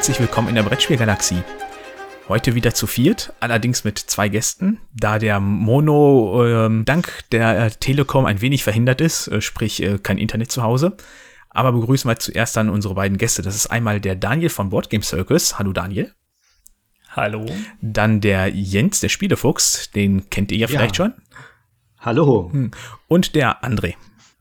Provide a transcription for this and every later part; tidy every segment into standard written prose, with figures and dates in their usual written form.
herzlich willkommen in der Brettspielgalaxie. Heute wieder zu viert, allerdings mit 2 Gästen, da der Mono dank der Telekom ein wenig verhindert ist, sprich kein Internet zu Hause. Aber begrüßen wir zuerst dann unsere beiden Gäste. Das ist einmal der Daniel von Board Game Circus. Hallo Daniel. Hallo. Dann der Jens, der Spielefuchs, den kennt ihr ja vielleicht schon. Hallo. Und der André.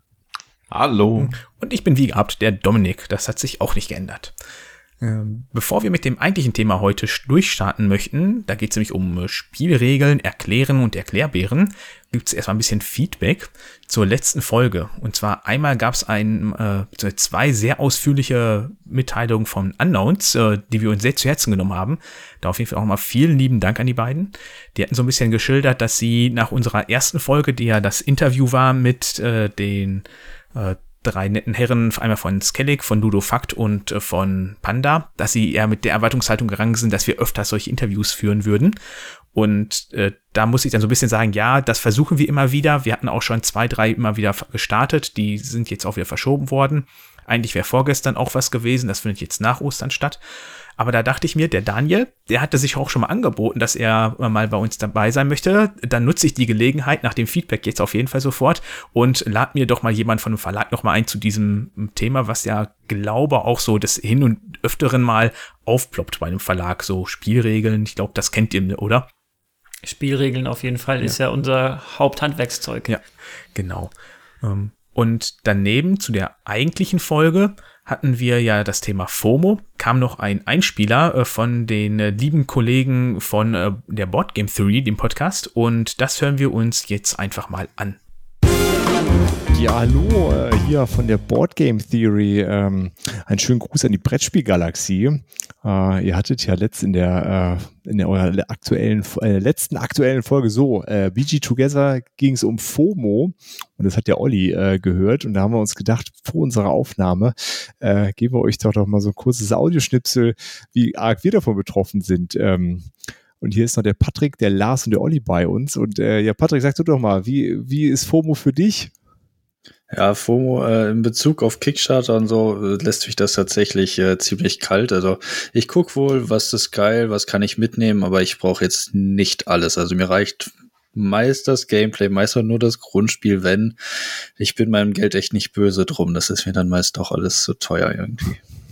Hallo. Und ich bin wie gehabt der Dominik. Das hat sich auch nicht geändert. Bevor wir mit dem eigentlichen Thema heute durchstarten möchten, da geht es nämlich um Spielregeln, Erklären und Erklärbären, gibt es erstmal ein bisschen Feedback zur letzten Folge. Und zwar einmal gab es 2 sehr ausführliche Mitteilungen von Unknowns, die wir uns sehr zu Herzen genommen haben. Da auf jeden Fall auch mal vielen lieben Dank an die beiden. Die hatten so ein bisschen geschildert, dass sie nach unserer ersten Folge, die ja das Interview war mit den 3 netten Herren, einmal von Skellig, von Ludo Fakt und von Panda, dass sie eher mit der Erwartungshaltung gegangen sind, dass wir öfters solche Interviews führen würden. Und da muss ich dann so ein bisschen sagen, ja, das versuchen wir immer wieder. Wir hatten auch schon 2, 3 immer wieder gestartet. Die sind jetzt auch wieder verschoben worden. Eigentlich wäre vorgestern auch was gewesen. Das findet jetzt nach Ostern statt. Aber da dachte ich mir, der Daniel, der hatte sich auch schon mal angeboten, dass er mal bei uns dabei sein möchte. Dann nutze ich die Gelegenheit nach dem Feedback jetzt auf jeden Fall sofort und lad mir doch mal jemand von dem Verlag noch mal ein zu diesem Thema, was ja, glaube auch so des Hin- und Öfteren mal aufploppt bei einem Verlag. So Spielregeln, ich glaube, das kennt ihr, oder? Spielregeln auf jeden Fall, ist ja unser Haupthandwerkszeug. Ja, genau. Und daneben zu der eigentlichen Folge hatten wir ja das Thema FOMO, kam noch ein Einspieler von den lieben Kollegen von der Board Game Theory, dem Podcast, und das hören wir uns jetzt einfach mal an. Ja, hallo, hier von der Board Game Theory. Einen schönen Gruß an die Brettspielgalaxie. Ihr hattet ja in eurer letzten aktuellen Folge BG Together ging es um FOMO und das hat der Olli gehört und da haben wir uns gedacht, vor unserer Aufnahme geben wir euch doch mal so ein kurzes Audioschnipsel, wie arg wir davon betroffen sind. Und hier ist noch der Patrick, der Lars und der Olli bei uns und ja, Patrick, sag du doch mal, wie ist FOMO für dich? Ja, FOMO in Bezug auf Kickstarter und so lässt mich das tatsächlich ziemlich kalt. Also ich guck wohl, was ist geil, was kann ich mitnehmen, aber ich brauche jetzt nicht alles. Also mir reicht meist das Gameplay, meist nur das Grundspiel, wenn. Ich bin meinem Geld echt nicht böse drum. Das ist mir dann meist doch alles zu teuer irgendwie.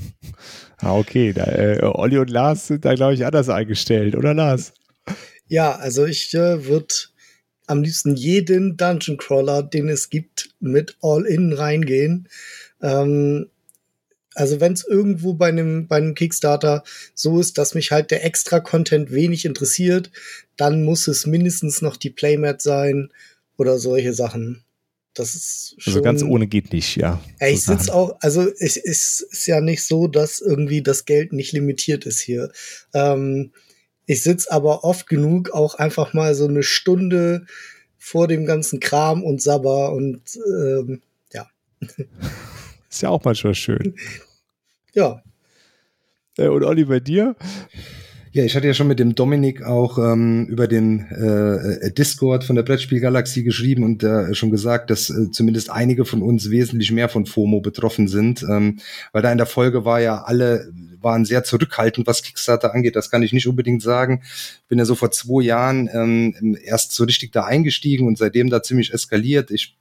Okay, Olli und Lars sind da, glaube ich, anders eingestellt, oder Lars? Ja, also ich würde am liebsten jeden Dungeon Crawler, den es gibt, mit All-In reingehen. Also wenn es irgendwo bei einem Kickstarter so ist, dass mich halt der Extra-Content wenig interessiert, dann muss es mindestens noch die Playmat sein oder solche Sachen. Das ist schon, also ganz ohne geht nicht, ja. Ich sitze auch, also es ist ja nicht so, dass irgendwie das Geld nicht limitiert ist hier. Ich sitze aber oft genug auch einfach mal so eine Stunde vor dem ganzen Kram und sabber und ja. Ist ja auch manchmal schön. Ja. Und Olli, bei dir? Ja, ich hatte ja schon mit dem Dominik auch über den Discord von der Brettspielgalaxie geschrieben und schon gesagt, dass zumindest einige von uns wesentlich mehr von FOMO betroffen sind, weil da in der Folge alle waren sehr zurückhaltend, was Kickstarter angeht. Das kann ich nicht unbedingt sagen. Bin ja so vor 2 Jahren erst so richtig da eingestiegen und seitdem da ziemlich eskaliert. Ich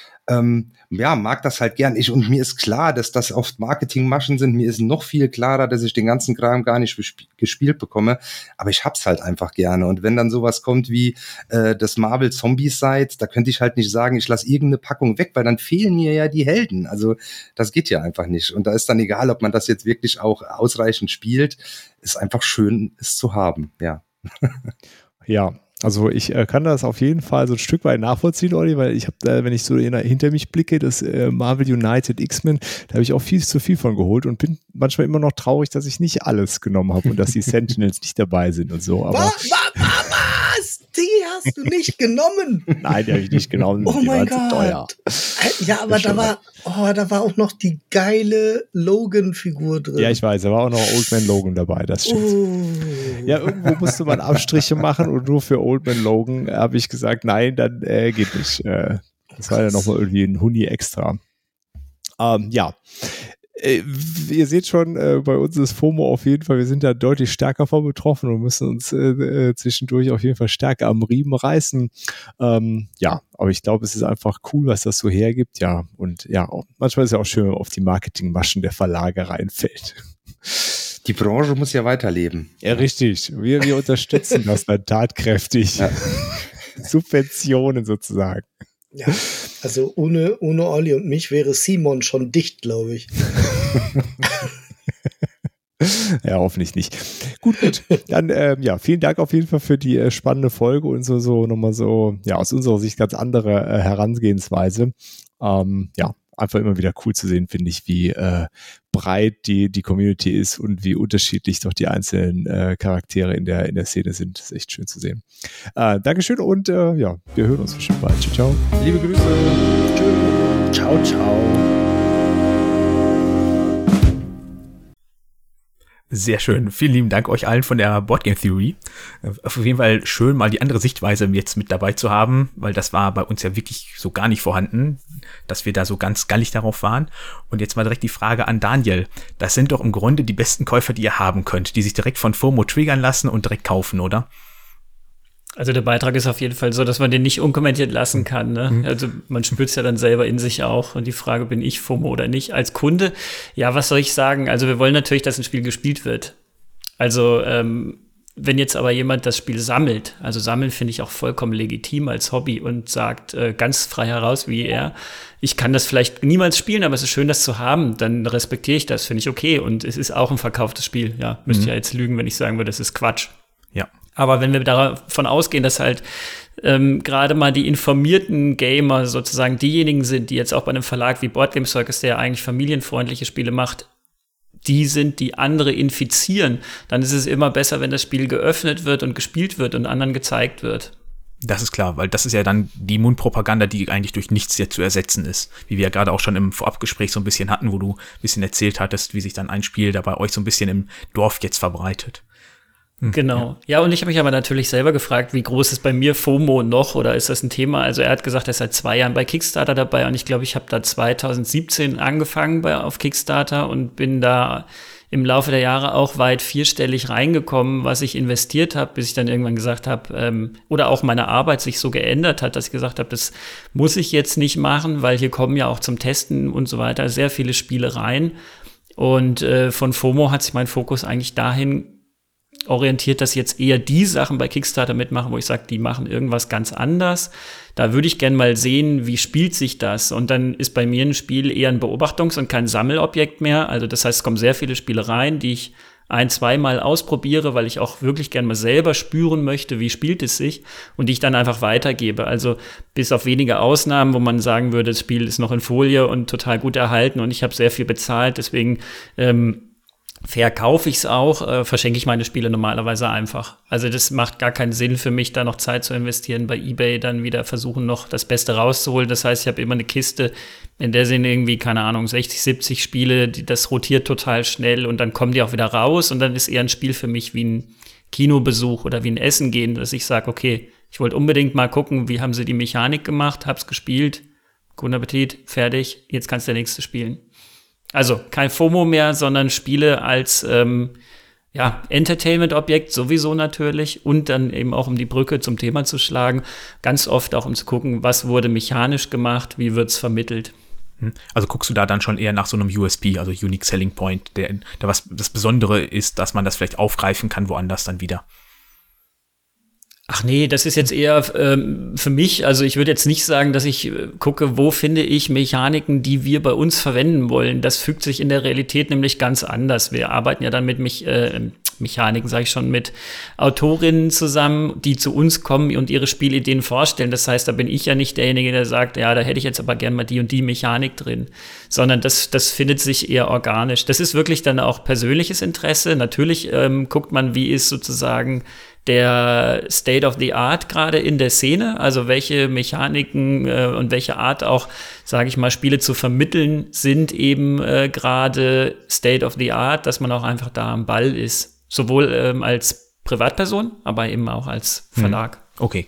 mag das halt gern. Und mir ist klar, dass das oft Marketingmaschen sind. Mir ist noch viel klarer, dass ich den ganzen Kram gar nicht gespielt bekomme. Aber ich hab's halt einfach gerne. Und wenn dann sowas kommt wie das Marvel Zombicide, da könnte ich halt nicht sagen, ich lasse irgendeine Packung weg, weil dann fehlen mir ja die Helden. Also das geht ja einfach nicht. Und da ist dann egal, ob man das jetzt wirklich auch ausreichend spielt. Ist einfach schön, es zu haben. Ja. Ja. Also ich kann das auf jeden Fall so ein Stück weit nachvollziehen, Olli, weil ich habe, wenn ich so hinter mich blicke, das Marvel United X-Men, da habe ich auch viel zu viel von geholt und bin manchmal immer noch traurig, dass ich nicht alles genommen habe und dass die Sentinels nicht dabei sind und so. Aber was? Die hast du nicht genommen? Nein, die habe ich nicht genommen. Oh die mein waren Gott. zu teuer. Ja, aber da war auch noch die geile Logan-Figur drin. Ja, ich weiß, da war auch noch Old Man Logan dabei, das stimmt. Ja, irgendwo musste man Abstriche machen und nur für Old Man Logan habe ich gesagt, nein, dann geht nicht. Das war ja nochmal irgendwie ein Huni extra. Ja. Ihr seht schon, bei uns ist FOMO auf jeden Fall, wir sind da deutlich stärker von betroffen und müssen uns zwischendurch auf jeden Fall stärker am Riemen reißen. Ja, aber ich glaube, es ist einfach cool, was das so hergibt. Ja, und ja, manchmal ist es ja auch schön, wenn man auf die Marketingmaschen der Verlage reinfällt. Die Branche muss ja weiterleben. Ja, richtig. Wir unterstützen das dann tatkräftig. Ja. Subventionen sozusagen. Ja, also ohne Olli und mich wäre Simon schon dicht, glaube ich. Ja, hoffentlich nicht. Gut. Dann, ja, vielen Dank auf jeden Fall für die spannende Folge und so nochmal so, ja, aus unserer Sicht ganz andere Herangehensweise. Ja, einfach immer wieder cool zu sehen, finde ich, wie breit die Community ist und wie unterschiedlich doch die einzelnen Charaktere in der Szene sind. Das ist echt schön zu sehen. Dankeschön und ja, wir hören uns bestimmt bald. Ciao, ciao. Liebe Grüße. Tschüss. Ciao, ciao. Sehr schön. Vielen lieben Dank euch allen von der Board Game Theory. Auf jeden Fall schön, mal die andere Sichtweise jetzt mit dabei zu haben, weil das war bei uns ja wirklich so gar nicht vorhanden, dass wir da so ganz gallig darauf waren. Und jetzt mal direkt die Frage an Daniel. Das sind doch im Grunde die besten Käufer, die ihr haben könnt, die sich direkt von FOMO triggern lassen und direkt kaufen, oder? Also der Beitrag ist auf jeden Fall so, dass man den nicht unkommentiert lassen kann. Ne? Also man spürt es ja dann selber in sich auch. Und die Frage, bin ich FOMO oder nicht? Als Kunde, ja, was soll ich sagen? Also wir wollen natürlich, dass ein Spiel gespielt wird. Also wenn jetzt aber jemand das Spiel sammelt, also sammeln finde ich auch vollkommen legitim als Hobby und sagt ganz frei heraus, wie er, ich kann das vielleicht niemals spielen, aber es ist schön, das zu haben, dann respektiere ich das, finde ich okay. Und es ist auch ein verkauftes Spiel. Ja, müsste ja jetzt lügen, wenn ich sagen würde, das ist Quatsch. Ja. Aber wenn wir davon ausgehen, dass halt gerade mal die informierten Gamer sozusagen diejenigen sind, die jetzt auch bei einem Verlag wie Board Game Circus, der ja eigentlich familienfreundliche Spiele macht, die sind, die andere infizieren, dann ist es immer besser, wenn das Spiel geöffnet wird und gespielt wird und anderen gezeigt wird. Das ist klar, weil das ist ja dann die Mundpropaganda, die eigentlich durch nichts jetzt zu ersetzen ist. Wie wir ja gerade auch schon im Vorabgespräch so ein bisschen hatten, wo du ein bisschen erzählt hattest, wie sich dann ein Spiel da bei euch so ein bisschen im Dorf jetzt verbreitet. Genau. Ja, und ich habe mich aber natürlich selber gefragt, wie groß ist bei mir FOMO noch oder ist das ein Thema? Also er hat gesagt, er ist seit 2 Jahren bei Kickstarter dabei und ich glaube, ich habe da 2017 angefangen auf Kickstarter und bin da im Laufe der Jahre auch weit vierstellig reingekommen, was ich investiert habe, bis ich dann irgendwann gesagt habe, oder auch meine Arbeit sich so geändert hat, dass ich gesagt habe, das muss ich jetzt nicht machen, weil hier kommen ja auch zum Testen und so weiter sehr viele Spiele rein. Und von FOMO hat sich mein Fokus eigentlich dahin orientiert, dass jetzt eher die Sachen bei Kickstarter mitmachen, wo ich sage, die machen irgendwas ganz anders. Da würde ich gerne mal sehen, wie spielt sich das? Und dann ist bei mir ein Spiel eher ein Beobachtungs- und kein Sammelobjekt mehr. Also das heißt, es kommen sehr viele Spiele rein, die ich 1-2 Mal ausprobiere, weil ich auch wirklich gerne mal selber spüren möchte, wie spielt es sich und die ich dann einfach weitergebe. Also bis auf wenige Ausnahmen, wo man sagen würde, das Spiel ist noch in Folie und total gut erhalten und ich habe sehr viel bezahlt, deswegen verkaufe ich es auch, verschenke ich meine Spiele normalerweise einfach. Also das macht gar keinen Sinn für mich, da noch Zeit zu investieren, bei eBay dann wieder versuchen, noch das Beste rauszuholen. Das heißt, ich habe immer eine Kiste, in der sind irgendwie, keine Ahnung, 60, 70 Spiele, das rotiert total schnell und dann kommen die auch wieder raus und dann ist eher ein Spiel für mich wie ein Kinobesuch oder wie ein Essen gehen, dass ich sage, okay, ich wollte unbedingt mal gucken, wie haben sie die Mechanik gemacht, hab's gespielt, guten Appetit, fertig, jetzt kannst du der nächste spielen. Also kein FOMO mehr, sondern Spiele als Entertainment-Objekt sowieso natürlich und dann eben auch, um die Brücke zum Thema zu schlagen, ganz oft auch, um zu gucken, was wurde mechanisch gemacht, wie wird's vermittelt. Also guckst du da dann schon eher nach so einem USP, also Unique Selling Point, der was das Besondere ist, dass man das vielleicht aufgreifen kann woanders dann wieder? Ach nee, das ist jetzt eher für mich, also ich würde jetzt nicht sagen, dass ich gucke, wo finde ich Mechaniken, die wir bei uns verwenden wollen. Das fügt sich in der Realität nämlich ganz anders. Wir arbeiten ja dann mit Mechaniken, sage ich schon, mit Autorinnen zusammen, die zu uns kommen und ihre Spielideen vorstellen. Das heißt, da bin ich ja nicht derjenige, der sagt, ja, da hätte ich jetzt aber gern mal die und die Mechanik drin, sondern das findet sich eher organisch. Das ist wirklich dann auch persönliches Interesse. Natürlich guckt man, wie ist sozusagen der State of the Art gerade in der Szene, also welche Mechaniken und welche Art auch, sage ich mal, Spiele zu vermitteln, sind eben gerade State of the Art, dass man auch einfach da am Ball ist. Sowohl als Privatperson, aber eben auch als Verlag. Okay, gut.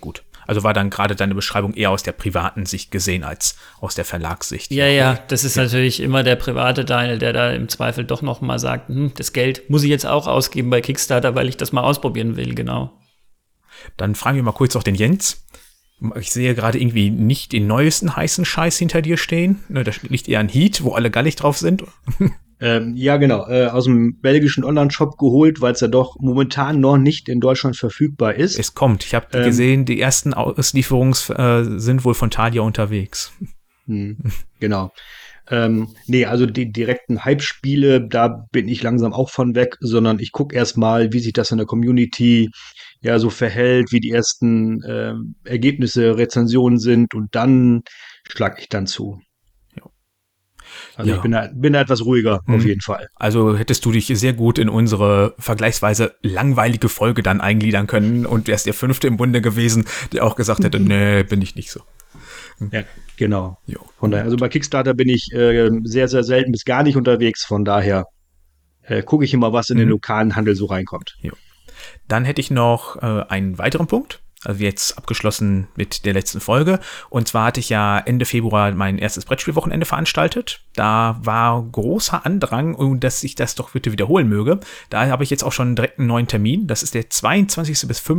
Also war dann gerade deine Beschreibung eher aus der privaten Sicht gesehen als aus der Verlagssicht. Ja, das ist natürlich immer der private Daniel, der da im Zweifel doch noch mal sagt, das Geld muss ich jetzt auch ausgeben bei Kickstarter, weil ich das mal ausprobieren will, genau. Dann fragen wir mal kurz auch den Jens. Ich sehe gerade irgendwie nicht den neuesten heißen Scheiß hinter dir stehen. Da liegt eher ein Heat, wo alle gallig drauf sind. Ja, genau. Aus dem belgischen Online-Shop geholt, weil es ja doch momentan noch nicht in Deutschland verfügbar ist. Es kommt. Ich habe gesehen, die ersten Auslieferungen sind wohl von Thalia unterwegs. Genau. Nee, also die direkten Hype-Spiele, da bin ich langsam auch von weg, sondern ich gucke erst mal, wie sich das in der Community ja so verhält, wie die ersten Ergebnisse, Rezensionen sind und dann schlage ich dann zu. Also ich bin da etwas ruhiger, auf jeden Fall. Also hättest du dich sehr gut in unsere vergleichsweise langweilige Folge dann eingliedern können und wärst der 5. im Bunde gewesen, der auch gesagt hätte, nee, bin ich nicht so. Ja, genau. Jo. Von daher, also bei Kickstarter bin ich sehr, sehr selten bis gar nicht unterwegs. Von daher gucke ich immer, was in den lokalen Handel so reinkommt. Jo. Dann hätte ich noch einen weiteren Punkt. Also jetzt abgeschlossen mit der letzten Folge. Und zwar hatte ich ja Ende Februar mein erstes Brettspielwochenende veranstaltet. Da war großer Andrang, dass ich das doch bitte wiederholen möge. Da habe ich jetzt auch schon direkt einen neuen Termin. Das ist der 22. bis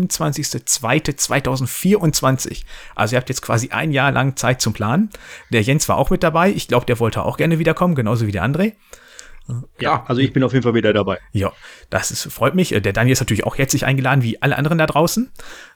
25.02.2024. Also ihr habt jetzt quasi ein Jahr lang Zeit zum Planen. Der Jens war auch mit dabei. Ich glaube, der wollte auch gerne wiederkommen, genauso wie der André. Ja, also ich bin auf jeden Fall wieder dabei. Ja, freut mich. Der Daniel ist natürlich auch herzlich eingeladen, wie alle anderen da draußen.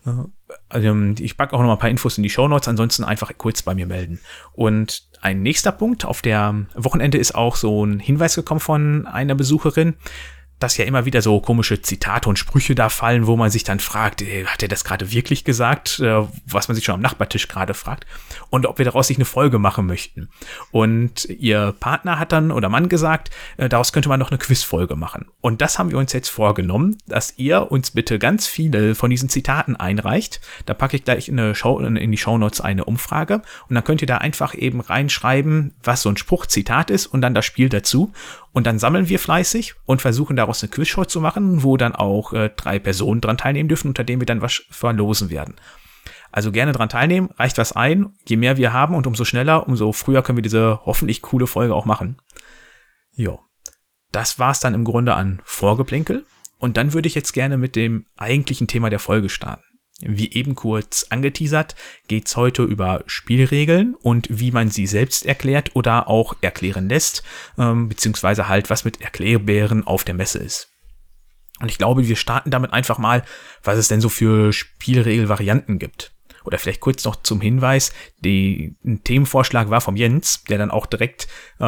Ich packe auch noch mal ein paar Infos in die Shownotes, ansonsten einfach kurz bei mir melden. Und ein nächster Punkt auf der Wochenende ist auch so ein Hinweis gekommen von einer Besucherin, dass ja immer wieder so komische Zitate und Sprüche da fallen, wo man sich dann fragt, hat er das gerade wirklich gesagt, was man sich schon am Nachbartisch gerade fragt, und ob wir daraus nicht eine Folge machen möchten. Und ihr Partner hat dann, oder Mann gesagt, daraus könnte man noch eine Quizfolge machen. Und das haben wir uns jetzt vorgenommen, dass ihr uns bitte ganz viele von diesen Zitaten einreicht. Da packe ich gleich in die Shownotes eine Umfrage und dann könnt ihr da einfach eben reinschreiben, was so ein Spruchzitat ist und dann das Spiel dazu. Und dann sammeln wir fleißig und versuchen daraus eine Quizshow zu machen, wo dann auch 3 Personen dran teilnehmen dürfen, unter denen wir dann was verlosen werden. Also gerne dran teilnehmen, reicht was ein. Je mehr wir haben und umso schneller, umso früher können wir diese hoffentlich coole Folge auch machen. Jo, das war's dann im Grunde an Vorgeplänkel. Und dann würde ich jetzt gerne mit dem eigentlichen Thema der Folge starten. Wie eben kurz angeteasert, geht's heute über Spielregeln und wie man sie selbst erklärt oder auch erklären lässt, beziehungsweise halt, was mit Erklärbären auf der Messe ist. Und ich glaube, wir starten damit einfach mal, was es denn so für Spielregelvarianten gibt. Oder vielleicht kurz noch zum Hinweis, ein Themenvorschlag war vom Jens, der dann auch direkt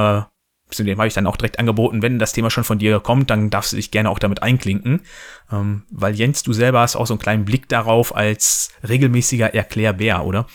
dem habe ich dann auch direkt angeboten, wenn das Thema schon von dir kommt, dann darfst du dich gerne auch damit einklinken. Weil Jens, du selber hast auch so einen kleinen Blick darauf als regelmäßiger Erklärbär, oder?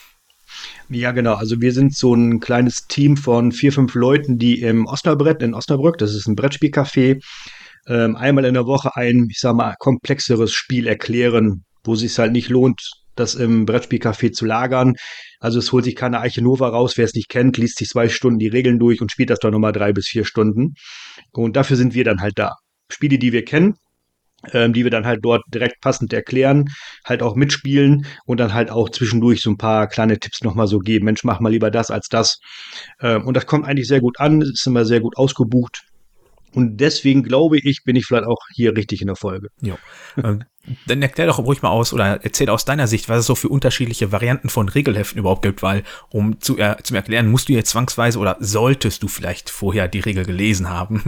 Ja, genau. Also wir sind so ein kleines Team von 4, 5 Leuten, die im Osnabrück, das ist ein Brettspielcafé, einmal in der Woche ein, ich sag mal, komplexeres Spiel erklären, wo es sich halt nicht lohnt, das im Brettspielcafé zu lagern. Also es holt sich keine Arche Nova raus, wer es nicht kennt, liest sich 2 Stunden die Regeln durch und spielt das dann nochmal 3 bis 4 Stunden. Und dafür sind wir dann halt da. Spiele, die wir kennen, die wir dann halt dort direkt passend erklären, halt auch mitspielen und dann halt auch zwischendurch so ein paar kleine Tipps nochmal so geben. Mensch, mach mal lieber das als das. Und das kommt eigentlich sehr gut an, ist immer sehr gut ausgebucht. Und deswegen glaube ich, bin ich vielleicht auch hier richtig in der Folge. Ja. Dann erklär doch ruhig mal aus oder erzähl aus deiner Sicht, was es so für unterschiedliche Varianten von Regelheften überhaupt gibt, weil zum Erklären musst du jetzt zwangsweise oder solltest du vielleicht vorher die Regel gelesen haben.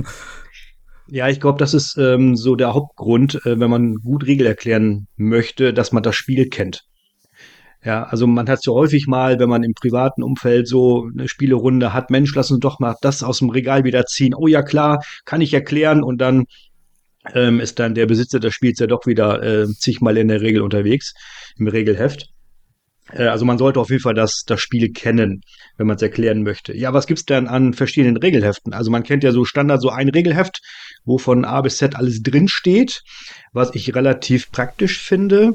Ja, ich glaube, das ist so der Hauptgrund, wenn man gut Regel erklären möchte, dass man das Spiel kennt. Ja, also man hat so häufig mal, wenn man im privaten Umfeld so eine Spielerunde hat, Mensch, lass uns doch mal das aus dem Regal wieder ziehen. Oh ja, klar, kann ich erklären. Und dann ist dann der Besitzer des Spiels ja doch wieder zigmal in der Regel unterwegs, im Regelheft. Also man sollte auf jeden Fall das Spiel kennen, wenn man es erklären möchte. Ja, was gibt's denn an verschiedenen Regelheften? Also man kennt ja so Standard so ein Regelheft, wo von A bis Z alles drin steht, was ich relativ praktisch finde.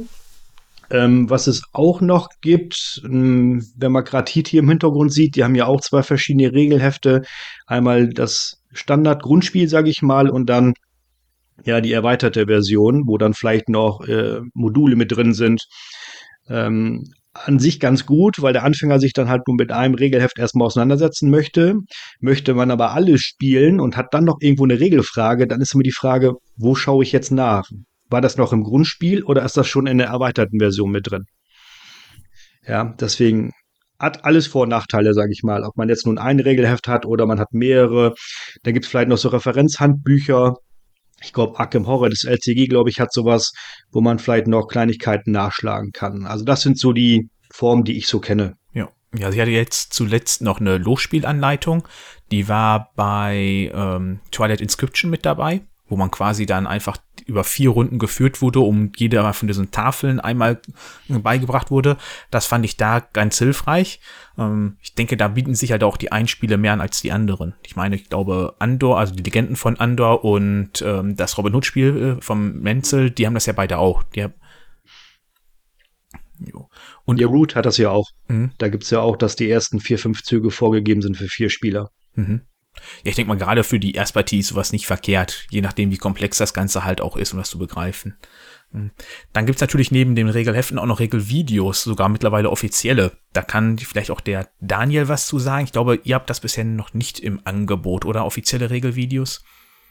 Was es auch noch gibt, wenn man gerade Heat hier im Hintergrund sieht, die haben ja auch 2 verschiedene Regelhefte. Einmal das Standard-Grundspiel, sage ich mal, und dann ja die erweiterte Version, wo dann vielleicht noch Module mit drin sind. an sich ganz gut, weil der Anfänger sich dann halt nur mit einem Regelheft erstmal auseinandersetzen möchte. Möchte man aber alles spielen und hat dann noch irgendwo eine Regelfrage, dann ist immer die Frage, wo schaue ich jetzt nach? War das noch im Grundspiel oder ist das schon in der erweiterten Version mit drin? Ja, deswegen hat alles Vor- und Nachteile, sage ich mal. Ob man jetzt nun ein Regelheft hat oder man hat mehrere. Da gibt es vielleicht noch so Referenzhandbücher. Ich glaube, Arkham Horror, das LCG, glaube ich, hat sowas, wo man vielleicht noch Kleinigkeiten nachschlagen kann. Also das sind so die Formen, die ich so kenne. Ja, sie hatte jetzt zuletzt noch eine Losspielanleitung. Die war bei Twilight Inscription mit dabei, wo man quasi dann einfach über 4 Runden geführt wurde, jeder von diesen Tafeln einmal beigebracht wurde. Das fand ich da ganz hilfreich. Ich denke, da bieten sich halt auch die einen Spiele mehr an als die anderen. Ich meine, ich glaube, Andor, also die Legenden von Andor und das Robin Hood Spiel vom Menzel, die haben das ja beide auch. Und der Root hat das ja auch. Da gibt's ja auch, dass die ersten 4, 5 Züge vorgegeben sind für 4 Spieler. Ja, ich denke mal, gerade für die Erstpartie ist sowas nicht verkehrt, je nachdem, wie komplex das Ganze halt auch ist, um das zu begreifen. Dann gibt's natürlich neben den Regelheften auch noch Regelvideos, sogar mittlerweile offizielle. Da kann vielleicht auch der Daniel was zu sagen. Ich glaube, ihr habt das bisher noch nicht im Angebot, oder? Offizielle Regelvideos?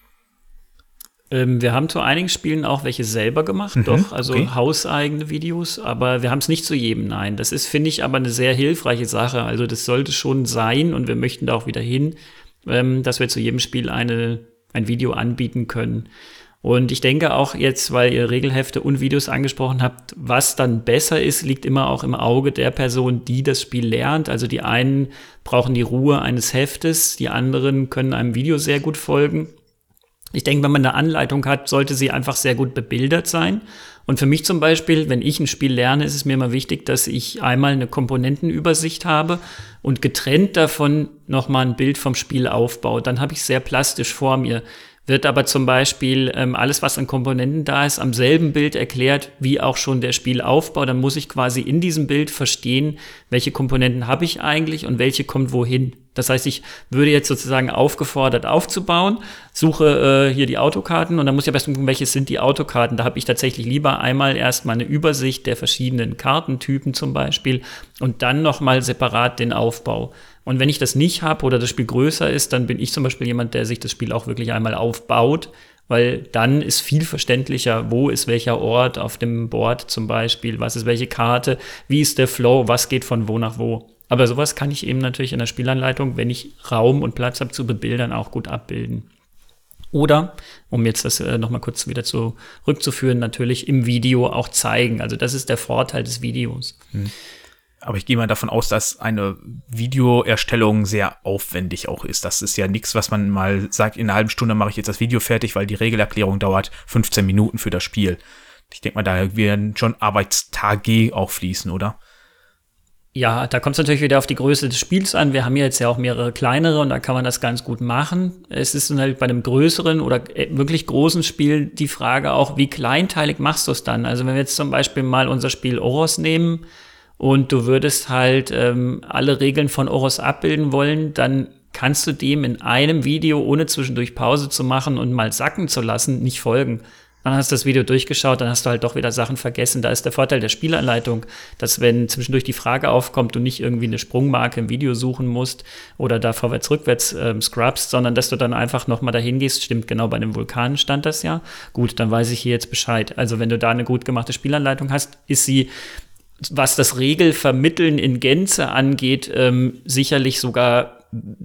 Wir haben zu einigen Spielen auch welche selber gemacht, doch, also okay. Hauseigene Videos, aber wir haben es nicht zu jedem, nein. Das ist, finde ich, aber eine sehr hilfreiche Sache. Also das sollte schon sein und wir möchten da auch wieder hin, dass wir zu jedem Spiel ein Video anbieten können. Und ich denke auch jetzt, weil ihr Regelhefte und Videos angesprochen habt, was dann besser ist, liegt immer auch im Auge der Person, die das Spiel lernt. Also die einen brauchen die Ruhe eines Heftes, die anderen können einem Video sehr gut folgen. Ich denke, wenn man eine Anleitung hat, sollte sie einfach sehr gut bebildert sein. Und für mich zum Beispiel, wenn ich ein Spiel lerne, ist es mir immer wichtig, dass ich einmal eine Komponentenübersicht habe und getrennt davon nochmal ein Bild vom Spiel aufbaue. Dann habe ich es sehr plastisch vor mir. Wird aber zum Beispiel alles, was an Komponenten da ist, am selben Bild erklärt, wie auch schon der Spielaufbau. Dann muss ich quasi in diesem Bild verstehen, welche Komponenten habe ich eigentlich und welche kommt wohin. Das heißt, ich würde jetzt sozusagen aufgefordert aufzubauen, suche hier die Autokarten und dann muss ich am besten gucken, welche sind die Autokarten. Da habe ich tatsächlich lieber einmal erstmal eine Übersicht der verschiedenen Kartentypen zum Beispiel und dann nochmal separat den Aufbau. Und wenn ich das nicht habe oder das Spiel größer ist, dann bin ich zum Beispiel jemand, der sich das Spiel auch wirklich einmal aufbaut, weil dann ist viel verständlicher, wo ist welcher Ort auf dem Board zum Beispiel, was ist welche Karte, wie ist der Flow, was geht von wo nach wo. Aber sowas kann ich eben natürlich in der Spielanleitung, wenn ich Raum und Platz habe zu bebildern, auch gut abbilden. Oder, um jetzt das nochmal kurz wieder zurückzuführen, natürlich im Video auch zeigen. Also das ist der Vorteil des Videos. Aber ich gehe mal davon aus, dass eine Videoerstellung sehr aufwendig auch ist. Das ist ja nichts, was man mal sagt, in einer halben Stunde mache ich jetzt das Video fertig, weil die Regelerklärung dauert 15 Minuten für das Spiel. Ich denke mal, da werden schon Arbeitstage auch fließen, oder? Ja, da kommt es natürlich wieder auf die Größe des Spiels an. Wir haben jetzt ja auch mehrere kleinere und da kann man das ganz gut machen. Es ist halt bei einem größeren oder wirklich großen Spiel die Frage auch, wie kleinteilig machst du es dann? Also wenn wir jetzt zum Beispiel mal unser Spiel Oros nehmen und du würdest halt alle Regeln von Oros abbilden wollen, dann kannst du dem in einem Video, ohne zwischendurch Pause zu machen und mal sacken zu lassen, nicht folgen. Dann hast du das Video durchgeschaut, dann hast du halt doch wieder Sachen vergessen. Da ist der Vorteil der Spielanleitung, dass wenn zwischendurch die Frage aufkommt, du nicht irgendwie eine Sprungmarke im Video suchen musst oder da vorwärts-rückwärts scrubbst, sondern dass du dann einfach nochmal dahin gehst. Stimmt, genau, bei einem Vulkan stand das ja. Gut, dann weiß ich hier jetzt Bescheid. Also wenn du da eine gut gemachte Spielanleitung hast, ist sie, was das Regelvermitteln in Gänze angeht, sicherlich sogar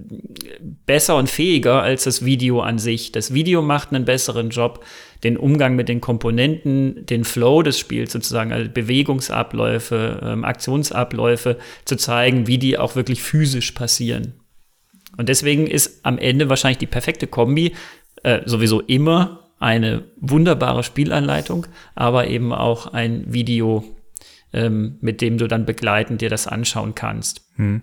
besser und fähiger als das Video an sich. Das Video macht einen besseren Job, den Umgang mit den Komponenten, den Flow des Spiels sozusagen, also Bewegungsabläufe, Aktionsabläufe zu zeigen, wie die auch wirklich physisch passieren. Und deswegen ist am Ende wahrscheinlich die perfekte Kombi sowieso immer eine wunderbare Spielanleitung, aber eben auch ein Video, mit dem du dann begleitend dir das anschauen kannst.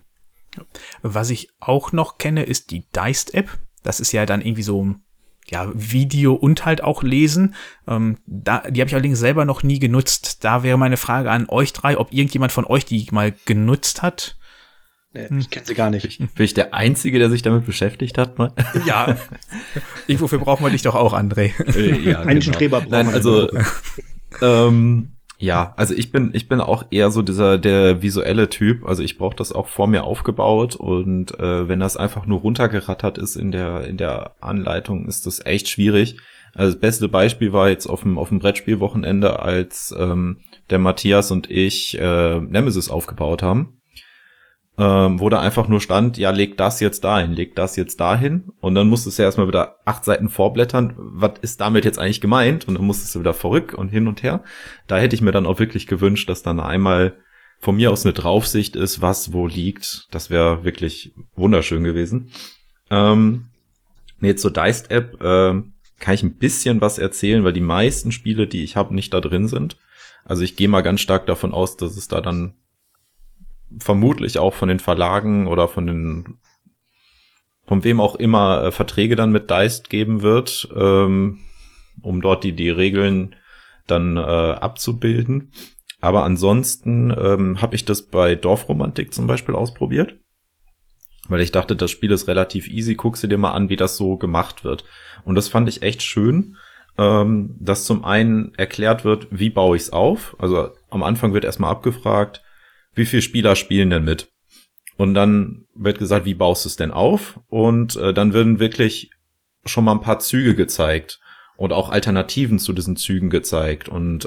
Was ich auch noch kenne, ist die Diced-App. Das ist ja dann irgendwie so, ja, Video und halt auch Lesen. Die habe ich allerdings selber noch nie genutzt. Da wäre meine Frage an euch drei, ob irgendjemand von euch die mal genutzt hat. Nee, ich kenne sie gar nicht. Bin ich der Einzige, der sich damit beschäftigt hat? Mal? Ja. Irgendwofür brauchen wir dich doch auch, André. Ja, Einen Streber brauchen wir. Nein, also Ja, also ich bin auch eher so der visuelle Typ. Also ich brauche das auch vor mir aufgebaut und wenn das einfach nur runtergerattert ist in der Anleitung, ist das echt schwierig. Also das beste Beispiel war jetzt auf dem Brettspielwochenende, als der Matthias und ich Nemesis aufgebaut haben. Wo da einfach nur stand, ja, leg das jetzt dahin. Und dann musstest du ja erstmal wieder 8 Seiten vorblättern. Was ist damit jetzt eigentlich gemeint? Und dann musstest du wieder zurück und hin und her. Da hätte ich mir dann auch wirklich gewünscht, dass dann einmal von mir aus eine Draufsicht ist, was wo liegt. Das wäre wirklich wunderschön gewesen. Zur Diced-App kann ich ein bisschen was erzählen, weil die meisten Spiele, die ich habe, nicht da drin sind. Also ich gehe mal ganz stark davon aus, dass es da dann vermutlich auch von den Verlagen oder von wem auch immer Verträge dann mit Diced geben wird, um dort die Regeln dann abzubilden. Aber ansonsten habe ich das bei Dorfromantik zum Beispiel ausprobiert, weil ich dachte, das Spiel ist relativ easy, guck sie dir mal an, wie das so gemacht wird. Und das fand ich echt schön, dass zum einen erklärt wird, wie baue ich es auf. Also am Anfang wird erstmal abgefragt, wie viele Spieler spielen denn mit? Und dann wird gesagt, wie baust du es denn auf? Und dann werden wirklich schon mal ein paar Züge gezeigt und auch Alternativen zu diesen Zügen gezeigt. Und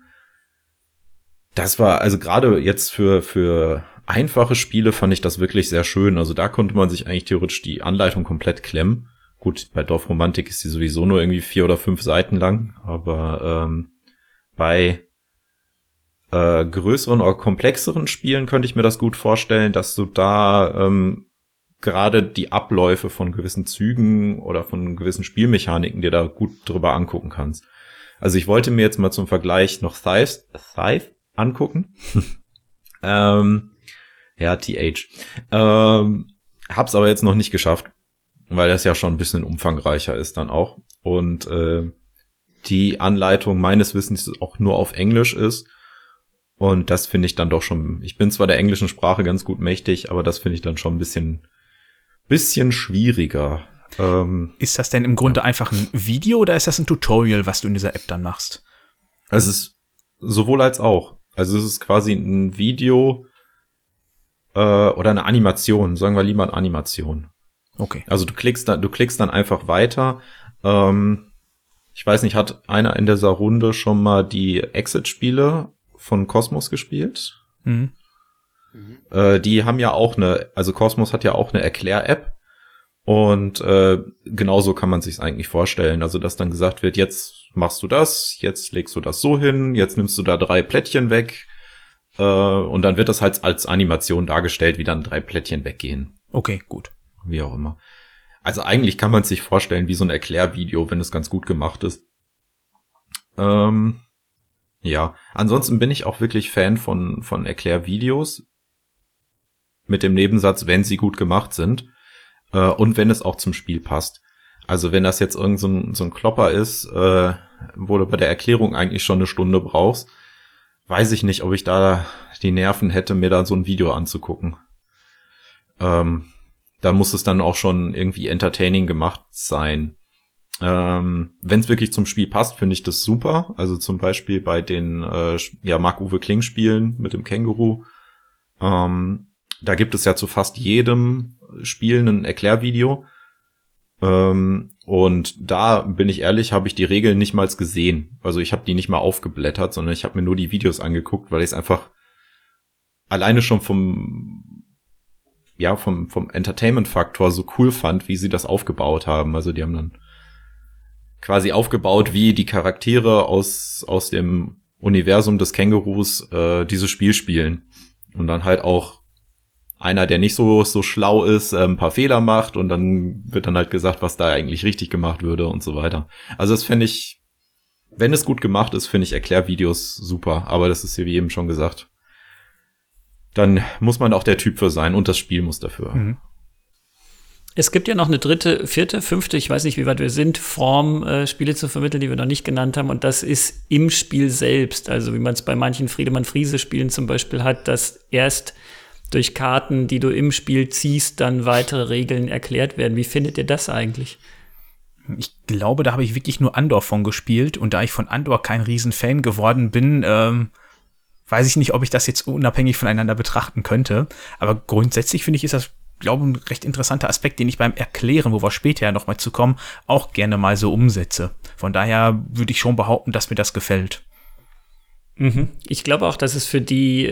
das war, also gerade jetzt für einfache Spiele fand ich das wirklich sehr schön. Also da konnte man sich eigentlich theoretisch die Anleitung komplett klemmen. Gut, bei Dorfromantik ist die sowieso nur irgendwie 4 oder 5 Seiten lang, aber bei größeren oder komplexeren Spielen könnte ich mir das gut vorstellen, dass du da gerade die Abläufe von gewissen Zügen oder von gewissen Spielmechaniken dir da gut drüber angucken kannst. Also ich wollte mir jetzt mal zum Vergleich noch Scythe angucken. TH. Hab's aber jetzt noch nicht geschafft, weil das ja schon ein bisschen umfangreicher ist dann auch. Und die Anleitung meines Wissens auch nur auf Englisch ist. Und das finde ich dann doch schon, ich bin zwar der englischen Sprache ganz gut mächtig, aber das finde ich dann schon ein bisschen schwieriger. Ist das denn im Grunde einfach ein Video oder ist das ein Tutorial, was du in dieser App dann machst? Es ist sowohl als auch. Also es ist quasi ein Video oder eine Animation, sagen wir lieber eine Animation. Okay. Also du klickst dann einfach weiter. Ich weiß nicht, hat einer in dieser Runde schon mal die Exit-Spiele von Cosmos gespielt? Mhm. Die haben ja auch also Cosmos hat ja auch eine Erklär-App und genauso kann man sich's eigentlich vorstellen. Also dass dann gesagt wird, jetzt machst du das, jetzt legst du das so hin, jetzt nimmst du da 3 Plättchen weg und dann wird das halt als Animation dargestellt, wie dann 3 Plättchen weggehen. Okay, gut. Wie auch immer. Also eigentlich kann man sich vorstellen wie so ein Erklärvideo, wenn es ganz gut gemacht ist. Ja, ansonsten bin ich auch wirklich Fan von Erklärvideos mit dem Nebensatz, wenn sie gut gemacht sind und wenn es auch zum Spiel passt. Also wenn das jetzt irgend so ein Klopper ist, wo du bei der Erklärung eigentlich schon eine Stunde brauchst, weiß ich nicht, ob ich da die Nerven hätte, mir da so ein Video anzugucken. Da muss es dann auch schon irgendwie entertaining gemacht sein. Wenn es wirklich zum Spiel passt, finde ich das super. Also zum Beispiel bei den Marc-Uwe Kling-Spielen mit dem Känguru. Da gibt es ja zu fast jedem Spiel ein Erklärvideo. Und da, bin ich ehrlich, habe ich die Regeln nicht mal gesehen. Also ich habe die nicht mal aufgeblättert, sondern ich habe mir nur die Videos angeguckt, weil ich es einfach alleine schon vom Entertainment-Faktor so cool fand, wie sie das aufgebaut haben. Also die haben dann quasi aufgebaut, wie die Charaktere aus dem Universum des Kängurus dieses Spiel spielen. Und dann halt auch einer, der nicht so schlau ist, ein paar Fehler macht und dann wird dann halt gesagt, was da eigentlich richtig gemacht würde und so weiter. Also das fände ich, wenn es gut gemacht ist, finde ich Erklärvideos super. Aber das ist hier wie eben schon gesagt. Dann muss man auch der Typ für sein und das Spiel muss dafür. Mhm. Es gibt ja noch eine 3., 4., 5., ich weiß nicht, wie weit wir sind, Form, Spiele zu vermitteln, die wir noch nicht genannt haben. Und das ist im Spiel selbst. Also wie man es bei manchen Friedemann-Friese-Spielen zum Beispiel hat, dass erst durch Karten, die du im Spiel ziehst, dann weitere Regeln erklärt werden. Wie findet ihr das eigentlich? Ich glaube, da habe ich wirklich nur Andor von gespielt. Und da ich von Andor kein Riesenfan geworden bin, weiß ich nicht, ob ich das jetzt unabhängig voneinander betrachten könnte. Aber grundsätzlich finde ich, ist das, glaube ich, ein recht interessanter Aspekt, den ich beim Erklären, wo wir später ja nochmal zu kommen, auch gerne mal so umsetze. Von daher würde ich schon behaupten, dass mir das gefällt. Ich glaube auch, dass es für die,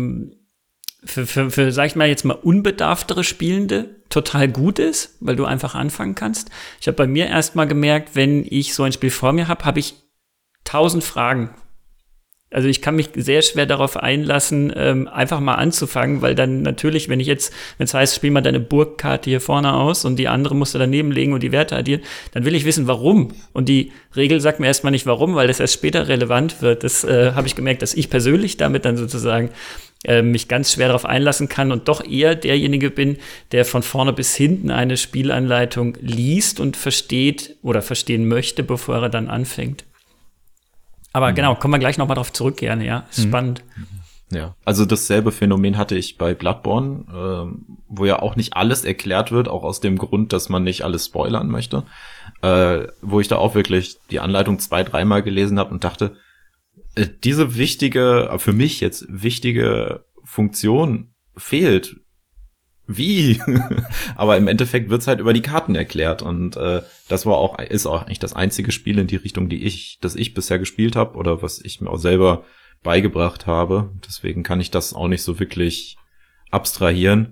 für sag ich mal jetzt mal, unbedarftere Spielende total gut ist, weil du einfach anfangen kannst. Ich habe bei mir erst mal gemerkt, wenn ich so ein Spiel vor mir habe ich 1000 Fragen. Also ich kann mich sehr schwer darauf einlassen, einfach mal anzufangen, weil dann natürlich, wenn es heißt, spiel mal deine Burgkarte hier vorne aus und die andere musst du daneben legen und die Werte addieren, dann will ich wissen, warum. Und die Regel sagt mir erstmal nicht warum, weil das erst später relevant wird. Das habe ich gemerkt, dass ich persönlich damit dann sozusagen mich ganz schwer darauf einlassen kann und doch eher derjenige bin, der von vorne bis hinten eine Spielanleitung liest und versteht oder verstehen möchte, bevor er dann anfängt. Aber genau, kommen wir gleich nochmal drauf zurück gerne, ja. Ist spannend. Ja, also dasselbe Phänomen hatte ich bei Bloodborne, wo ja auch nicht alles erklärt wird, auch aus dem Grund, dass man nicht alles spoilern möchte, wo ich da auch wirklich die Anleitung 2-3 Mal gelesen habe und dachte, diese für mich jetzt wichtige Funktion fehlt. Wie? Aber im Endeffekt wird's halt über die Karten erklärt und das ist auch eigentlich das einzige Spiel in die Richtung, das ich bisher gespielt habe oder was ich mir auch selber beigebracht habe. Deswegen kann ich das auch nicht so wirklich abstrahieren.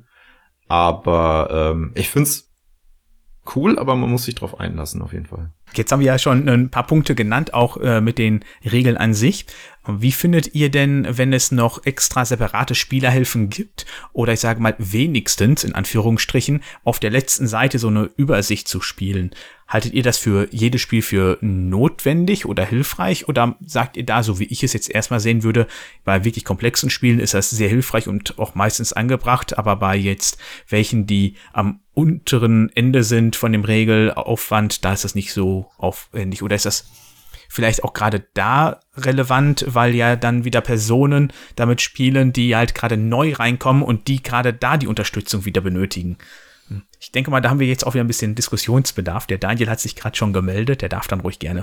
Aber ich find's cool, aber man muss sich drauf einlassen auf jeden Fall. Jetzt haben wir ja schon ein paar Punkte genannt, auch mit den Regeln an sich. Wie findet ihr denn, wenn es noch extra separate Spielerhilfen gibt oder ich sage mal wenigstens in Anführungsstrichen auf der letzten Seite so eine Übersicht zu spielen? Haltet ihr das für jedes Spiel für notwendig oder hilfreich oder sagt ihr da, so wie ich es jetzt erstmal sehen würde, bei wirklich komplexen Spielen ist das sehr hilfreich und auch meistens angebracht, aber bei jetzt welchen, die am unteren Ende sind von dem Regelaufwand, da ist das nicht so aufwendig oder ist das vielleicht auch gerade da relevant, weil ja dann wieder Personen damit spielen, die halt gerade neu reinkommen und die gerade da die Unterstützung wieder benötigen. Ich denke mal, da haben wir jetzt auch wieder ein bisschen Diskussionsbedarf. Der Daniel hat sich gerade schon gemeldet, der darf dann ruhig gerne.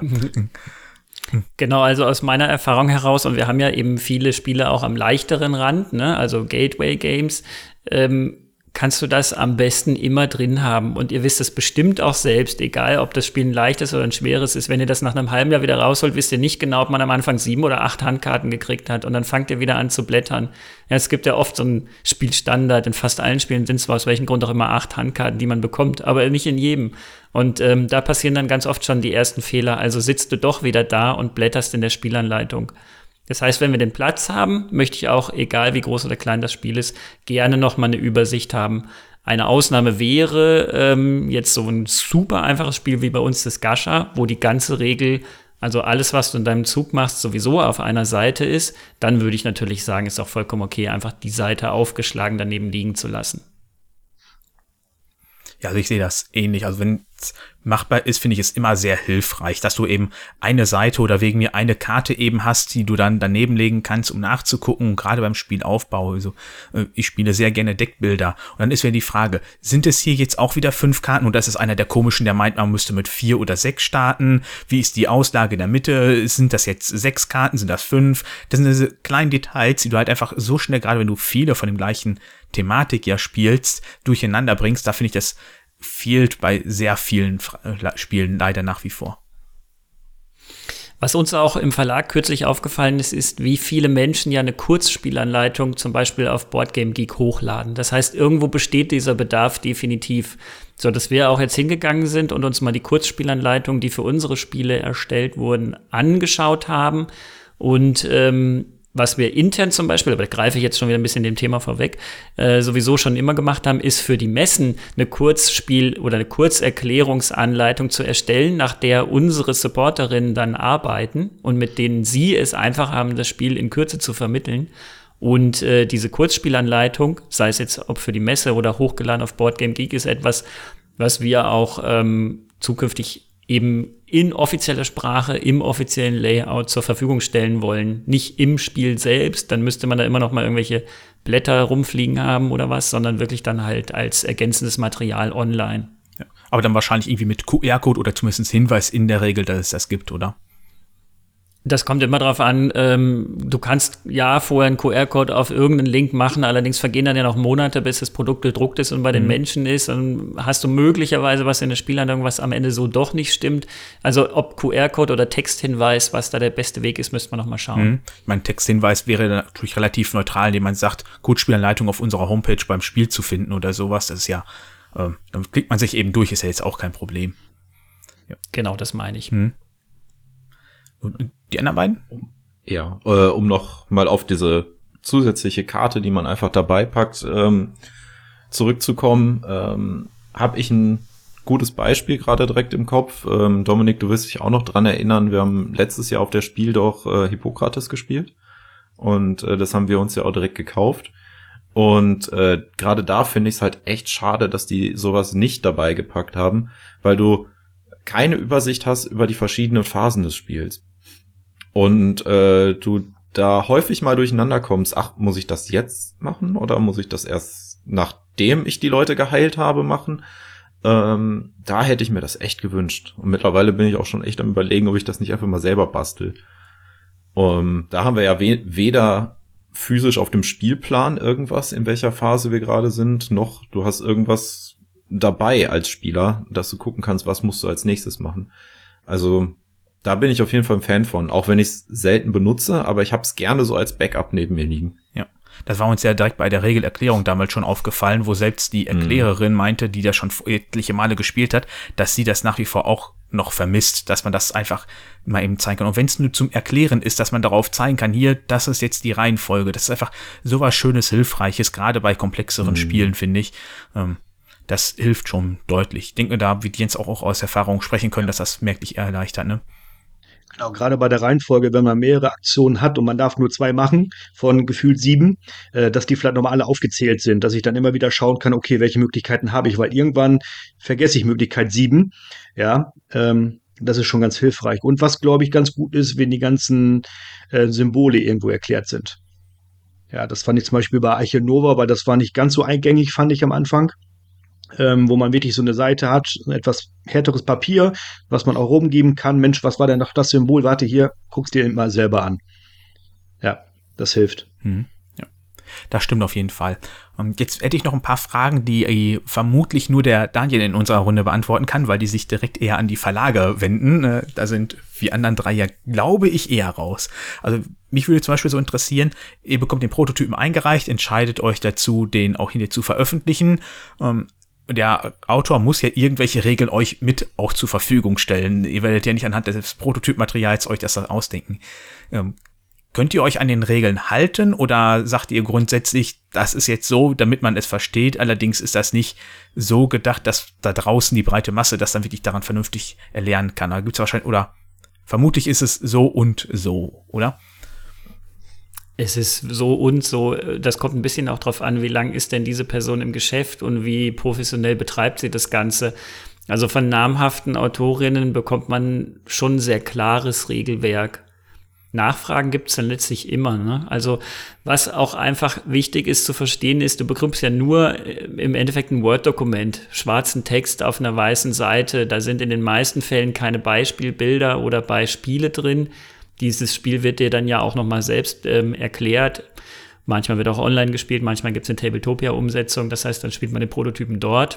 Genau, also aus meiner Erfahrung heraus, und wir haben ja eben viele Spiele auch am leichteren Rand, ne, also Gateway Games, kannst du das am besten immer drin haben. Und ihr wisst es bestimmt auch selbst, egal ob das Spiel ein leichtes oder ein schweres ist. Wenn ihr das nach einem halben Jahr wieder rausholt, wisst ihr nicht genau, ob man am Anfang 7 oder 8 Handkarten gekriegt hat. Und dann fangt ihr wieder an zu blättern. Ja, es gibt ja oft so einen Spielstandard. In fast allen Spielen sind zwar aus welchem Grund auch immer 8 Handkarten, die man bekommt, aber nicht in jedem. Und da passieren dann ganz oft schon die ersten Fehler. Also sitzt du doch wieder da und blätterst in der Spielanleitung. Das heißt, wenn wir den Platz haben, möchte ich auch, egal wie groß oder klein das Spiel ist, gerne noch mal eine Übersicht haben. Eine Ausnahme wäre jetzt so ein super einfaches Spiel wie bei uns das Gacha, wo die ganze Regel, also alles, was du in deinem Zug machst, sowieso auf einer Seite ist. Dann würde ich natürlich sagen, ist auch vollkommen okay, einfach die Seite aufgeschlagen daneben liegen zu lassen. Ja, also ich sehe das ähnlich. Also wenn es machbar ist, finde ich es immer sehr hilfreich, dass du eben eine Seite oder wegen mir eine Karte eben hast, die du dann daneben legen kannst, um nachzugucken, gerade beim Spielaufbau. Also ich spiele sehr gerne Deckbilder. Und dann ist wieder die Frage, sind es hier jetzt auch wieder 5 Karten oder ist es einer der komischen, der meint, man müsste mit 4 oder 6 starten? Wie ist die Auslage in der Mitte? Sind das jetzt 6 Karten? Sind das 5? Das sind diese kleinen Details, die du halt einfach so schnell, gerade wenn du viele von dem gleichen Thematik ja spielst, durcheinander bringst. Da finde ich, das fehlt bei sehr vielen Spielen leider nach wie vor. Was uns auch im Verlag kürzlich aufgefallen ist, wie viele Menschen ja eine Kurzspielanleitung zum Beispiel auf Boardgame Geek hochladen. Das heißt, irgendwo besteht dieser Bedarf definitiv. So, dass wir auch jetzt hingegangen sind und uns mal die Kurzspielanleitung, die für unsere Spiele erstellt wurden, angeschaut haben und was wir intern zum Beispiel, aber da greife ich jetzt schon wieder ein bisschen dem Thema vorweg, sowieso schon immer gemacht haben, ist für die Messen eine Kurzspiel- oder eine Kurzerklärungsanleitung zu erstellen, nach der unsere Supporterinnen dann arbeiten und mit denen sie es einfach haben, das Spiel in Kürze zu vermitteln. Und diese Kurzspielanleitung, sei es jetzt ob für die Messe oder hochgeladen auf Boardgame Geek, ist etwas, was wir auch zukünftig eben in offizieller Sprache, im offiziellen Layout zur Verfügung stellen wollen. Nicht im Spiel selbst, dann müsste man da immer noch mal irgendwelche Blätter rumfliegen haben oder was, sondern wirklich dann halt als ergänzendes Material online. Ja, aber dann wahrscheinlich irgendwie mit QR-Code oder zumindest Hinweis in der Regel, dass es das gibt, oder? Das kommt immer drauf an, du kannst ja vorher einen QR-Code auf irgendeinen Link machen, allerdings vergehen dann ja noch Monate, bis das Produkt gedruckt ist und bei den Menschen ist. Dann hast du möglicherweise was in der Spielanleitung, was am Ende so doch nicht stimmt. Also ob QR-Code oder Texthinweis, was da der beste Weg ist, müsste man noch mal schauen. Mein Texthinweis wäre natürlich relativ neutral, indem man sagt, Codespielanleitung auf unserer Homepage beim Spiel zu finden oder sowas. Das ist ja, dann klickt man sich eben durch, ist ja jetzt auch kein Problem. Ja. Genau, das meine ich. Und die anderen beiden? Ja, um noch mal auf diese zusätzliche Karte, die man einfach dabei packt, zurückzukommen, habe ich ein gutes Beispiel gerade direkt im Kopf. Dominik, du wirst dich auch noch dran erinnern, wir haben letztes Jahr auf der Spiel doch Hippokrates gespielt und das haben wir uns ja auch direkt gekauft. Und gerade da finde ich es halt echt schade, dass die sowas nicht dabei gepackt haben, weil du keine Übersicht hast über die verschiedenen Phasen des Spiels. Und du da häufig mal durcheinander kommst, ach, muss ich das jetzt machen oder muss ich das erst nachdem ich die Leute geheilt habe machen? Da hätte ich mir das echt gewünscht. Und mittlerweile bin ich auch schon echt am Überlegen, ob ich das nicht einfach mal selber bastel. Da haben wir ja weder physisch auf dem Spielplan irgendwas, in welcher Phase wir gerade sind, noch du hast irgendwas dabei als Spieler, dass du gucken kannst, was musst du als nächstes machen. Also da bin ich auf jeden Fall ein Fan von, auch wenn ich es selten benutze, aber ich habe es gerne so als Backup neben mir liegen. Ja, das war uns ja direkt bei der Regelerklärung damals schon aufgefallen, wo selbst die Erklärerin meinte, die das schon etliche Male gespielt hat, dass sie das nach wie vor auch noch vermisst, dass man das einfach mal eben zeigen kann. Und wenn es nur zum Erklären ist, dass man darauf zeigen kann, hier, das ist jetzt die Reihenfolge. Das ist einfach sowas Schönes, Hilfreiches, gerade bei komplexeren Spielen, finde ich. Das hilft schon deutlich. Ich denke, da wird Jens auch aus Erfahrung sprechen können, dass das merklich erleichtert, ne? Genau, gerade bei der Reihenfolge, wenn man mehrere Aktionen hat und man darf nur 2 machen, von gefühlt 7, dass die vielleicht nochmal alle aufgezählt sind, dass ich dann immer wieder schauen kann, okay, welche Möglichkeiten habe ich, weil irgendwann vergesse ich Möglichkeit 7. Ja, das ist schon ganz hilfreich. Und was, glaube ich, ganz gut ist, wenn die ganzen Symbole irgendwo erklärt sind. Ja, das fand ich zum Beispiel bei Arche Nova, weil das war nicht ganz so eingängig, fand ich am Anfang. Wo man wirklich so eine Seite hat, etwas härteres Papier, was man auch rumgeben kann. Mensch, was war denn noch das Symbol? Warte, hier, guck's dir mal selber an. Ja, das hilft. Ja, das stimmt auf jeden Fall. Und jetzt hätte ich noch ein paar Fragen, die vermutlich nur der Daniel in unserer Runde beantworten kann, weil die sich direkt eher an die Verlage wenden. Da sind die anderen 3 ja, glaube ich, eher raus. Also mich würde zum Beispiel so interessieren, ihr bekommt den Prototypen eingereicht, entscheidet euch dazu, den auch hinterher zu veröffentlichen. Der Autor muss ja irgendwelche Regeln euch mit auch zur Verfügung stellen. Ihr werdet ja nicht anhand des Prototypmaterials euch das ausdenken. Könnt ihr euch an den Regeln halten oder sagt ihr grundsätzlich, das ist jetzt so, damit man es versteht? Allerdings ist das nicht so gedacht, dass da draußen die breite Masse das dann wirklich daran vernünftig erlernen kann. Da gibt's wahrscheinlich, oder vermutlich ist es so und so, oder? Es ist so und so, das kommt ein bisschen auch drauf an, wie lang ist denn diese Person im Geschäft und wie professionell betreibt sie das Ganze. Also von namhaften Autorinnen bekommt man schon ein sehr klares Regelwerk. Nachfragen gibt es dann letztlich immer, ne? Also was auch einfach wichtig ist zu verstehen ist, du bekommst ja nur im Endeffekt ein Word-Dokument, schwarzen Text auf einer weißen Seite, da sind in den meisten Fällen keine Beispielbilder oder Beispiele drin. Dieses Spiel wird dir dann ja auch nochmal selbst erklärt. Manchmal wird auch online gespielt, manchmal gibt es eine Tabletopia-Umsetzung. Das heißt, dann spielt man den Prototypen dort.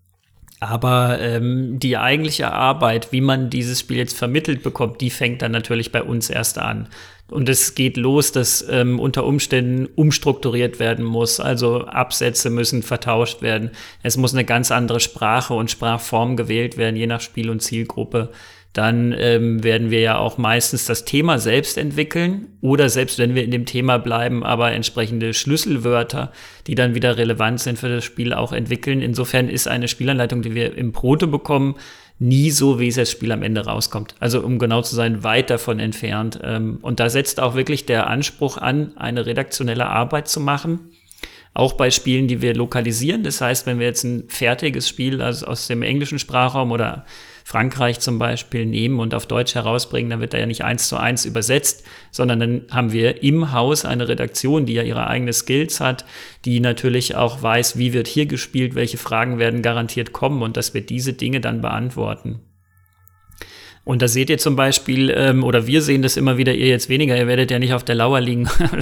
Aber die eigentliche Arbeit, wie man dieses Spiel jetzt vermittelt bekommt, die fängt dann natürlich bei uns erst an. Und es geht los, dass unter Umständen umstrukturiert werden muss. Also Absätze müssen vertauscht werden. Es muss eine ganz andere Sprache und Sprachform gewählt werden, je nach Spiel und Zielgruppe. Dann werden wir ja auch meistens das Thema selbst entwickeln oder selbst wenn wir in dem Thema bleiben, aber entsprechende Schlüsselwörter, die dann wieder relevant sind für das Spiel, auch entwickeln. Insofern ist eine Spielanleitung, die wir im Proto bekommen, nie so, wie es das Spiel am Ende rauskommt. Also um genau zu sein, weit davon entfernt. Und da setzt auch wirklich der Anspruch an, eine redaktionelle Arbeit zu machen. Auch bei Spielen, die wir lokalisieren. Das heißt, wenn wir jetzt ein fertiges Spiel also aus dem englischen Sprachraum oder Frankreich zum Beispiel nehmen und auf Deutsch herausbringen, dann wird da ja nicht 1:1 übersetzt, sondern dann haben wir im Haus eine Redaktion, die ja ihre eigenen Skills hat, die natürlich auch weiß, wie wird hier gespielt, welche Fragen werden garantiert kommen und dass wir diese Dinge dann beantworten. Und da seht ihr zum Beispiel, oder wir sehen das immer wieder, ihr jetzt weniger, ihr werdet ja nicht auf der Lauer liegen.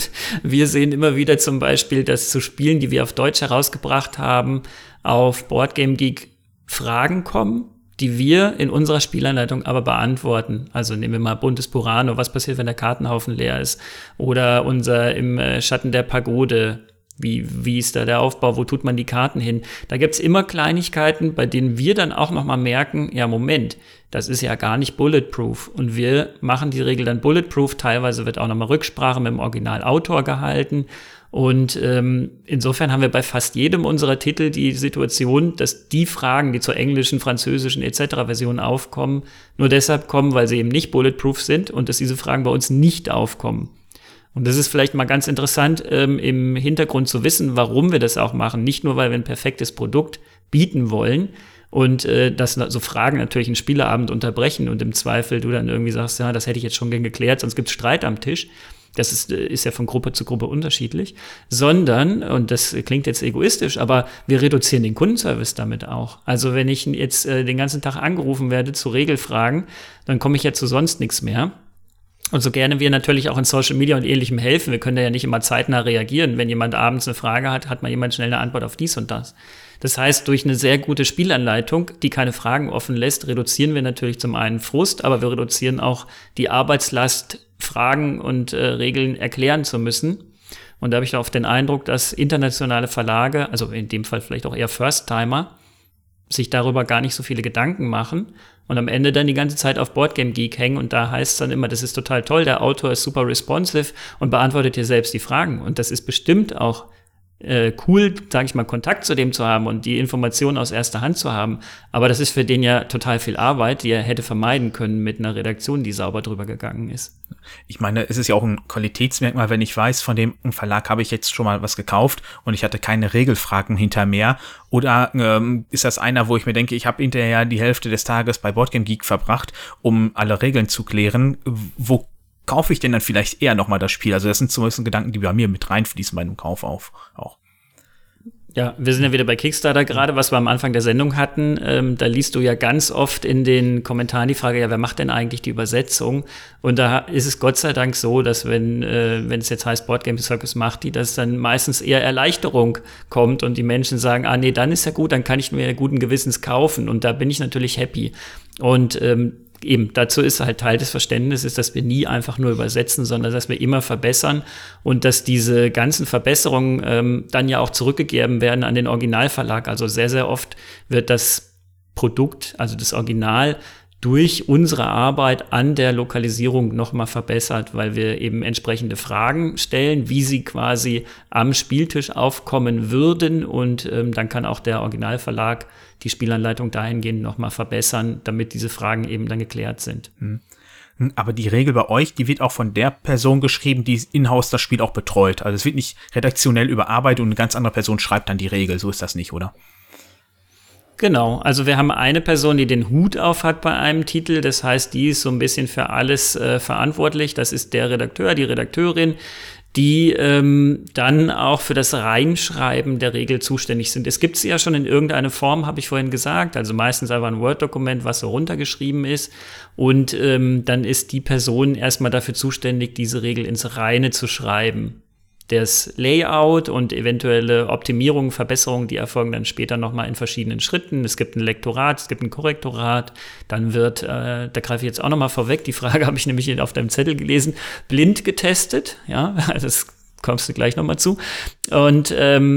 Wir sehen immer wieder zum Beispiel, dass zu Spielen, die wir auf Deutsch herausgebracht haben, auf Boardgame Geek Fragen kommen, die wir in unserer Spielanleitung aber beantworten. Also nehmen wir mal Buntes Burano, was passiert, wenn der Kartenhaufen leer ist? Oder unser im Schatten der Pagode, wie ist da der Aufbau, wo tut man die Karten hin? Da gibt's immer Kleinigkeiten, bei denen wir dann auch nochmal merken, ja Moment, das ist ja gar nicht bulletproof. Und wir machen die Regel dann bulletproof, teilweise wird auch nochmal Rücksprache mit dem Originalautor gehalten. Und insofern haben wir bei fast jedem unserer Titel die Situation, dass die Fragen, die zur englischen, französischen etc. Version aufkommen, nur deshalb kommen, weil sie eben nicht bulletproof sind und dass diese Fragen bei uns nicht aufkommen. Und das ist vielleicht mal ganz interessant, im Hintergrund zu wissen, warum wir das auch machen. Nicht nur, weil wir ein perfektes Produkt bieten wollen und dass so Fragen natürlich einen Spieleabend unterbrechen und im Zweifel du dann irgendwie sagst, ja, das hätte ich jetzt schon gern geklärt, sonst gibt's Streit am Tisch. Das ist ja von Gruppe zu Gruppe unterschiedlich. Sondern, und das klingt jetzt egoistisch, aber wir reduzieren den Kundenservice damit auch. Also wenn ich jetzt den ganzen Tag angerufen werde zu Regelfragen, dann komme ich ja zu sonst nichts mehr. Und so gerne wir natürlich auch in Social Media und Ähnlichem helfen, wir können da ja nicht immer zeitnah reagieren. Wenn jemand abends eine Frage hat, hat mal jemand schnell eine Antwort auf dies und das. Das heißt, durch eine sehr gute Spielanleitung, die keine Fragen offen lässt, reduzieren wir natürlich zum einen Frust, aber wir reduzieren auch die Arbeitslast, Fragen und Regeln erklären zu müssen. Und da habe ich auch den Eindruck, dass internationale Verlage, also in dem Fall vielleicht auch eher First-Timer, sich darüber gar nicht so viele Gedanken machen und am Ende dann die ganze Zeit auf Boardgame Geek hängen und da heißt es dann immer, das ist total toll, der Autor ist super responsive und beantwortet dir selbst die Fragen und das ist bestimmt auch cool, sage ich mal, Kontakt zu dem zu haben und die Informationen aus erster Hand zu haben, aber das ist für den ja total viel Arbeit, die er hätte vermeiden können mit einer Redaktion, die sauber drüber gegangen ist. Ich meine, es ist ja auch ein Qualitätsmerkmal, wenn ich weiß, von dem Verlag habe ich jetzt schon mal was gekauft und ich hatte keine Regelfragen hinter mir. Oder ist das einer, wo ich mir denke, ich habe hinterher die Hälfte des Tages bei Boardgame Geek verbracht, um alle Regeln zu klären. Wo kaufe ich denn dann vielleicht eher nochmal das Spiel? Also das sind zumindest Gedanken, die bei mir mit reinfließen bei einem Kauf auch. Ja, wir sind ja wieder bei Kickstarter gerade, was wir am Anfang der Sendung hatten. Da liest du ja ganz oft in den Kommentaren die Frage, ja, wer macht denn eigentlich die Übersetzung? Und da ist es Gott sei Dank so, dass wenn es jetzt heißt, Boardgame Circus macht die, dass dann meistens eher Erleichterung kommt und die Menschen sagen, ah nee, dann ist ja gut, dann kann ich mir guten Gewissens kaufen und da bin ich natürlich happy. Und eben, dazu ist halt Teil des Verständnisses, dass wir nie einfach nur übersetzen, sondern dass wir immer verbessern und dass diese ganzen Verbesserungen dann ja auch zurückgegeben werden an den Originalverlag. Also sehr, sehr oft wird das Produkt, also das Original, durch unsere Arbeit an der Lokalisierung nochmal verbessert, weil wir eben entsprechende Fragen stellen, wie sie quasi am Spieltisch aufkommen würden und dann kann auch der Originalverlag die Spielanleitung dahingehend nochmal verbessern, damit diese Fragen eben dann geklärt sind. Aber die Regel bei euch, die wird auch von der Person geschrieben, die in-house das Spiel auch betreut. Also es wird nicht redaktionell überarbeitet und eine ganz andere Person schreibt dann die Regel. So ist das nicht, oder? Genau, also wir haben eine Person, die den Hut auf hat bei einem Titel, das heißt, die ist so ein bisschen für alles verantwortlich, das ist der Redakteur, die Redakteurin, die dann auch für das Reinschreiben der Regel zuständig sind. Es gibt sie ja schon in irgendeiner Form, habe ich vorhin gesagt, also meistens einfach ein Word-Dokument, was so runtergeschrieben ist und dann ist die Person erstmal dafür zuständig, diese Regel ins Reine zu schreiben. Das Layout und eventuelle Optimierungen, Verbesserungen, die erfolgen dann später nochmal in verschiedenen Schritten. Es gibt ein Lektorat, es gibt ein Korrektorat. Dann wird, da greife ich jetzt auch nochmal vorweg, die Frage habe ich nämlich auf deinem Zettel gelesen, blind getestet. Ja, das kommst du gleich nochmal zu. Und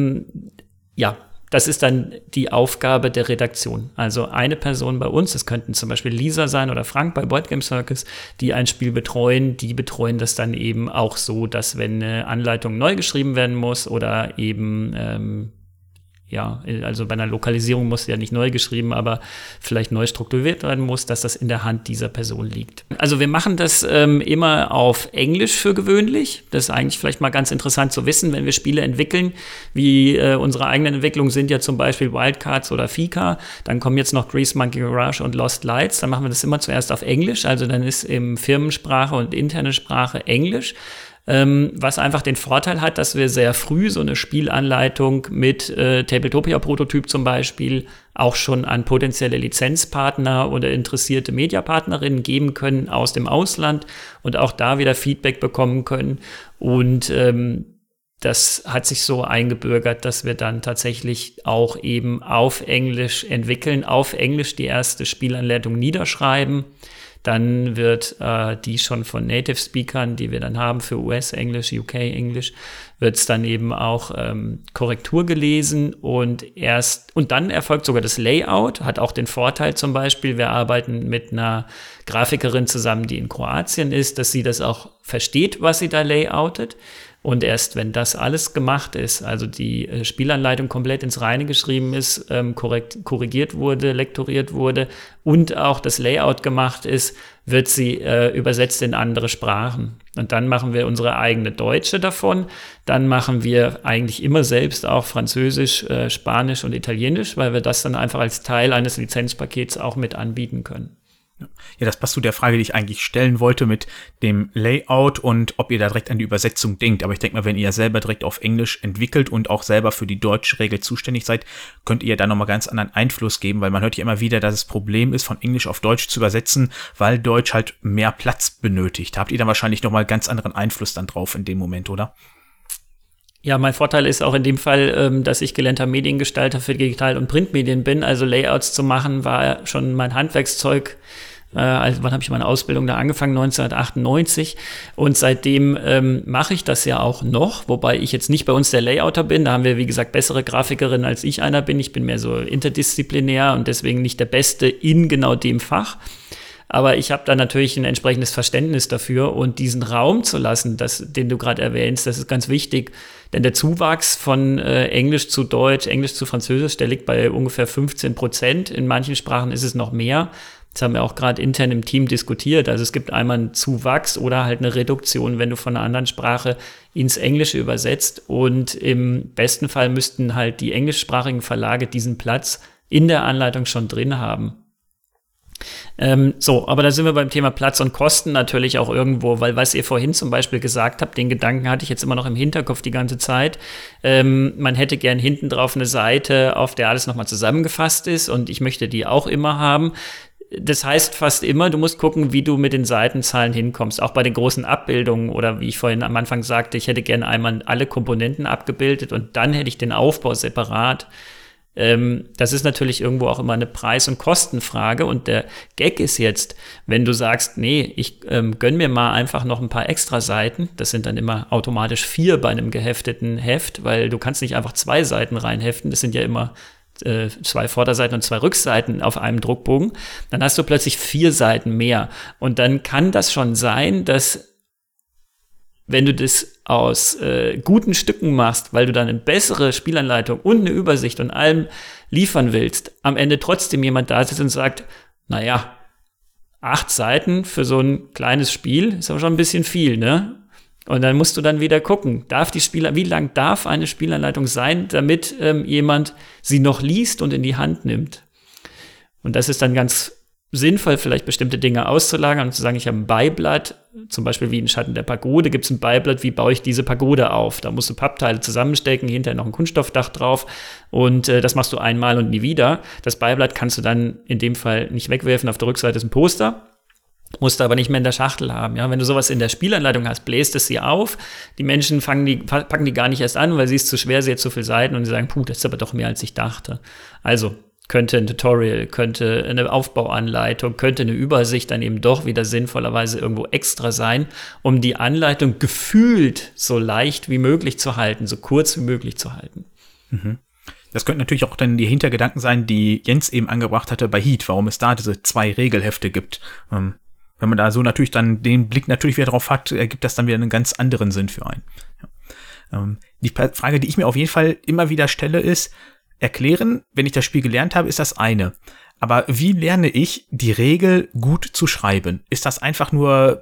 ja, das ist dann die Aufgabe der Redaktion. Also eine Person bei uns, das könnten zum Beispiel Lisa sein oder Frank bei Boardgame Circus, die ein Spiel betreuen, die betreuen das dann eben auch so, dass wenn eine Anleitung neu geschrieben werden muss oder eben ja, also bei einer Lokalisierung muss ja nicht neu geschrieben, aber vielleicht neu strukturiert werden muss, dass das in der Hand dieser Person liegt. Also wir machen das immer auf Englisch für gewöhnlich. Das ist eigentlich vielleicht mal ganz interessant zu wissen, wenn wir Spiele entwickeln, wie unsere eigenen Entwicklungen sind ja zum Beispiel Wildcards oder Fika. Dann kommen jetzt noch Grease Monkey Garage und Lost Lights. Dann machen wir das immer zuerst auf Englisch. Also dann ist im Firmensprache und interne Sprache Englisch. was einfach den Vorteil hat, dass wir sehr früh so eine Spielanleitung mit Tabletopia-Prototyp zum Beispiel auch schon an potenzielle Lizenzpartner oder interessierte Mediapartnerinnen geben können aus dem Ausland und auch da wieder Feedback bekommen können. Und das hat sich so eingebürgert, dass wir dann tatsächlich auch eben auf Englisch entwickeln, auf Englisch die erste Spielanleitung niederschreiben. Dann wird die schon von Native Speakern, die wir dann haben für US-Englisch, UK-Englisch, wird es dann eben auch Korrektur gelesen und dann erfolgt sogar das Layout, hat auch den Vorteil zum Beispiel, wir arbeiten mit einer Grafikerin zusammen, die in Kroatien ist, dass sie das auch versteht, was sie da layoutet. Und erst wenn das alles gemacht ist, also die Spielanleitung komplett ins Reine geschrieben ist, korrigiert wurde, lektoriert wurde und auch das Layout gemacht ist, wird sie übersetzt in andere Sprachen. Und dann machen wir unsere eigene Deutsche davon. Dann machen wir eigentlich immer selbst auch Französisch, Spanisch und Italienisch, weil wir das dann einfach als Teil eines Lizenzpakets auch mit anbieten können. Ja, das passt zu der Frage, die ich eigentlich stellen wollte mit dem Layout und ob ihr da direkt an die Übersetzung denkt. Aber ich denke mal, wenn ihr selber direkt auf Englisch entwickelt und auch selber für die deutsche Regel zuständig seid, könnt ihr da nochmal ganz anderen Einfluss geben, weil man hört ja immer wieder, dass es Problem ist, von Englisch auf Deutsch zu übersetzen, weil Deutsch halt mehr Platz benötigt. Da habt ihr dann wahrscheinlich nochmal ganz anderen Einfluss dann drauf in dem Moment, oder? Ja, mein Vorteil ist auch in dem Fall, dass ich gelernter Mediengestalter für Digital- und Printmedien bin. Also Layouts zu machen war schon mein Handwerkszeug. Also wann habe ich meine Ausbildung da angefangen? 1998. Und seitdem mache ich das ja auch noch, wobei ich jetzt nicht bei uns der Layouter bin. Da haben wir, wie gesagt, bessere Grafikerinnen, als ich einer bin. Ich bin mehr so interdisziplinär und deswegen nicht der Beste in genau dem Fach. Aber ich habe da natürlich ein entsprechendes Verständnis dafür und diesen Raum zu lassen, den du gerade erwähnst, das ist ganz wichtig. Denn der Zuwachs von Englisch zu Deutsch, Englisch zu Französisch, der liegt bei ungefähr 15%. In manchen Sprachen ist es noch mehr. Das haben wir auch gerade intern im Team diskutiert. Also es gibt einmal einen Zuwachs oder halt eine Reduktion, wenn du von einer anderen Sprache ins Englische übersetzt. Und im besten Fall müssten halt die englischsprachigen Verlage diesen Platz in der Anleitung schon drin haben. Aber da sind wir beim Thema Platz und Kosten natürlich auch irgendwo, weil was ihr vorhin zum Beispiel gesagt habt, den Gedanken hatte ich jetzt immer noch im Hinterkopf die ganze Zeit. Man hätte gern hinten drauf eine Seite, auf der alles nochmal zusammengefasst ist und ich möchte die auch immer haben. Das heißt fast immer, du musst gucken, wie du mit den Seitenzahlen hinkommst, auch bei den großen Abbildungen oder wie ich vorhin am Anfang sagte, ich hätte gerne einmal alle Komponenten abgebildet und dann hätte ich den Aufbau separat. Das ist natürlich irgendwo auch immer eine Preis- und Kostenfrage und der Gag ist jetzt, wenn du sagst, nee, ich gönn mir mal einfach noch ein paar extra Seiten, das sind dann immer automatisch 4 bei einem gehefteten Heft, weil du kannst nicht einfach 2 Seiten reinheften, das sind ja immer 2 Vorderseiten und 2 Rückseiten auf einem Druckbogen, dann hast du plötzlich 4 Seiten mehr und dann kann das schon sein, dass wenn du das aus guten Stücken machst, weil du dann eine bessere Spielanleitung und eine Übersicht und allem liefern willst, am Ende trotzdem jemand da sitzt und sagt, naja, 8 Seiten für so ein kleines Spiel ist aber schon ein bisschen viel, ne? Und dann musst du dann wieder gucken, wie lang darf eine Spielanleitung sein, damit jemand sie noch liest und in die Hand nimmt. Und das ist dann ganz sinnvoll, vielleicht bestimmte Dinge auszulagern und zu sagen, ich habe ein Beiblatt, zum Beispiel wie in Schatten der Pagode, gibt es ein Beiblatt, wie baue ich diese Pagode auf? Da musst du Pappteile zusammenstecken, hinterher noch ein Kunststoffdach drauf und das machst du einmal und nie wieder. Das Beiblatt kannst du dann in dem Fall nicht wegwerfen, auf der Rückseite ist ein Poster. Musst du aber nicht mehr in der Schachtel haben. Ja? Wenn du sowas in der Spielanleitung hast, bläst es sie auf. Die Menschen packen die gar nicht erst an, weil sie ist zu schwer, sie hat zu viele Seiten und sie sagen, das ist aber doch mehr, als ich dachte. Also könnte ein Tutorial, könnte eine Aufbauanleitung, könnte eine Übersicht dann eben doch wieder sinnvollerweise irgendwo extra sein, um die Anleitung gefühlt so leicht wie möglich zu halten, so kurz wie möglich zu halten. Mhm. Das könnten natürlich auch dann die Hintergedanken sein, die Jens eben angebracht hatte bei Heat, warum es da diese 2 Regelhefte gibt. Wenn man da so natürlich dann den Blick natürlich wieder drauf hat, ergibt das dann wieder einen ganz anderen Sinn für einen. Ja. Die Frage, die ich mir auf jeden Fall immer wieder stelle, ist, erklären, wenn ich das Spiel gelernt habe, ist das eine. Aber wie lerne ich, die Regel gut zu schreiben? Ist das einfach nur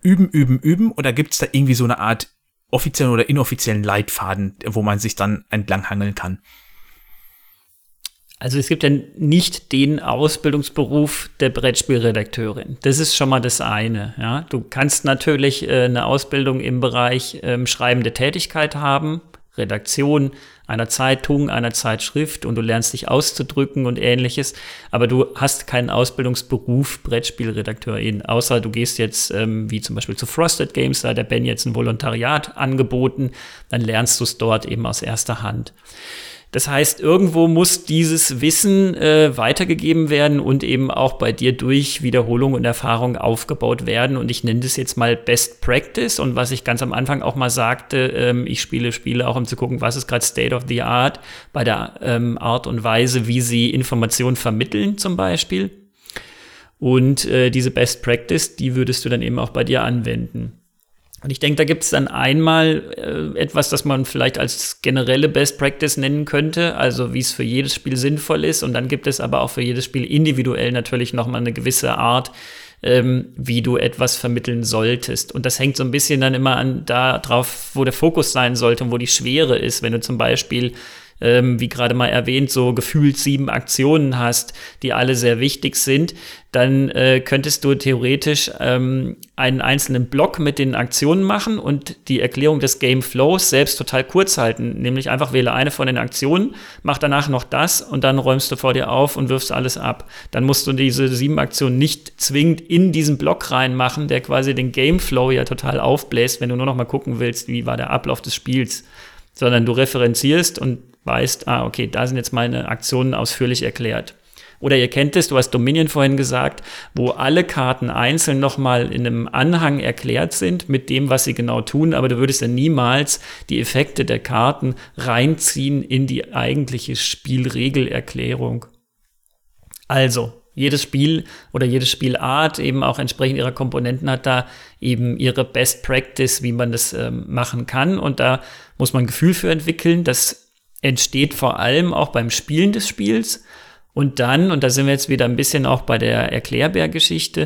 üben oder gibt es da irgendwie so eine Art offiziellen oder inoffiziellen Leitfaden, wo man sich dann entlanghangeln kann? Also es gibt ja nicht den Ausbildungsberuf der Brettspielredakteurin. Das ist schon mal das eine. Ja? Du kannst natürlich eine Ausbildung im Bereich schreibende Tätigkeit haben, Redaktion einer Zeitung, einer Zeitschrift, und du lernst dich auszudrücken und Ähnliches. Aber du hast keinen Ausbildungsberuf Brettspielredakteurin, außer du gehst jetzt wie zum Beispiel zu Frosted Games, da hat der Ben jetzt ein Volontariat angeboten, dann lernst du es dort eben aus erster Hand. Das heißt, irgendwo muss dieses Wissen weitergegeben werden und eben auch bei dir durch Wiederholung und Erfahrung aufgebaut werden. Und ich nenne das jetzt mal Best Practice. Und was ich ganz am Anfang auch mal sagte, ich spiele Spiele auch, um zu gucken, was ist gerade State of the Art bei der Art und Weise, wie sie Informationen vermitteln zum Beispiel. Und diese Best Practice, die würdest du dann eben auch bei dir anwenden. Und ich denke, da gibt es dann einmal etwas, das man vielleicht als generelle Best Practice nennen könnte, also wie es für jedes Spiel sinnvoll ist. Und dann gibt es aber auch für jedes Spiel individuell natürlich nochmal eine gewisse Art, wie du etwas vermitteln solltest. Und das hängt so ein bisschen dann immer an darauf, wo der Fokus sein sollte und wo die Schwere ist. Wenn du zum Beispiel wie gerade mal erwähnt, so gefühlt 7 Aktionen hast, die alle sehr wichtig sind, dann könntest du theoretisch einen einzelnen Block mit den Aktionen machen und die Erklärung des Game Flows selbst total kurz halten. Nämlich einfach wähle eine von den Aktionen, mach danach noch das und dann räumst du vor dir auf und wirfst alles ab. Dann musst du diese 7 Aktionen nicht zwingend in diesen Block reinmachen, der quasi den Game Flow ja total aufbläst, wenn du nur noch mal gucken willst, wie war der Ablauf des Spiels. Sondern du referenzierst und weißt, okay, da sind jetzt meine Aktionen ausführlich erklärt. Oder ihr kennt es, du hast Dominion vorhin gesagt, wo alle Karten einzeln nochmal in einem Anhang erklärt sind mit dem, was sie genau tun, aber du würdest ja niemals die Effekte der Karten reinziehen in die eigentliche Spielregelerklärung. Also, jedes Spiel oder jede Spielart eben auch entsprechend ihrer Komponenten hat da eben ihre Best Practice, wie man das machen kann. Und da muss man ein Gefühl für entwickeln. Das entsteht vor allem auch beim Spielen des Spiels. Und dann, und da sind wir jetzt wieder ein bisschen auch bei der Erklärbär-Geschichte,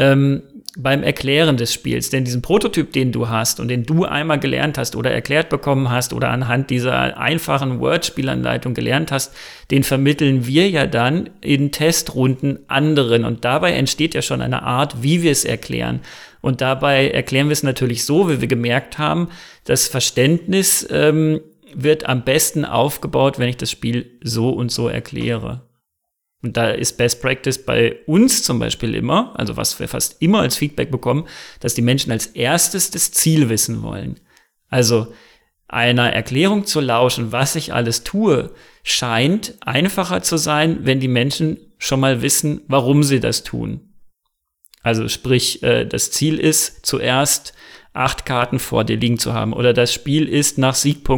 beim Erklären des Spiels. Denn diesen Prototyp, den du hast und den du einmal gelernt hast oder erklärt bekommen hast oder anhand dieser einfachen Word-Spielanleitung gelernt hast, den vermitteln wir ja dann in Testrunden anderen. Und dabei entsteht ja schon eine Art, wie wir es erklären. Und dabei erklären wir es natürlich so, wie wir gemerkt haben, das Verständnis wird am besten aufgebaut, wenn ich das Spiel so und so erkläre. Und da ist Best Practice bei uns zum Beispiel immer, also was wir fast immer als Feedback bekommen, dass die Menschen als erstes das Ziel wissen wollen. Also einer Erklärung zu lauschen, was ich alles tue, scheint einfacher zu sein, wenn die Menschen schon mal wissen, warum sie das tun. Also sprich, das Ziel ist zuerst 8 Karten vor dir liegen zu haben oder das Ziel ist nach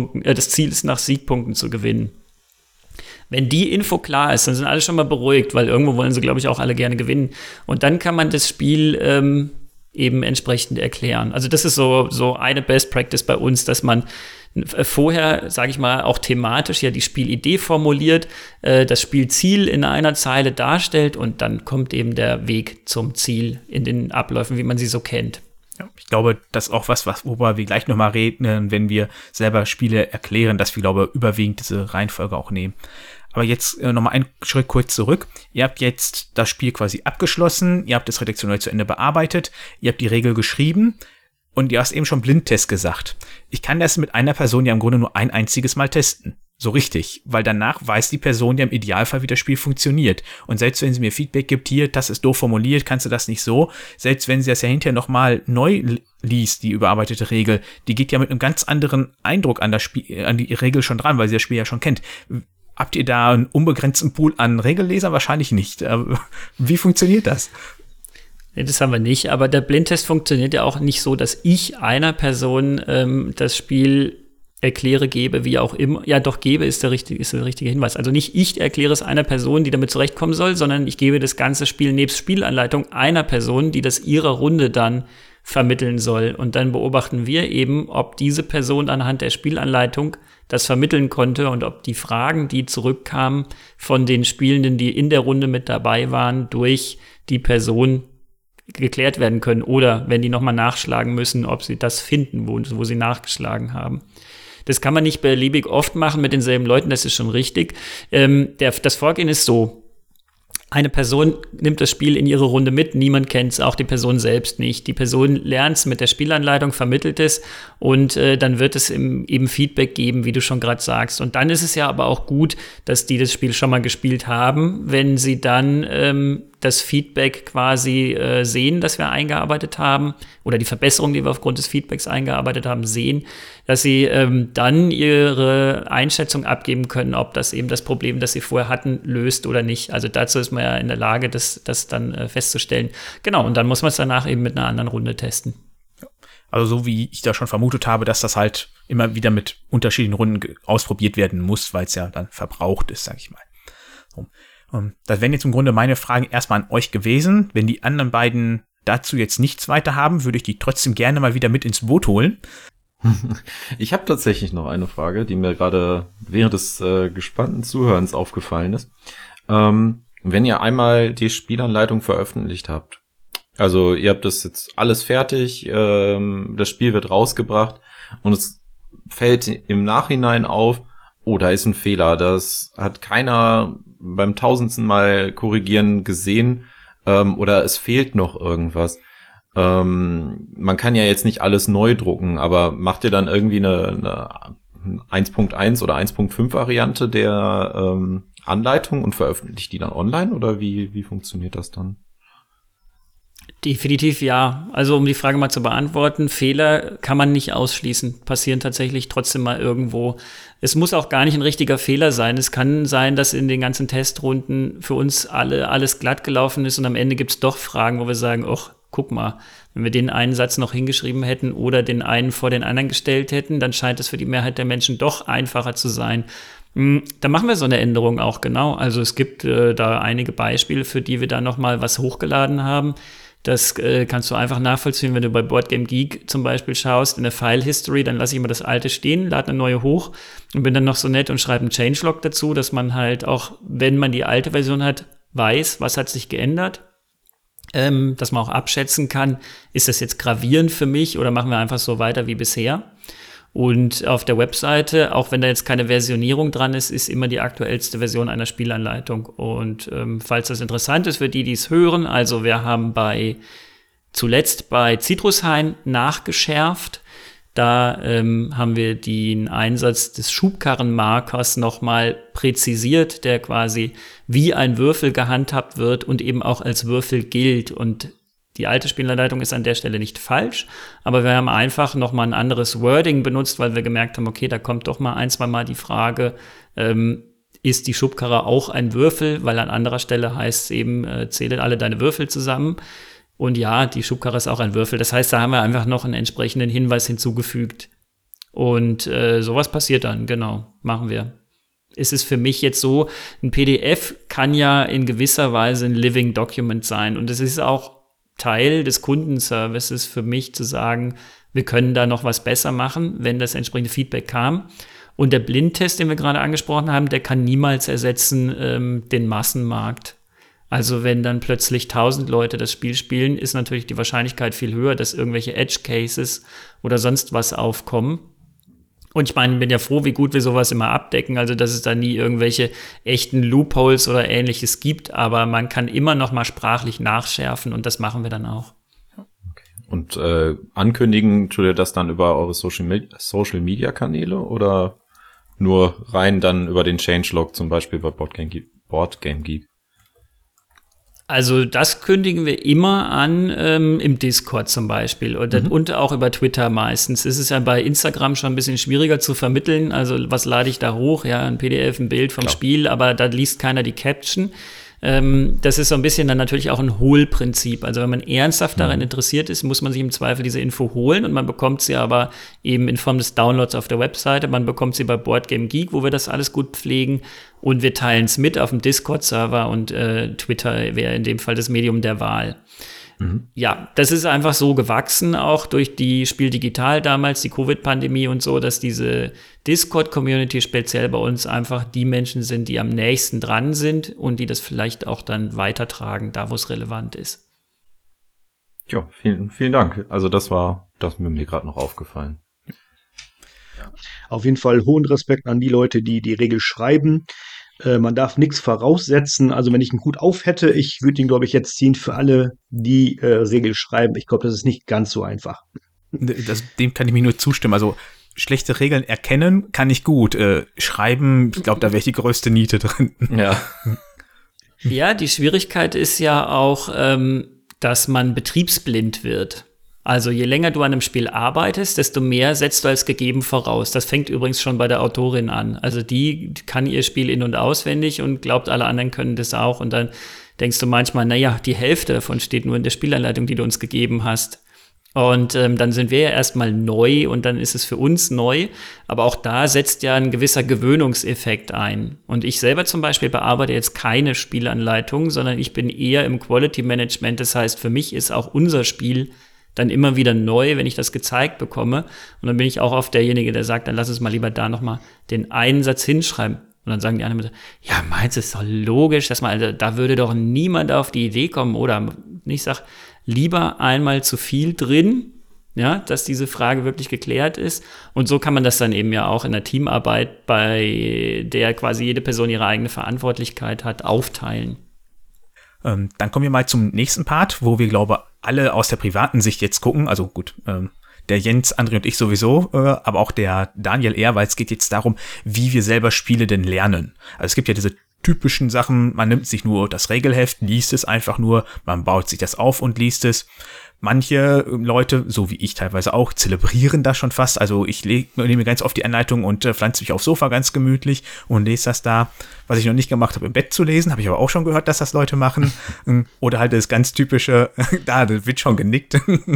Siegpunkten zu gewinnen. Wenn die Info klar ist, dann sind alle schon mal beruhigt, weil irgendwo wollen sie, glaube ich, auch alle gerne gewinnen. Und dann kann man das Spiel eben entsprechend erklären. Also das ist so eine Best Practice bei uns, dass man vorher, sage ich mal, auch thematisch ja die Spielidee formuliert, das Spielziel in einer Zeile darstellt und dann kommt eben der Weg zum Ziel in den Abläufen, wie man sie so kennt. Ja, ich glaube, das ist auch was, worüber wir gleich nochmal reden, wenn wir selber Spiele erklären, dass wir, glaube ich, überwiegend diese Reihenfolge auch nehmen. Aber jetzt nochmal einen Schritt kurz zurück. Ihr habt jetzt das Spiel quasi abgeschlossen, ihr habt es redaktionell zu Ende bearbeitet, ihr habt die Regel geschrieben und ihr hast eben schon Blindtest gesagt. Ich kann das mit einer Person ja im Grunde nur ein einziges Mal testen. So richtig, weil danach weiß die Person ja im Idealfall, wie das Spiel funktioniert. Und selbst wenn sie mir Feedback gibt, hier, das ist doof formuliert, kannst du das nicht so, selbst wenn sie das ja hinterher nochmal neu liest, die überarbeitete Regel, die geht ja mit einem ganz anderen Eindruck an das Spiel, an die Regel schon dran, weil sie das Spiel ja schon kennt. Habt ihr da einen unbegrenzten Pool an Regellesern? Wahrscheinlich nicht. Wie funktioniert das? Nee, das haben wir nicht, aber der Blindtest funktioniert ja auch nicht so, dass ich einer Person das Spiel erkläre, gebe, wie auch immer. Ja, doch, gebe ist der richtige Hinweis. Also nicht ich erkläre es einer Person, die damit zurechtkommen soll, sondern ich gebe das ganze Spiel nebst Spielanleitung einer Person, die das ihrer Runde dann vermitteln soll. Und dann beobachten wir eben, ob diese Person anhand der Spielanleitung das vermitteln konnte und ob die Fragen, die zurückkamen von den Spielenden, die in der Runde mit dabei waren, durch die Person geklärt werden können oder wenn die nochmal nachschlagen müssen, ob sie das finden, wo sie nachgeschlagen haben. Das kann man nicht beliebig oft machen mit denselben Leuten, das ist schon richtig. Das Vorgehen ist so. Eine Person nimmt das Spiel in ihre Runde mit, niemand kennt es, auch die Person selbst nicht. Die Person lernt es mit der Spielanleitung, vermittelt es und dann wird es eben Feedback geben, wie du schon gerade sagst. Und dann ist es ja aber auch gut, dass die das Spiel schon mal gespielt haben, wenn sie dann das Feedback quasi sehen, das wir eingearbeitet haben, oder die Verbesserung, die wir aufgrund des Feedbacks eingearbeitet haben, sehen, dass sie dann ihre Einschätzung abgeben können, ob das eben das Problem, das sie vorher hatten, löst oder nicht. Also dazu ist man ja in der Lage, das dann festzustellen. Genau, und dann muss man es danach eben mit einer anderen Runde testen. Also so wie ich da schon vermutet habe, dass das halt immer wieder mit unterschiedlichen Runden ausprobiert werden muss, weil es ja dann verbraucht ist, sag ich mal. So. Das wären jetzt im Grunde meine Fragen erstmal an euch gewesen. Wenn die anderen beiden dazu jetzt nichts weiter haben, würde ich die trotzdem gerne mal wieder mit ins Boot holen. Ich habe tatsächlich noch eine Frage, die mir gerade während des gespannten Zuhörens aufgefallen ist. Wenn ihr einmal die Spielanleitung veröffentlicht habt, also ihr habt das jetzt alles fertig, das Spiel wird rausgebracht und es fällt im Nachhinein auf, oh, da ist ein Fehler, das hat keiner beim 1000. Mal korrigieren gesehen, oder es fehlt noch irgendwas. Man kann ja jetzt nicht alles neu drucken, aber macht ihr dann irgendwie eine 1.1 oder 1.5 Variante der Anleitung und veröffentlicht die dann online, oder wie funktioniert das dann? Definitiv ja. Also um die Frage mal zu beantworten, Fehler kann man nicht ausschließen, passieren tatsächlich trotzdem mal irgendwo. Es muss auch gar nicht ein richtiger Fehler sein. Es kann sein, dass in den ganzen Testrunden für uns alles glatt gelaufen ist und am Ende gibt's doch Fragen, wo wir sagen, ach, guck mal, wenn wir den einen Satz noch hingeschrieben hätten oder den einen vor den anderen gestellt hätten, dann scheint es für die Mehrheit der Menschen doch einfacher zu sein. Da machen wir so eine Änderung auch, genau. Also es gibt da einige Beispiele, für die wir da noch mal was hochgeladen haben. Das kannst du einfach nachvollziehen, wenn du bei Boardgame Geek zum Beispiel schaust, in der File History, dann lasse ich immer das alte stehen, lade eine neue hoch und bin dann noch so nett und schreibe einen Changelog dazu, dass man halt auch, wenn man die alte Version hat, weiß, was hat sich geändert, dass man auch abschätzen kann, ist das jetzt gravierend für mich oder machen wir einfach so weiter wie bisher? Und auf der Webseite, auch wenn da jetzt keine Versionierung dran ist, ist immer die aktuellste Version einer Spielanleitung. Und falls das interessant ist für die, die es hören, also wir haben zuletzt bei Citrushain nachgeschärft. Da haben wir den Einsatz des Schubkarrenmarkers nochmal präzisiert, der quasi wie ein Würfel gehandhabt wird und eben auch als Würfel gilt. Und die alte Spielanleitung ist an der Stelle nicht falsch, aber wir haben einfach noch mal ein anderes Wording benutzt, weil wir gemerkt haben, okay, da kommt doch mal 1-2 Mal die Frage, ist die Schubkarre auch ein Würfel? Weil an anderer Stelle heißt es eben, zähle alle deine Würfel zusammen. Und ja, die Schubkarre ist auch ein Würfel. Das heißt, da haben wir einfach noch einen entsprechenden Hinweis hinzugefügt. Und sowas passiert dann, genau, machen wir. Es ist für mich jetzt so, ein PDF kann ja in gewisser Weise ein Living Document sein. Und es ist auch Teil des Kundenservices für mich zu sagen, wir können da noch was besser machen, wenn das entsprechende Feedback kam. Und der Blindtest, den wir gerade angesprochen haben, der kann niemals ersetzen den Massenmarkt. Also wenn dann plötzlich 1000 Leute das Spiel spielen, ist natürlich die Wahrscheinlichkeit viel höher, dass irgendwelche Edge-Cases oder sonst was aufkommen. Und ich meine, bin ja froh, wie gut wir sowas immer abdecken, also dass es da nie irgendwelche echten Loopholes oder Ähnliches gibt, aber man kann immer noch mal sprachlich nachschärfen und das machen wir dann auch. Okay. Und ankündigen tut ihr das dann über eure Social-Media-Kanäle oder nur rein dann über den Changelog, zum Beispiel bei Boardgame Geek? Also das kündigen wir immer an im Discord zum Beispiel und auch über Twitter meistens. Es ist ja bei Instagram schon ein bisschen schwieriger zu vermitteln. Also was lade ich da hoch? Ja, ein PDF, ein Bild vom Spiel, aber da liest keiner die Caption. Das ist so ein bisschen dann natürlich auch ein Holprinzip. Also wenn man ernsthaft daran interessiert ist, muss man sich im Zweifel diese Info holen und man bekommt sie aber eben in Form des Downloads auf der Webseite. Man bekommt sie bei Boardgame Geek, wo wir das alles gut pflegen und wir teilen es mit auf dem Discord-Server und Twitter wäre in dem Fall das Medium der Wahl. Ja, das ist einfach so gewachsen, auch durch die Spiel Digital damals, die Covid-Pandemie und so, dass diese Discord-Community speziell bei uns einfach die Menschen sind, die am nächsten dran sind und die das vielleicht auch dann weitertragen, da wo es relevant ist. Ja, vielen Dank. Also das ist mir gerade noch aufgefallen. auf jeden Fall hohen Respekt an die Leute, die die Regel schreiben. Man darf nichts voraussetzen. Also wenn ich einen Hut auf hätte, ich würde ihn, glaube ich, jetzt ziehen für alle, die Regel schreiben. Ich glaube, das ist nicht ganz so einfach. Dem kann ich mir nur zustimmen. Also schlechte Regeln erkennen kann ich gut. Schreiben, ich glaube, da wäre ich die größte Niete drin. Ja. Ja, die Schwierigkeit ist ja auch, dass man betriebsblind wird. Also je länger du an einem Spiel arbeitest, desto mehr setzt du als gegeben voraus. Das fängt übrigens schon bei der Autorin an. Also die kann ihr Spiel in- und auswendig und glaubt, alle anderen können das auch. Und dann denkst du manchmal, naja, die Hälfte davon steht nur in der Spielanleitung, die du uns gegeben hast. Und dann sind wir ja erstmal neu und dann ist es für uns neu. Aber auch da setzt ja ein gewisser Gewöhnungseffekt ein. Und ich selber zum Beispiel bearbeite jetzt keine Spielanleitung, sondern ich bin eher im Quality Management. Das heißt, für mich ist auch unser Spiel dann immer wieder neu, wenn ich das gezeigt bekomme. Und dann bin ich auch oft derjenige, der sagt, dann lass uns mal lieber da noch mal den einen Satz hinschreiben. Und dann sagen die anderen, ja, meinst du, ist doch logisch, dass man, also, da würde doch niemand auf die Idee kommen. Oder ich sag, lieber einmal zu viel drin, ja, dass diese Frage wirklich geklärt ist. Und so kann man das dann eben ja auch in der Teamarbeit, bei der quasi jede Person ihre eigene Verantwortlichkeit hat, aufteilen. Dann kommen wir mal zum nächsten Part, wo wir, glaube ich, alle aus der privaten Sicht jetzt gucken. Also gut, der Jens, André und ich sowieso, aber auch der Daniel eher, weil es geht jetzt darum, wie wir selber Spiele denn lernen. Also es gibt ja diese typischen Sachen, man nimmt sich nur das Regelheft, liest es einfach nur, man baut sich das auf und liest es. Manche Leute, so wie ich teilweise auch, zelebrieren das schon fast. Also ich nehme ganz oft die Anleitung und pflanze mich aufs Sofa ganz gemütlich und lese das da. Was ich noch nicht gemacht habe, im Bett zu lesen, habe ich aber auch schon gehört, dass das Leute machen. Oder halt das ganz typische, da wird schon genickt,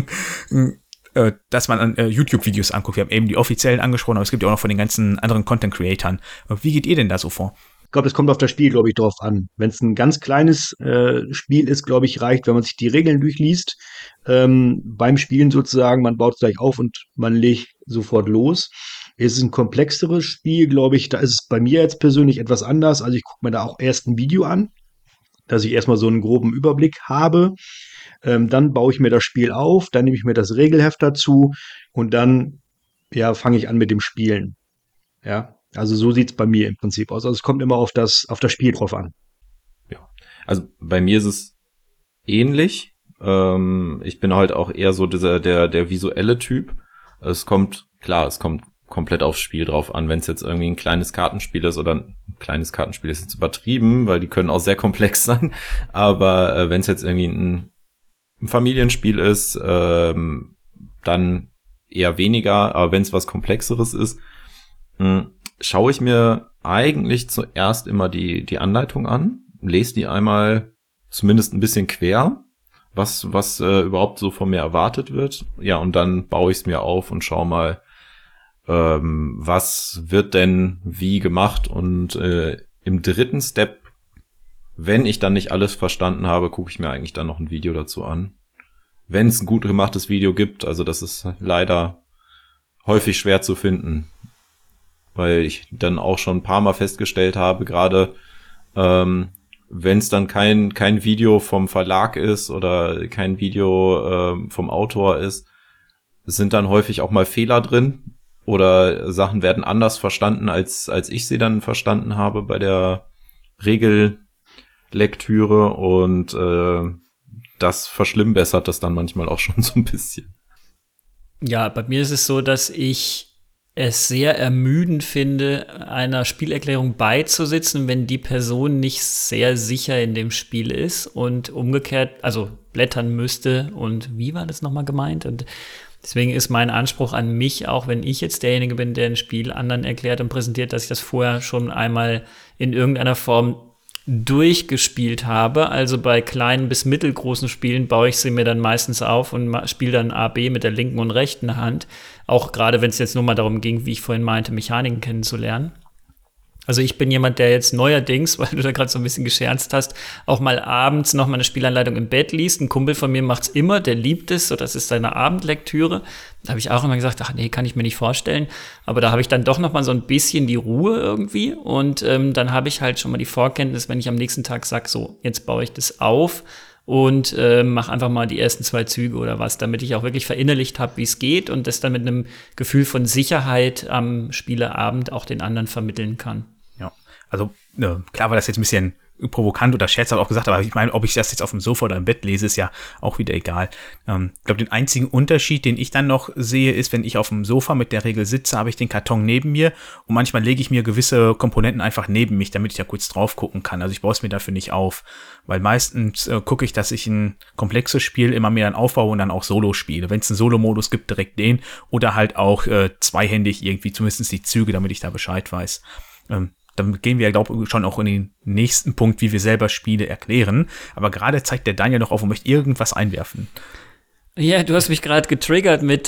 dass man an YouTube-Videos anguckt. Wir haben eben die offiziellen angesprochen, aber es gibt ja auch noch von den ganzen anderen Content-Creatern. Wie geht ihr denn da so vor? Ich glaube, das kommt auf das Spiel, glaube ich, drauf an. Wenn es ein ganz kleines Spiel ist, glaube ich, reicht, wenn man sich die Regeln durchliest. Beim Spielen sozusagen, man baut es gleich auf und man legt sofort los. Es ist ein komplexeres Spiel, glaube ich, da ist es bei mir jetzt persönlich etwas anders. Also ich gucke mir da auch erst ein Video an, dass ich erstmal so einen groben Überblick habe. Dann baue ich mir das Spiel auf, dann nehme ich mir das Regelheft dazu und dann fange ich an mit dem Spielen. Ja. Also so sieht's bei mir im Prinzip aus. Also es kommt immer auf das Spiel drauf an. Ja, also bei mir ist es ähnlich. Ich bin halt auch eher so der visuelle Typ. Es kommt komplett aufs Spiel drauf an. Wenn es jetzt irgendwie ein kleines Kartenspiel ist, oder ein kleines Kartenspiel ist jetzt übertrieben, weil die können auch sehr komplex sein. Aber wenn es jetzt irgendwie ein Familienspiel ist, dann eher weniger. Aber wenn es was Komplexeres ist, schaue ich mir eigentlich zuerst immer die Anleitung an, lese die einmal zumindest ein bisschen quer, was überhaupt so von mir erwartet wird. Ja, und dann baue ich es mir auf und schaue mal, was wird denn wie gemacht. Und im dritten Step, wenn ich dann nicht alles verstanden habe, gucke ich mir eigentlich dann noch ein Video dazu an. Wenn es ein gut gemachtes Video gibt, also das ist leider häufig schwer zu finden, weil ich dann auch schon ein paar Mal festgestellt habe, gerade wenn es dann kein Video vom Verlag ist oder kein Video vom Autor ist, sind dann häufig auch mal Fehler drin oder Sachen werden anders verstanden, als ich sie dann verstanden habe bei der Regellektüre, und das verschlimmbessert das dann manchmal auch schon so ein bisschen. Ja, bei mir ist es so, dass ich es sehr ermüdend finde, einer Spielerklärung beizusitzen, wenn die Person nicht sehr sicher in dem Spiel ist und umgekehrt, also blättern müsste. Und wie war das nochmal gemeint? Und deswegen ist mein Anspruch an mich, auch wenn ich jetzt derjenige bin, der ein Spiel anderen erklärt und präsentiert, dass ich das vorher schon einmal in irgendeiner Form durchgespielt habe. Also bei kleinen bis mittelgroßen Spielen baue ich sie mir dann meistens auf und spiele dann A, B mit der linken und rechten Hand. Auch gerade, wenn es jetzt nur mal darum ging, wie ich vorhin meinte, Mechaniken kennenzulernen. Also ich bin jemand, der jetzt neuerdings, weil du da gerade so ein bisschen gescherzt hast, auch mal abends noch mal eine Spielanleitung im Bett liest. Ein Kumpel von mir macht's immer, der liebt es, so das ist seine Abendlektüre. Da habe ich auch immer gesagt, ach nee, kann ich mir nicht vorstellen. Aber da habe ich dann doch noch mal so ein bisschen die Ruhe irgendwie. Und dann habe ich halt schon mal die Vorkenntnis, wenn ich am nächsten Tag sage, so, jetzt baue ich das auf und mach einfach mal die ersten 2 Züge oder was, damit ich auch wirklich verinnerlicht habe, wie es geht und das dann mit einem Gefühl von Sicherheit am Spieleabend auch den anderen vermitteln kann. Ja, also klar war das jetzt ein bisschen provokant oder scherzhaft auch gesagt, aber ich meine, ob ich das jetzt auf dem Sofa oder im Bett lese, ist ja auch wieder egal. Ich glaube, den einzigen Unterschied, den ich dann noch sehe, ist, wenn ich auf dem Sofa mit der Regel sitze, habe ich den Karton neben mir und manchmal lege ich mir gewisse Komponenten einfach neben mich, damit ich da kurz drauf gucken kann. Also ich baue es mir dafür nicht auf, weil meistens gucke ich, dass ich ein komplexes Spiel immer mehr dann aufbaue und dann auch Solo spiele. Wenn es einen Solo-Modus gibt, direkt den oder halt auch zweihändig irgendwie, zumindest die Züge, damit ich da Bescheid weiß. Dann gehen wir, glaube ich, schon auch in den nächsten Punkt, wie wir selber Spiele erklären. Aber gerade zeigt der Daniel noch auf und möchte irgendwas einwerfen. Ja, du hast mich gerade getriggert mit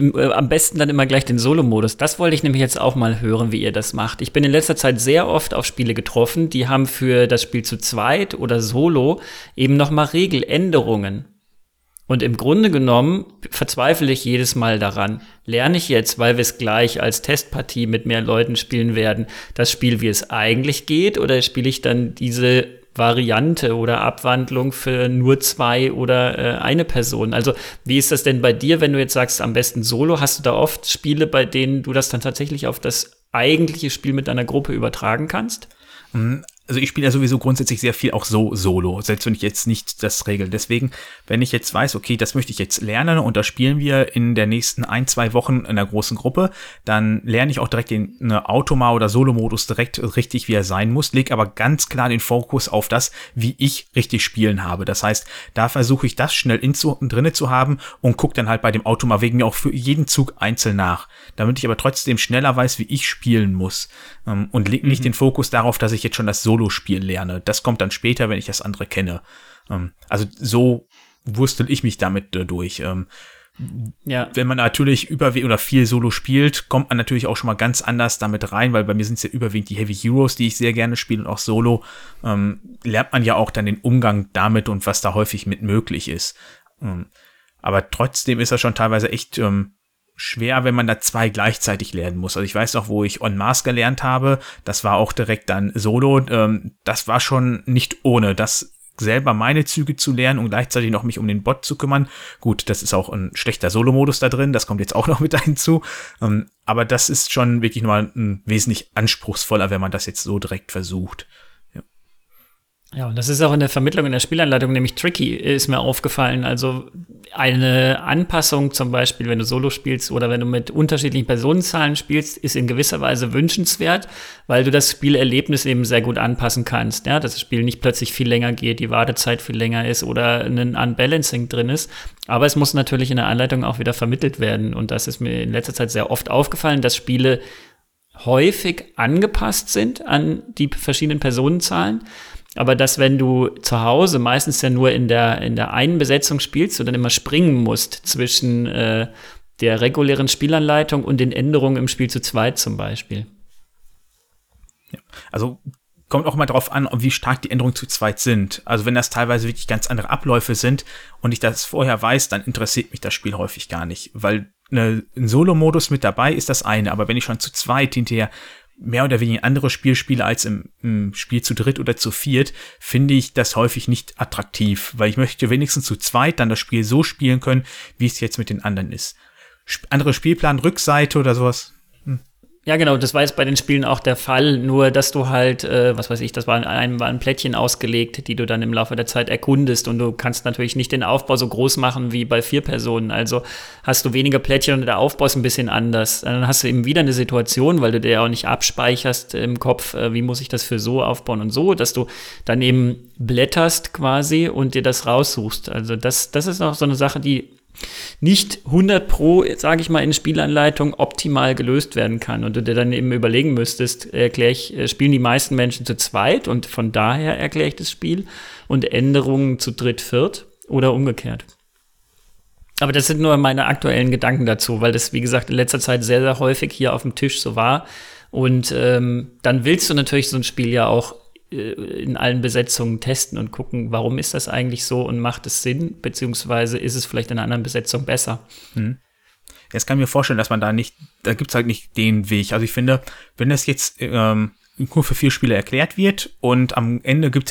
am besten dann immer gleich den Solo-Modus. Das wollte ich nämlich jetzt auch mal hören, wie ihr das macht. Ich bin in letzter Zeit sehr oft auf Spiele getroffen, die haben für das Spiel zu zweit oder Solo eben noch mal Regeländerungen. Und im Grunde genommen verzweifle ich jedes Mal daran. Lerne ich jetzt, weil wir es gleich als Testpartie mit mehr Leuten spielen werden, das Spiel, wie es eigentlich geht? Oder spiele ich dann diese Variante oder Abwandlung für nur 2 oder eine Person? Also wie ist das denn bei dir, wenn du jetzt sagst, am besten Solo? Hast du da oft Spiele, bei denen du das dann tatsächlich auf das eigentliche Spiel mit deiner Gruppe übertragen kannst? Also ich spiele ja sowieso grundsätzlich sehr viel auch so solo, selbst wenn ich jetzt nicht das regel. Deswegen, wenn ich jetzt weiß, okay, das möchte ich jetzt lernen und das spielen wir in der nächsten 1-2 Wochen in einer großen Gruppe, dann lerne ich auch direkt den Automa- oder Solo-Modus direkt richtig, wie er sein muss, lege aber ganz klar den Fokus auf das, wie ich richtig spielen habe. Das heißt, da versuche ich das schnell drinne zu haben und gucke dann halt bei dem Automa wegen mir auch für jeden Zug einzeln nach, damit ich aber trotzdem schneller weiß, wie ich spielen muss und lege nicht den Fokus darauf, dass ich jetzt schon das Solo-Spiel lerne. Das kommt dann später, wenn ich das andere kenne. Also so wurstel ich mich damit durch. Ja. Wenn man natürlich überwiegend oder viel Solo spielt, kommt man natürlich auch schon mal ganz anders damit rein, weil bei mir sind es ja überwiegend die Heavy Heroes, die ich sehr gerne spiele und auch Solo. Lernt man ja auch dann den Umgang damit und was da häufig mit möglich ist. Aber trotzdem ist das schon teilweise echt schwer, wenn man da 2 gleichzeitig lernen muss. Also ich weiß noch, wo ich En Masse gelernt habe, das war auch direkt dann Solo, das war schon nicht ohne, das selber meine Züge zu lernen und gleichzeitig noch mich um den Bot zu kümmern. Gut, das ist auch ein schlechter Solo-Modus da drin, das kommt jetzt auch noch mit hinzu, aber das ist schon wirklich nochmal wesentlich anspruchsvoller, wenn man das jetzt so direkt versucht. Ja, und das ist auch in der Vermittlung, in der Spielanleitung nämlich tricky, ist mir aufgefallen. Also eine Anpassung zum Beispiel, wenn du Solo spielst oder wenn du mit unterschiedlichen Personenzahlen spielst, ist in gewisser Weise wünschenswert, weil du das Spielerlebnis eben sehr gut anpassen kannst. Ja, dass das Spiel nicht plötzlich viel länger geht, die Wartezeit viel länger ist oder ein Unbalancing drin ist. Aber es muss natürlich in der Anleitung auch wieder vermittelt werden. Und das ist mir in letzter Zeit sehr oft aufgefallen, dass Spiele häufig angepasst sind an die verschiedenen Personenzahlen. Aber dass, wenn du zu Hause meistens ja nur in der einen Besetzung spielst, du dann immer springen musst zwischen der regulären Spielanleitung und den Änderungen im Spiel zu zweit zum Beispiel. Ja, also kommt auch mal drauf an, wie stark die Änderungen zu zweit sind. Also wenn das teilweise wirklich ganz andere Abläufe sind und ich das vorher weiß, dann interessiert mich das Spiel häufig gar nicht. Weil ein Solo-Modus mit dabei ist das eine, aber wenn ich schon zu zweit hinterher mehr oder weniger andere Spiele als im Spiel zu dritt oder zu viert, finde ich das häufig nicht attraktiv, weil ich möchte wenigstens zu zweit dann das Spiel so spielen können, wie es jetzt mit den anderen ist. Andere Spielplan, Rückseite oder sowas. Ja, genau, das war jetzt bei den Spielen auch der Fall, nur dass du halt, was weiß ich, das war ein Plättchen ausgelegt, die du dann im Laufe der Zeit erkundest und du kannst natürlich nicht den Aufbau so groß machen wie bei 4 Personen, also hast du weniger Plättchen und der Aufbau ist ein bisschen anders. Dann hast du eben wieder eine Situation, weil du dir ja auch nicht abspeicherst im Kopf, wie muss ich das für so aufbauen und so, dass du dann eben blätterst quasi und dir das raussuchst. Also das ist auch so eine Sache, die nicht 100%, sage ich mal, in Spielanleitung optimal gelöst werden kann und du dir dann eben überlegen müsstest, spielen die meisten Menschen zu zweit und von daher erkläre ich das Spiel und Änderungen zu dritt, viert oder umgekehrt. Aber das sind nur meine aktuellen Gedanken dazu, weil das, wie gesagt, in letzter Zeit sehr, sehr häufig hier auf dem Tisch so war und dann willst du natürlich so ein Spiel ja auch in allen Besetzungen testen und gucken, warum ist das eigentlich so und macht es Sinn, beziehungsweise ist es vielleicht in einer anderen Besetzung besser. Jetzt kann ich mir vorstellen, dass man da gibt es halt nicht den Weg. Also ich finde, wenn das jetzt nur für 4 Spieler erklärt wird und am Ende gibt es jetzt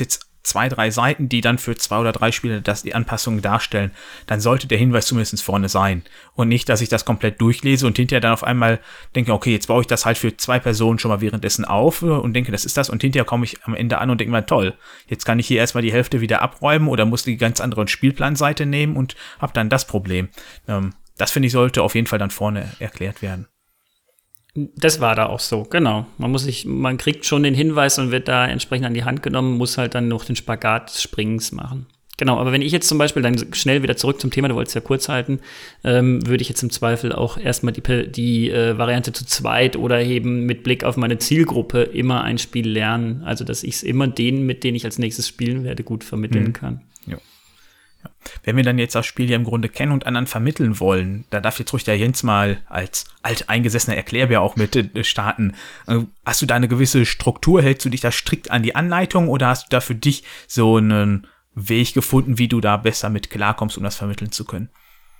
2, 3 Seiten, die dann für 2 oder 3 Spiele die Anpassungen darstellen, dann sollte der Hinweis zumindest vorne sein. Und nicht, dass ich das komplett durchlese und hinterher dann auf einmal denke, okay, jetzt baue ich das halt für 2 Personen schon mal währenddessen auf und denke, das ist das. Und hinterher komme ich am Ende an und denke mir, toll, jetzt kann ich hier erstmal die Hälfte wieder abräumen oder muss die ganz andere Spielplanseite nehmen und habe dann das Problem. Das finde ich, sollte auf jeden Fall dann vorne erklärt werden. Das war da auch so, genau. Man kriegt schon den Hinweis und wird da entsprechend an die Hand genommen, muss halt dann noch den Spagat des Springens machen. Genau, aber wenn ich jetzt zum Beispiel dann schnell wieder zurück zum Thema, du wolltest ja kurz halten, würde ich jetzt im Zweifel auch erstmal die Variante zu zweit oder eben mit Blick auf meine Zielgruppe immer ein Spiel lernen. Also, dass ich es immer denen, mit denen ich als nächstes spielen werde, gut vermitteln kann. Ja. Wenn wir dann jetzt das Spiel ja im Grunde kennen und anderen vermitteln wollen, da darf jetzt ruhig der Jens mal als alteingesessener Erklärbär auch mit starten. Hast du da eine gewisse Struktur? Hältst du dich da strikt an die Anleitung oder hast du da für dich so einen Weg gefunden, wie du da besser mit klarkommst, um das vermitteln zu können?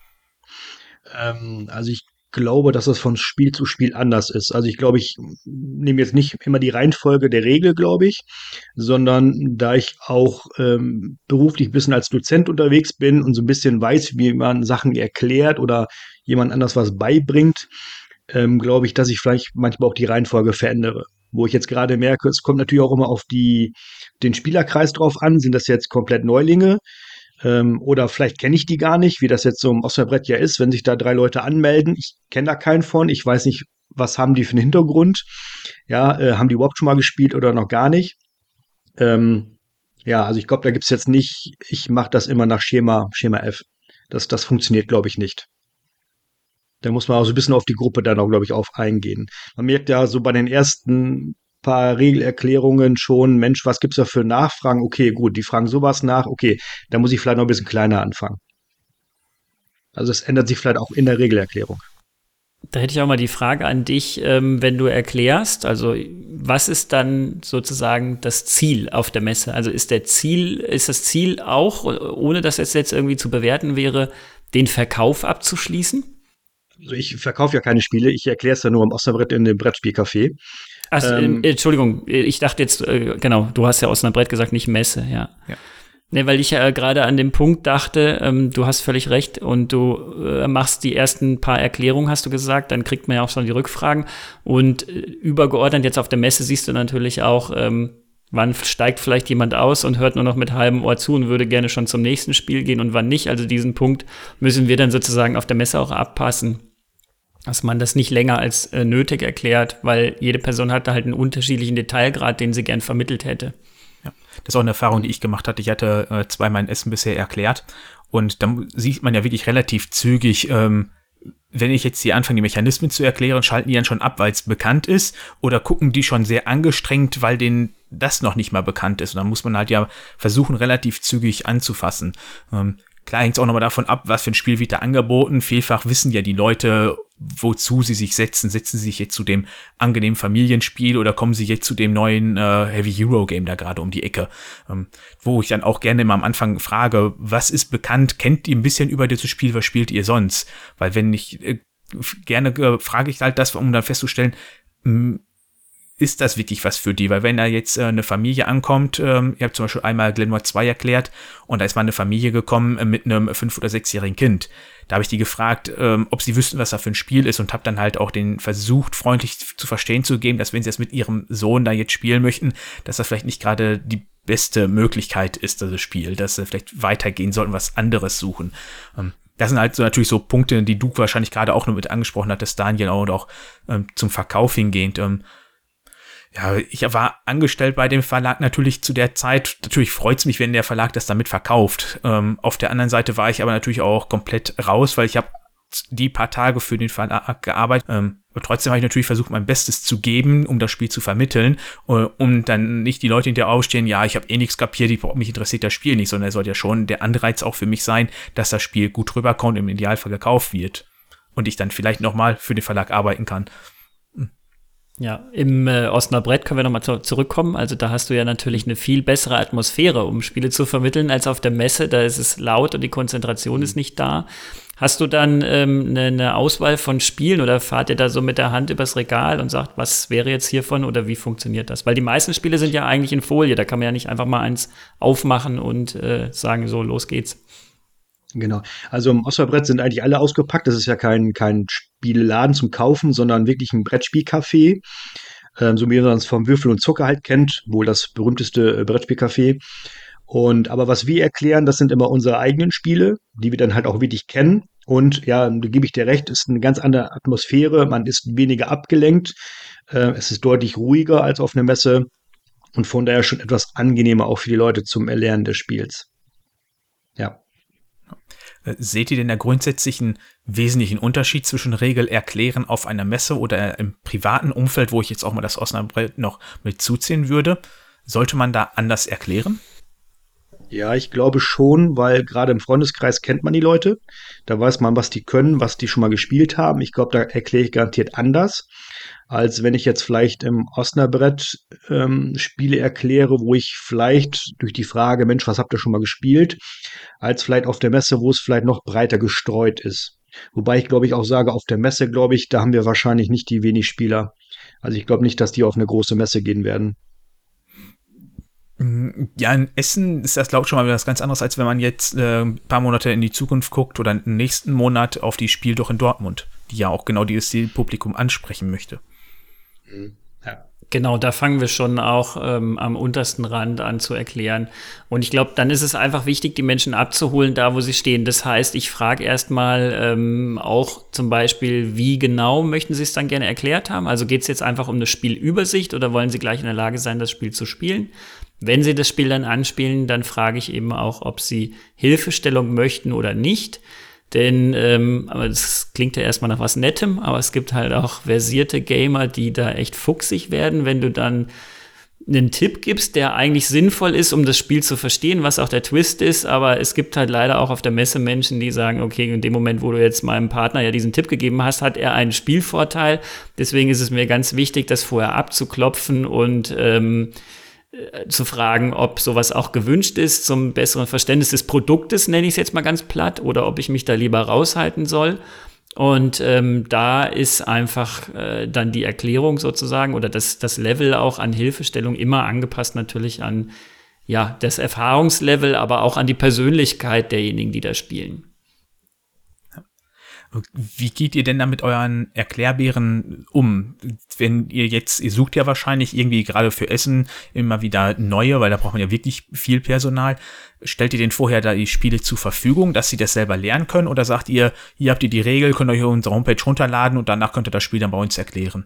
Also ich glaube, dass es von Spiel zu Spiel anders ist. Also ich glaube, ich nehme jetzt nicht immer die Reihenfolge der Regel, glaube ich, sondern da ich auch beruflich ein bisschen als Dozent unterwegs bin und so ein bisschen weiß, wie man Sachen erklärt oder jemand anders was beibringt, glaube ich, dass ich vielleicht manchmal auch die Reihenfolge verändere. Wo ich jetzt gerade merke, es kommt natürlich auch immer auf den Spielerkreis drauf an. Sind das jetzt komplett Neulinge? Oder vielleicht kenne ich die gar nicht, wie das jetzt so im Osnabrett ja ist, wenn sich da 3 Leute anmelden. Ich kenne da keinen von. Ich weiß nicht, was haben die für einen Hintergrund. Ja, haben die überhaupt schon mal gespielt oder noch gar nicht? Ja, also ich glaube, da gibt's jetzt nicht, ich mache das immer nach Schema F. Das funktioniert, glaube ich, nicht. Da muss man auch so ein bisschen auf die Gruppe dann auch, glaube ich, auf eingehen. Man merkt ja so bei den ersten paar Regelerklärungen schon, Mensch, was gibt's da für Nachfragen? Okay, gut, die fragen sowas nach. Okay, da muss ich vielleicht noch ein bisschen kleiner anfangen. Also es ändert sich vielleicht auch in der Regelerklärung. Da hätte ich auch mal die Frage an dich, wenn du erklärst, also was ist dann sozusagen das Ziel auf der Messe? Also ist das Ziel auch, ohne dass es jetzt irgendwie zu bewerten wäre, den Verkauf abzuschließen? Also ich verkaufe ja keine Spiele, ich erkläre es ja nur im Osnabrett in dem Brettspielcafé. Also, Entschuldigung, ich dachte jetzt, genau, du hast ja Osnabrett gesagt, nicht Messe, ja. Ne, weil ich ja gerade an dem Punkt dachte, du hast völlig recht und du machst die ersten paar Erklärungen, hast du gesagt, dann kriegt man ja auch schon die Rückfragen und übergeordnet jetzt auf der Messe siehst du natürlich auch, wann steigt vielleicht jemand aus und hört nur noch mit halbem Ohr zu und würde gerne schon zum nächsten Spiel gehen und wann nicht. Also diesen Punkt müssen wir dann sozusagen auf der Messe auch abpassen, dass man das nicht länger als nötig erklärt, weil jede Person hat da halt einen unterschiedlichen Detailgrad, den sie gern vermittelt hätte. Ja, das ist auch eine Erfahrung, die ich gemacht hatte. Ich hatte 2 mein Essen bisher erklärt und dann sieht man ja wirklich relativ zügig, wenn ich jetzt hier anfange, die Mechanismen zu erklären, schalten die dann schon ab, weil es bekannt ist oder gucken die schon sehr angestrengt, weil denen das noch nicht mal bekannt ist. Und dann muss man halt ja versuchen, relativ zügig anzufassen. Klar hängt es auch nochmal davon ab, was für ein Spiel wird da angeboten. Vielfach wissen ja die Leute, wozu sie sich setzen. Setzen sie sich jetzt zu dem angenehmen Familienspiel oder kommen sie jetzt zu dem neuen Heavy Hero Game da gerade um die Ecke? Wo ich dann auch gerne immer am Anfang frage, was ist bekannt? Kennt ihr ein bisschen über dieses Spiel? Was spielt ihr sonst? Weil wenn ich gerne frage ich halt das, um dann festzustellen, ist das wirklich was für die? Weil wenn da jetzt eine Familie ankommt, ihr habt zum Beispiel einmal Glenmore 2 erklärt und da ist mal eine Familie gekommen mit einem 5- oder 6-jährigen Kind. Da habe ich die gefragt, ob sie wüssten, was da für ein Spiel ist und habe dann halt auch den versucht, freundlich zu verstehen zu geben, dass wenn sie das mit ihrem Sohn da jetzt spielen möchten, dass das vielleicht nicht gerade die beste Möglichkeit ist, das Spiel, dass sie vielleicht weitergehen sollten, was anderes suchen. Das sind halt so natürlich so Punkte, die du wahrscheinlich gerade auch noch mit angesprochen hattest, Daniel, und auch zum Verkauf hingehend. Ja, ich war angestellt bei dem Verlag natürlich zu der Zeit. Natürlich freut es mich, wenn der Verlag das damit verkauft. Auf der anderen Seite war ich aber natürlich auch komplett raus, weil ich habe die paar Tage für den Verlag gearbeitet. Aber trotzdem habe ich natürlich versucht, mein Bestes zu geben, um das Spiel zu vermitteln, um dann nicht die Leute hinterher aufstehen, ja, ich habe eh nichts kapiert, mich interessiert das Spiel nicht, sondern es sollte ja schon der Anreiz auch für mich sein, dass das Spiel gut rüberkommt und im Idealfall gekauft wird. Und ich dann vielleicht nochmal für den Verlag arbeiten kann. Ja, im Osnabrett können wir nochmal zurückkommen. Also da hast du ja natürlich eine viel bessere Atmosphäre, um Spiele zu vermitteln, als auf der Messe. Da ist es laut und die Konzentration ist nicht da. Hast du dann eine Auswahl von Spielen oder fahrt ihr da so mit der Hand übers Regal und sagt, was wäre jetzt hiervon oder wie funktioniert das? Weil die meisten Spiele sind ja eigentlich in Folie, da kann man ja nicht einfach mal eins aufmachen und sagen, so, los geht's. Genau. Also im Osnabrett sind eigentlich alle ausgepackt. Das ist ja kein Spielladen zum Kaufen, sondern wirklich ein Brettspielcafé. So wie man es vom Würfel und Zucker halt kennt, wohl das berühmteste Brettspielcafé. Aber was wir erklären, das sind immer unsere eigenen Spiele, die wir dann halt auch wirklich kennen. Und ja, da gebe ich dir recht, ist eine ganz andere Atmosphäre. Man ist weniger abgelenkt. Es ist deutlich ruhiger als auf einer Messe. Und von daher schon etwas angenehmer auch für die Leute zum Erlernen des Spiels. Ja. Seht ihr denn da grundsätzlich einen wesentlichen Unterschied zwischen Regelerklären auf einer Messe oder im privaten Umfeld, wo ich jetzt auch mal das Osnabrett noch mit zuziehen würde? Sollte man da anders erklären? Ja, ich glaube schon, weil gerade im Freundeskreis kennt man die Leute. Da weiß man, was die können, was die schon mal gespielt haben. Ich glaube, da erkläre ich garantiert anders, als wenn ich jetzt vielleicht im Osnabrett Spiele erkläre, wo ich vielleicht durch die Frage, Mensch, was habt ihr schon mal gespielt, als vielleicht auf der Messe, wo es vielleicht noch breiter gestreut ist. Wobei ich, glaube ich, auch sage, auf der Messe, glaube ich, da haben wir wahrscheinlich nicht die wenig Spieler. Also ich glaube nicht, dass die auf eine große Messe gehen werden. Ja, in Essen ist das, glaube ich, schon mal wieder was ganz anderes, als wenn man jetzt ein paar Monate in die Zukunft guckt oder im nächsten Monat auf die Spiel doch in Dortmund, die ja auch genau dieses Zielpublikum ansprechen möchte. Ja. Genau, da fangen wir schon auch am untersten Rand an zu erklären. Und ich glaube, dann ist es einfach wichtig, die Menschen abzuholen, da wo sie stehen. Das heißt, ich frage erstmal auch zum Beispiel, wie genau möchten Sie es dann gerne erklärt haben? Also geht es jetzt einfach um eine Spielübersicht oder wollen Sie gleich in der Lage sein, das Spiel zu spielen? Wenn Sie das Spiel dann anspielen, dann frage ich eben auch, ob Sie Hilfestellung möchten oder nicht. Denn, aber das klingt ja erstmal nach was Nettem, aber es gibt halt auch versierte Gamer, die da echt fuchsig werden, wenn du dann einen Tipp gibst, der eigentlich sinnvoll ist, um das Spiel zu verstehen, was auch der Twist ist, aber es gibt halt leider auch auf der Messe Menschen, die sagen, okay, in dem Moment, wo du jetzt meinem Partner ja diesen Tipp gegeben hast, hat er einen Spielvorteil. Deswegen ist es mir ganz wichtig, das vorher abzuklopfen und zu fragen, ob sowas auch gewünscht ist zum besseren Verständnis des Produktes, nenne ich es jetzt mal ganz platt, oder ob ich mich da lieber raushalten soll. Und da ist einfach dann die Erklärung sozusagen oder das Level auch an Hilfestellung immer angepasst natürlich an ja das Erfahrungslevel, aber auch an die Persönlichkeit derjenigen, die da spielen. Wie geht ihr denn da mit euren Erklärbären um? Wenn ihr sucht ja wahrscheinlich irgendwie gerade für Essen immer wieder neue, weil da braucht man ja wirklich viel Personal. Stellt ihr denen vorher da die Spiele zur Verfügung, dass sie das selber lernen können? Oder sagt ihr, hier habt ihr die Regel, könnt ihr euch auf unsere Homepage runterladen und danach könnt ihr das Spiel dann bei uns erklären?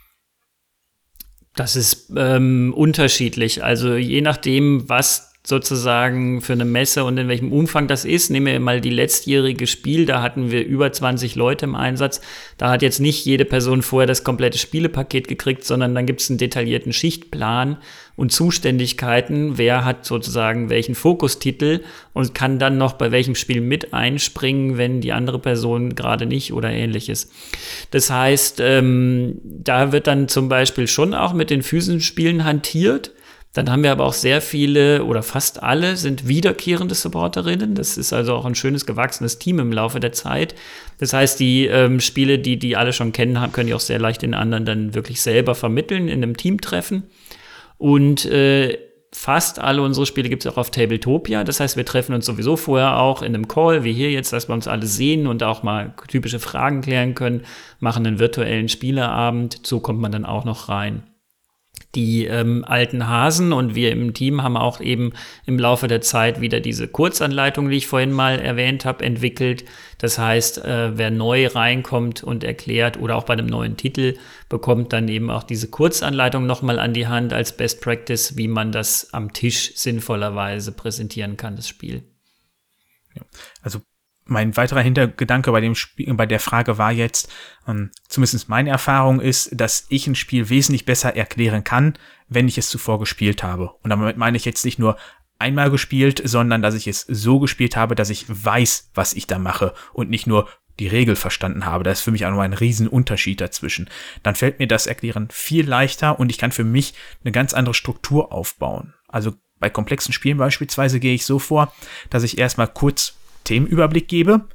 Das ist unterschiedlich. Also je nachdem, was sozusagen für eine Messe und in welchem Umfang das ist. Nehmen wir mal die letztjährige Spiel, da hatten wir über 20 Leute im Einsatz. Da hat jetzt nicht jede Person vorher das komplette Spielepaket gekriegt, sondern dann gibt es einen detaillierten Schichtplan und Zuständigkeiten, wer hat sozusagen welchen Fokustitel und kann dann noch bei welchem Spiel mit einspringen, wenn die andere Person gerade nicht oder ähnliches. Das heißt, da wird dann zum Beispiel schon auch mit den physischen Spielen hantiert. Dann haben wir aber auch sehr viele oder fast alle sind wiederkehrende Supporterinnen. Das ist also auch ein schönes, gewachsenes Team im Laufe der Zeit. Das heißt, die Spiele, die alle schon kennen, können die auch sehr leicht den anderen dann wirklich selber vermitteln in einem Teamtreffen. Und fast alle unsere Spiele gibt es auch auf Tabletopia. Das heißt, wir treffen uns sowieso vorher auch in einem Call, wie hier jetzt, dass wir uns alle sehen und auch mal typische Fragen klären können, machen einen virtuellen Spieleabend. So kommt man dann auch noch rein. Die alten Hasen und wir im Team haben auch eben im Laufe der Zeit wieder diese Kurzanleitung, die ich vorhin mal erwähnt habe, entwickelt. Das heißt, wer neu reinkommt und erklärt oder auch bei einem neuen Titel, bekommt dann eben auch diese Kurzanleitung nochmal an die Hand als Best Practice, wie man das am Tisch sinnvollerweise präsentieren kann, das Spiel. Ja, also mein weiterer Hintergedanke bei dem Spiel, bei der Frage war jetzt, zumindest meine Erfahrung ist, dass ich ein Spiel wesentlich besser erklären kann, wenn ich es zuvor gespielt habe. Und damit meine ich jetzt nicht nur einmal gespielt, sondern dass ich es so gespielt habe, dass ich weiß, was ich da mache und nicht nur die Regel verstanden habe. Da ist für mich auch noch ein Riesenunterschied dazwischen. Dann fällt mir das Erklären viel leichter und ich kann für mich eine ganz andere Struktur aufbauen. Also bei komplexen Spielen beispielsweise gehe ich so vor, dass ich erstmal kurz Themenüberblick gebe,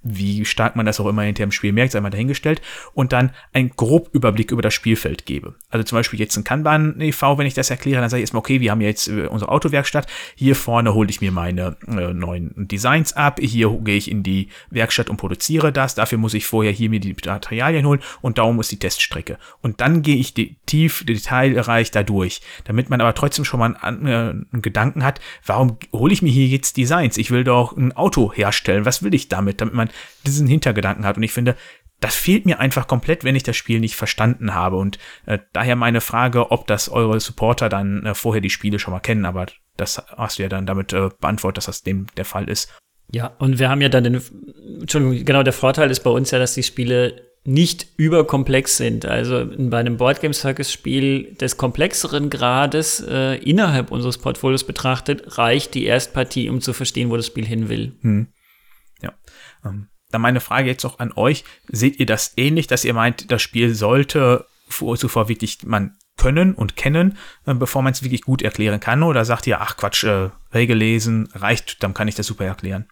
wie stark man das auch immer hinter dem Spiel merkt, sei mal dahingestellt, und dann einen Grobüberblick über das Spielfeld gebe. Also zum Beispiel jetzt ein Kanban e.V., wenn ich das erkläre, dann sage ich erstmal, okay, wir haben jetzt unsere Autowerkstatt, hier vorne hole ich mir meine neuen Designs ab, hier gehe ich in die Werkstatt und produziere das, dafür muss ich vorher hier mir die Materialien holen und darum ist die Teststrecke. Und dann gehe ich tief detailreich da durch, damit man aber trotzdem schon mal einen Gedanken hat, warum hole ich mir hier jetzt Designs? Ich will doch ein Auto herstellen, was will ich damit man diesen Hintergedanken hat. Und ich finde, das fehlt mir einfach komplett, wenn ich das Spiel nicht verstanden habe. Und daher meine Frage, ob das eure Supporter dann vorher die Spiele schon mal kennen. Aber das hast du ja dann damit beantwortet, dass das dem der Fall ist. Ja, und wir haben ja dann der Vorteil ist bei uns ja, dass die Spiele nicht überkomplex sind. Also bei einem Boardgame Circus Spiel des komplexeren Grades innerhalb unseres Portfolios betrachtet, reicht die Erstpartie, um zu verstehen, wo das Spiel hin will. Ja. Dann meine Frage jetzt auch an euch. Seht ihr das ähnlich, dass ihr meint, das Spiel sollte zuvor wirklich man können und kennen, bevor man es wirklich gut erklären kann? Oder sagt ihr, ach Quatsch, Regel lesen reicht, dann kann ich das super erklären?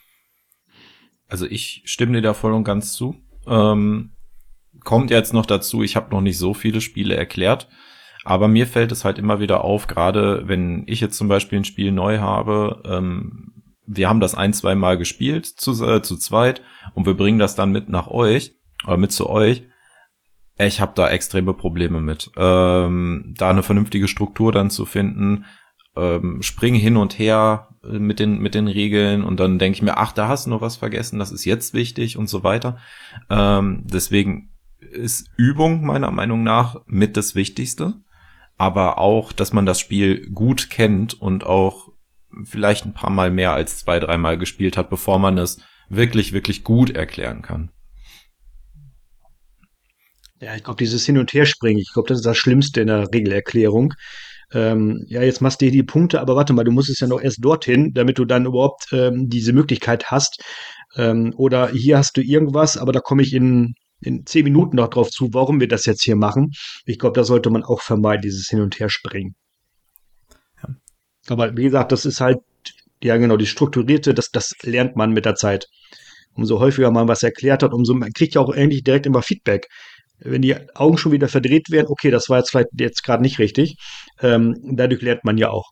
Also ich stimme dir da voll und ganz zu. Kommt jetzt noch dazu, ich habe noch nicht so viele Spiele erklärt, aber mir fällt es halt immer wieder auf, gerade wenn ich jetzt zum Beispiel ein Spiel neu habe, wir haben das 1-2 Mal gespielt zu zweit und wir bringen das dann mit nach euch oder mit zu euch. Ich habe da extreme Probleme mit, da eine vernünftige Struktur dann zu finden, springe hin und her mit den Regeln und dann denke ich mir, ach, da hast du noch was vergessen, das ist jetzt wichtig und so weiter. Deswegen ist Übung meiner Meinung nach mit das Wichtigste, aber auch, dass man das Spiel gut kennt und auch vielleicht ein paar Mal mehr als 2-3 Mal gespielt hat, bevor man es wirklich, wirklich gut erklären kann. Ja, ich glaube, dieses Hin- und Herspringen, ich glaube, das ist das Schlimmste in der Regelerklärung. Ja, jetzt machst du hier die Punkte, aber warte mal, du musst es ja noch erst dorthin, damit du dann überhaupt diese Möglichkeit hast. Oder hier hast du irgendwas, aber da komme ich in 10 Minuten noch drauf zu, warum wir das jetzt hier machen. Ich glaube, da sollte man auch vermeiden, dieses Hin- und Herspringen. Ja. Aber wie gesagt, das ist halt, ja genau, die Strukturierte, das lernt man mit der Zeit. Umso häufiger man was erklärt hat, man kriegt ja auch eigentlich direkt immer Feedback. Wenn die Augen schon wieder verdreht werden, okay, das war jetzt vielleicht jetzt gerade nicht richtig. Dadurch lernt man ja auch.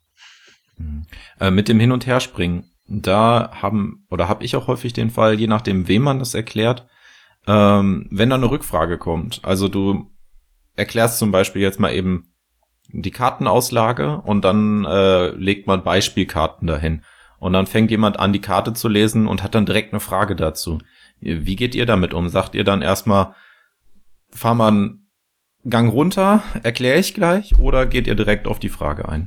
Mit dem Hin- und Herspringen, da hab ich auch häufig den Fall, je nachdem, wem man das erklärt, wenn da eine Rückfrage kommt. Also du erklärst zum Beispiel jetzt mal eben die Kartenauslage und dann legt man Beispielkarten dahin. Und dann fängt jemand an, die Karte zu lesen und hat dann direkt eine Frage dazu. Wie geht ihr damit um? Sagt ihr dann erstmal, fahr mal einen Gang runter, erkläre ich gleich, oder geht ihr direkt auf die Frage ein?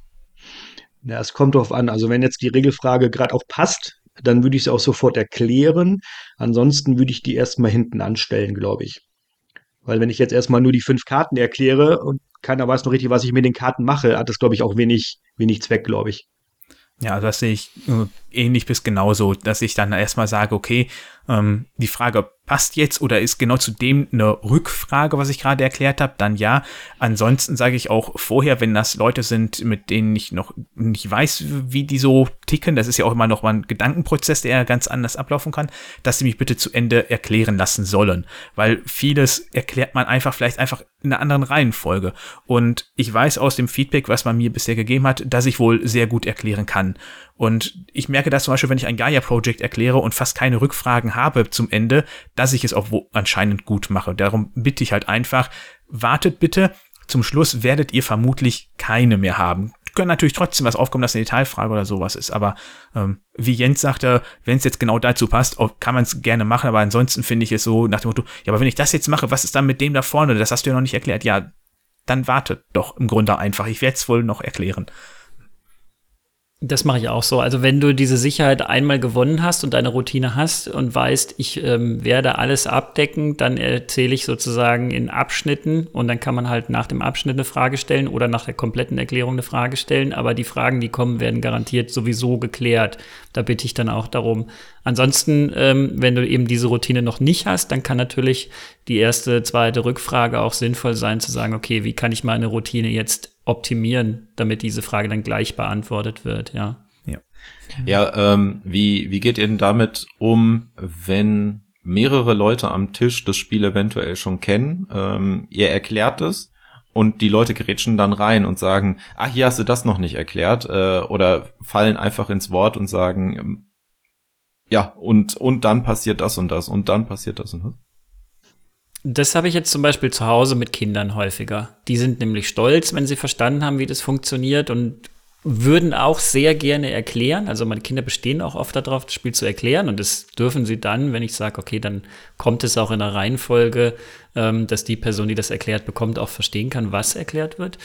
Ja, es kommt drauf an. Also wenn jetzt die Regelfrage gerade auch passt, dann würde ich sie auch sofort erklären. Ansonsten würde ich die erstmal hinten anstellen, glaube ich. Weil wenn ich jetzt erstmal nur die 5 Karten erkläre und keiner weiß noch richtig, was ich mit den Karten mache, hat das, glaube ich, auch wenig Zweck, glaube ich. Ja, also das sehe ich ähnlich bis genauso, dass ich dann erstmal sage, okay, die Frage passt jetzt oder ist genau zu dem eine Rückfrage, was ich gerade erklärt habe, dann ja. Ansonsten sage ich auch vorher, wenn das Leute sind, mit denen ich noch nicht weiß, wie die so ticken, das ist ja auch immer noch mal ein Gedankenprozess, der ganz anders ablaufen kann, dass sie mich bitte zu Ende erklären lassen sollen, weil vieles erklärt man vielleicht einfach in einer anderen Reihenfolge. Und ich weiß aus dem Feedback, was man mir bisher gegeben hat, dass ich wohl sehr gut erklären kann. Und ich merke das zum Beispiel, wenn ich ein Gaia-Project erkläre und fast keine Rückfragen habe zum Ende, dass ich es auch anscheinend gut mache. Darum bitte ich halt einfach, wartet bitte. Zum Schluss werdet ihr vermutlich keine mehr haben. Können natürlich trotzdem was aufkommen, dass eine Detailfrage oder sowas ist. Aber wie Jens sagte, wenn es jetzt genau dazu passt, kann man es gerne machen. Aber ansonsten finde ich es so nach dem Motto, ja, aber wenn ich das jetzt mache, was ist dann mit dem da vorne? Das hast du ja noch nicht erklärt. Ja, dann wartet doch im Grunde einfach. Ich werde es wohl noch erklären. Das mache ich auch so. Also wenn du diese Sicherheit einmal gewonnen hast und deine Routine hast und weißt, ich werde alles abdecken, dann erzähle ich sozusagen in Abschnitten und dann kann man halt nach dem Abschnitt eine Frage stellen oder nach der kompletten Erklärung eine Frage stellen. Aber die Fragen, die kommen, werden garantiert sowieso geklärt. Da bitte ich dann auch darum. Ansonsten, wenn du eben diese Routine noch nicht hast, dann kann natürlich die erste, zweite Rückfrage auch sinnvoll sein, zu sagen, okay, wie kann ich meine Routine jetzt optimieren, damit diese Frage dann gleich beantwortet wird, ja. Ja. Ja, wie geht ihr denn damit um, wenn mehrere Leute am Tisch das Spiel eventuell schon kennen, ihr erklärt es und die Leute grätschen dann rein und sagen, hier hast du das noch nicht erklärt, oder fallen einfach ins Wort und sagen, und dann passiert das und das und dann passiert das und das. Das habe ich jetzt zum Beispiel zu Hause mit Kindern häufiger. Die sind nämlich stolz, wenn sie verstanden haben, wie das funktioniert und würden auch sehr gerne erklären. Also meine Kinder bestehen auch oft darauf, das Spiel zu erklären. Und das dürfen sie dann, wenn ich sage, okay, dann kommt es auch in der Reihenfolge, dass die Person, die das erklärt bekommt, auch verstehen kann, was erklärt wird.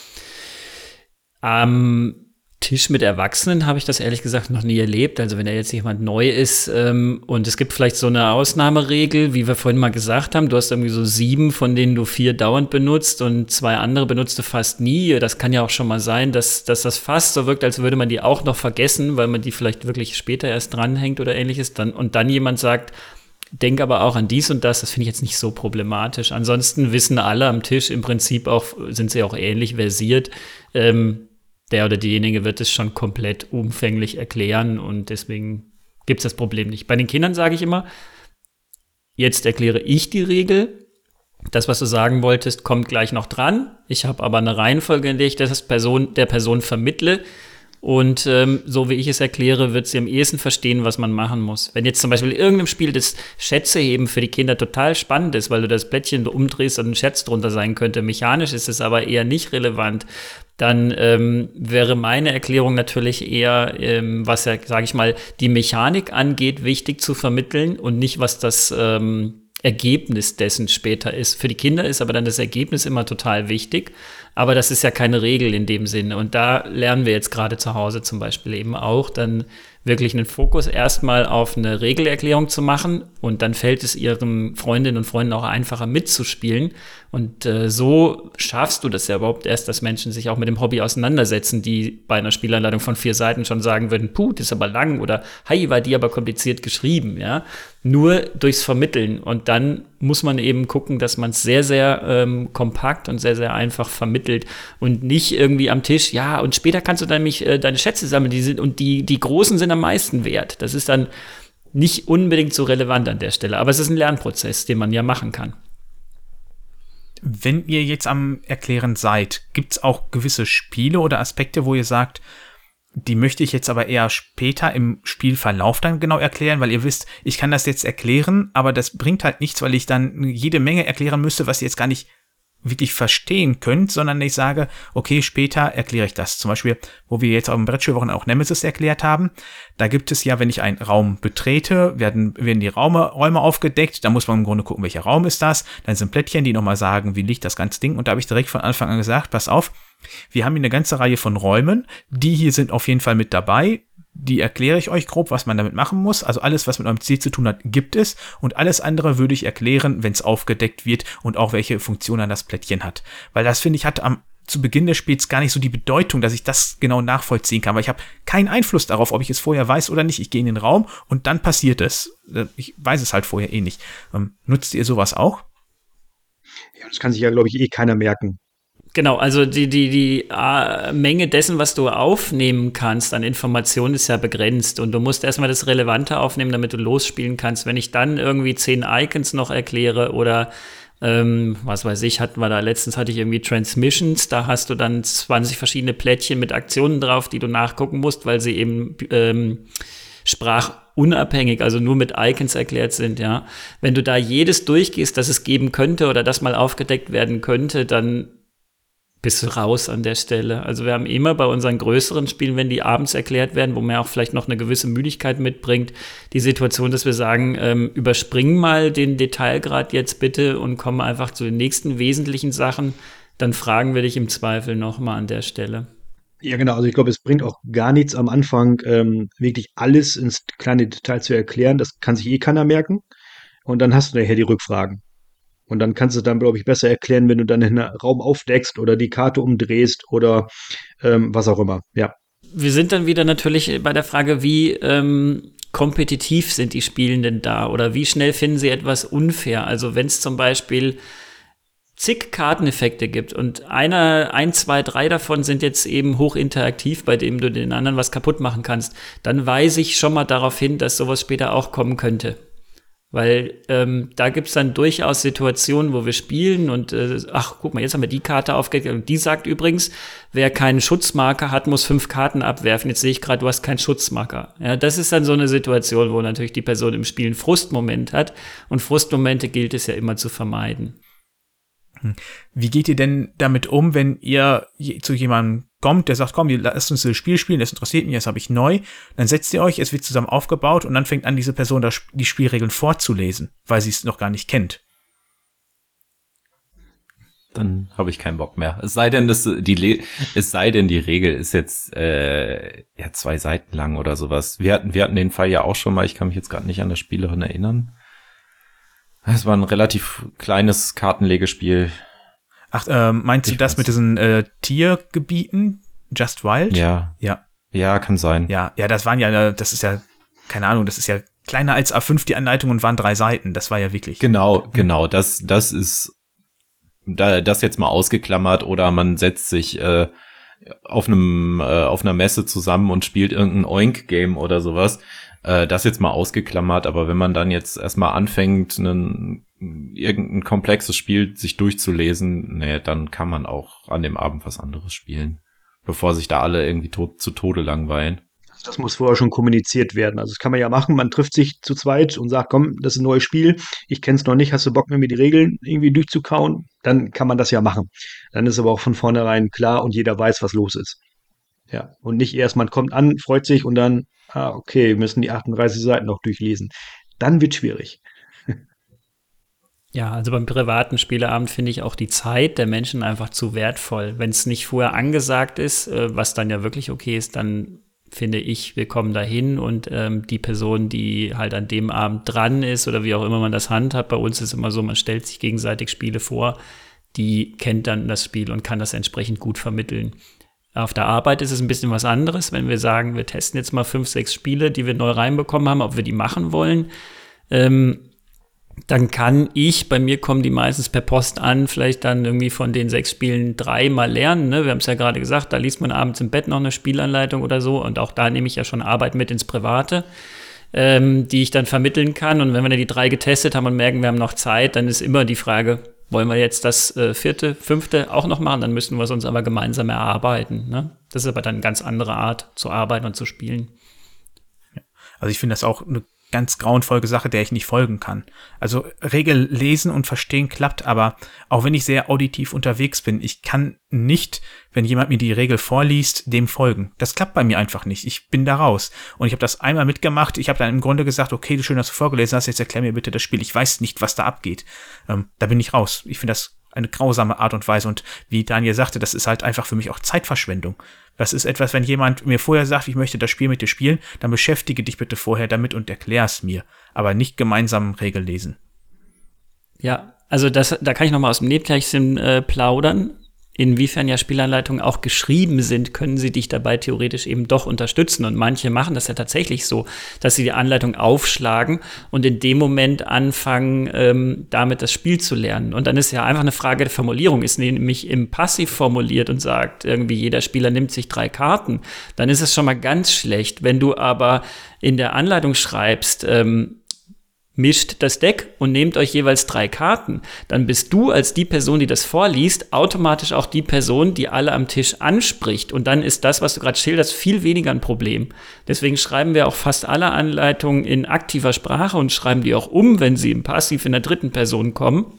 Am Tisch mit Erwachsenen habe ich das ehrlich gesagt noch nie erlebt. Also wenn da jetzt jemand neu ist und es gibt vielleicht so eine Ausnahmeregel, wie wir vorhin mal gesagt haben, du hast irgendwie so 7, von denen du 4 dauernd benutzt und 2 andere benutzt du fast nie. Das kann ja auch schon mal sein, dass das fast so wirkt, als würde man die auch noch vergessen, weil man die vielleicht wirklich später erst dranhängt oder ähnliches. Und dann jemand sagt, denk aber auch an dies und das finde ich jetzt nicht so problematisch. Ansonsten wissen alle am Tisch im Prinzip auch, sind sie auch ähnlich versiert. Der oder diejenige wird es schon komplett umfänglich erklären und deswegen gibt es das Problem nicht. Bei den Kindern sage ich immer, jetzt erkläre ich die Regel. Das, was du sagen wolltest, kommt gleich noch dran. Ich habe aber eine Reihenfolge, in der ich das der Person vermittle. Und so wie ich es erkläre, wird sie am ehesten verstehen, was man machen muss. Wenn jetzt zum Beispiel in irgendeinem Spiel das Schätzeheben für die Kinder total spannend ist, weil du das Plättchen umdrehst und ein Schätz drunter sein könnte, mechanisch ist es aber eher nicht relevant, dann wäre meine Erklärung natürlich eher, was ja, sage ich mal, die Mechanik angeht, wichtig zu vermitteln und nicht, was das Ergebnis dessen später ist. Für die Kinder ist aber dann das Ergebnis immer total wichtig, aber das ist ja keine Regel in dem Sinne. Und da lernen wir jetzt gerade zu Hause zum Beispiel eben auch, dann wirklich einen Fokus erstmal auf eine Regelerklärung zu machen und dann fällt es ihren Freundinnen und Freunden auch einfacher mitzuspielen. Und so schaffst du das ja überhaupt erst, dass Menschen sich auch mit dem Hobby auseinandersetzen, die bei einer Spielanleitung von 4 Seiten schon sagen würden, puh, das ist aber lang oder hey, war die aber kompliziert geschrieben, ja. Nur durchs Vermitteln. Und dann muss man eben gucken, dass man es sehr, sehr kompakt und sehr, sehr einfach vermittelt und nicht irgendwie am Tisch, ja, und später kannst du dann nämlich deine Schätze sammeln, die Großen sind am meisten wert. Das ist dann nicht unbedingt so relevant an der Stelle, aber es ist ein Lernprozess, den man ja machen kann. Wenn ihr jetzt am Erklären seid, gibt es auch gewisse Spiele oder Aspekte, wo ihr sagt, die möchte ich jetzt aber eher später im Spielverlauf dann genau erklären, weil ihr wisst, ich kann das jetzt erklären, aber das bringt halt nichts, weil ich dann jede Menge erklären müsste, was ihr jetzt gar nicht wirklich verstehen könnt, sondern ich sage, okay, später erkläre ich das. Zum Beispiel, wo wir jetzt auf dem Brettspielwochen auch Nemesis erklärt haben, da gibt es ja, wenn ich einen Raum betrete, werden die Räume aufgedeckt, da muss man im Grunde gucken, welcher Raum ist das, dann sind Plättchen, die nochmal sagen, wie liegt das ganze Ding, und da habe ich direkt von Anfang an gesagt, pass auf, wir haben hier eine ganze Reihe von Räumen, die hier sind auf jeden Fall mit dabei, die erkläre ich euch grob, was man damit machen muss. Also alles, was mit eurem Ziel zu tun hat, gibt es. Und alles andere würde ich erklären, wenn es aufgedeckt wird und auch welche Funktion dann das Plättchen hat. Weil das, finde ich, hat zu Beginn des Spiels gar nicht so die Bedeutung, dass ich das genau nachvollziehen kann. Weil ich habe keinen Einfluss darauf, ob ich es vorher weiß oder nicht. Ich gehe in den Raum und dann passiert es. Ich weiß es halt vorher eh nicht. Nutzt ihr sowas auch? Ja, das kann sich ja, glaube ich, keiner merken. Genau, also die Menge dessen, was du aufnehmen kannst an Informationen, ist ja begrenzt und du musst erstmal das Relevante aufnehmen, damit du losspielen kannst. Wenn ich dann irgendwie 10 Icons noch erkläre oder was weiß ich, letztens hatte ich irgendwie Transmissions, da hast du dann 20 verschiedene Plättchen mit Aktionen drauf, die du nachgucken musst, weil sie eben sprachunabhängig, also nur mit Icons erklärt sind, ja. Wenn du da jedes durchgehst, das es geben könnte oder das mal aufgedeckt werden könnte, dann bist du raus an der Stelle. Also wir haben immer bei unseren größeren Spielen, wenn die abends erklärt werden, wo man auch vielleicht noch eine gewisse Müdigkeit mitbringt, die Situation, dass wir sagen, überspringen mal den Detailgrad jetzt bitte und kommen einfach zu den nächsten wesentlichen Sachen, dann fragen wir dich im Zweifel nochmal an der Stelle. Ja, genau. Also ich glaube, es bringt auch gar nichts am Anfang, wirklich alles ins kleine Detail zu erklären. Das kann sich keiner merken. Und dann hast du nachher die Rückfragen. Und dann kannst du dann, glaube ich, besser erklären, wenn du dann einen Raum aufdeckst oder die Karte umdrehst oder was auch immer. Ja. Wir sind dann wieder natürlich bei der Frage, wie kompetitiv sind die Spielenden da oder wie schnell finden sie etwas unfair? Also wenn es zum Beispiel zig Karteneffekte gibt und ein, zwei, drei davon sind jetzt eben hochinteraktiv, bei dem du den anderen was kaputt machen kannst, dann weise ich schon mal darauf hin, dass sowas später auch kommen könnte. Weil da gibt's dann durchaus Situationen, wo wir spielen und guck mal, jetzt haben wir die Karte aufgedeckt und die sagt übrigens, wer keinen Schutzmarker hat, muss 5 Karten abwerfen. Jetzt sehe ich gerade, du hast keinen Schutzmarker. Ja, das ist dann so eine Situation, wo natürlich die Person im Spiel einen Frustmoment hat und Frustmomente gilt es ja immer zu vermeiden. Wie geht ihr denn damit um, wenn ihr zu jemandem kommt, der sagt, komm, lasst uns das Spiel spielen, das interessiert mich, das habe ich neu. Dann setzt ihr euch, es wird zusammen aufgebaut und dann fängt an, diese Person die Spielregeln vorzulesen, weil sie es noch gar nicht kennt. Dann habe ich keinen Bock mehr. Es sei denn, die Regel ist jetzt 2 Seiten lang oder sowas. Wir hatten den Fall ja auch schon mal, ich kann mich jetzt gerade nicht an das Spielerin erinnern. Es war ein relativ kleines Kartenlegespiel. Ach, meinst du das mit diesen Tiergebieten? Just Wild? Ja. Ja, kann sein. Ja, das waren ja, das ist ja, keine Ahnung, das ist ja kleiner als A5 die Anleitung und waren 3 Seiten. Das war ja wirklich. Genau. Das ist das jetzt mal ausgeklammert oder man setzt sich auf einer Messe zusammen und spielt irgendein Oink-Game oder sowas. Das jetzt mal ausgeklammert, aber wenn man dann jetzt erstmal anfängt, irgendein komplexes Spiel sich durchzulesen, dann kann man auch an dem Abend was anderes spielen, bevor sich da alle irgendwie zu Tode langweilen. Das muss vorher schon kommuniziert werden. Also das kann man ja machen, man trifft sich zu zweit und sagt, komm, das ist ein neues Spiel, ich kenn's noch nicht, hast du Bock, mir die Regeln irgendwie durchzukauen? Dann kann man das ja machen. Dann ist aber auch von vornherein klar und jeder weiß, was los ist. Ja, und nicht erst, man kommt an, freut sich und dann, okay, wir müssen die 38 Seiten noch durchlesen. Dann wird schwierig. Ja, also beim privaten Spieleabend finde ich auch die Zeit der Menschen einfach zu wertvoll. Wenn es nicht vorher angesagt ist, was dann ja wirklich okay ist, dann finde ich, wir kommen dahin und die Person, die halt an dem Abend dran ist oder wie auch immer man das handhabt, bei uns ist immer so, man stellt sich gegenseitig Spiele vor, die kennt dann das Spiel und kann das entsprechend gut vermitteln. Auf der Arbeit ist es ein bisschen was anderes, wenn wir sagen, wir testen jetzt mal 5, 6 Spiele, die wir neu reinbekommen haben, ob wir die machen wollen. Dann bei mir kommen die meistens per Post an, vielleicht dann irgendwie von den 6 Spielen 3 mal lernen. Ne? Wir haben es ja gerade gesagt, da liest man abends im Bett noch eine Spielanleitung oder so und auch da nehme ich ja schon Arbeit mit ins Private, die ich dann vermitteln kann. Und wenn wir dann die 3 getestet haben und merken, wir haben noch Zeit, dann ist immer die Frage, wollen wir jetzt das 4., 5. auch noch machen? Dann müssen wir es uns aber gemeinsam erarbeiten. Ne? Das ist aber dann eine ganz andere Art zu arbeiten und zu spielen. Also ich finde das auch eine ganz grauenvolle Sache, der ich nicht folgen kann. Also Regel lesen und verstehen klappt, aber auch wenn ich sehr auditiv unterwegs bin, ich kann nicht, wenn jemand mir die Regel vorliest, dem folgen. Das klappt bei mir einfach nicht. Ich bin da raus. Und ich habe das einmal mitgemacht. Ich habe dann im Grunde gesagt, okay, schön, dass du vorgelesen hast, jetzt erklär mir bitte das Spiel. Ich weiß nicht, was da abgeht. Da bin ich raus. Ich finde das eine grausame Art und Weise. Und wie Daniel sagte, das ist halt einfach für mich auch Zeitverschwendung. Das ist etwas, wenn jemand mir vorher sagt, ich möchte das Spiel mit dir spielen, dann beschäftige dich bitte vorher damit und erklär es mir. Aber nicht gemeinsam Regel lesen. Ja, also da kann ich noch mal aus dem Nähkästchen plaudern. Inwiefern ja Spielanleitungen auch geschrieben sind, können sie dich dabei theoretisch eben doch unterstützen. Und manche machen das ja tatsächlich so, dass sie die Anleitung aufschlagen und in dem Moment anfangen, damit das Spiel zu lernen. Und dann ist ja einfach eine Frage der Formulierung. Ist nämlich im Passiv formuliert und sagt, irgendwie jeder Spieler nimmt sich 3 Karten, dann ist es schon mal ganz schlecht. Wenn du aber in der Anleitung schreibst, mischt das Deck und nehmt euch jeweils 3 Karten, dann bist du als die Person, die das vorliest, automatisch auch die Person, die alle am Tisch anspricht. Und dann ist das, was du gerade schilderst, viel weniger ein Problem. Deswegen schreiben wir auch fast alle Anleitungen in aktiver Sprache und schreiben die auch wenn sie im Passiv in der 3. Person kommen.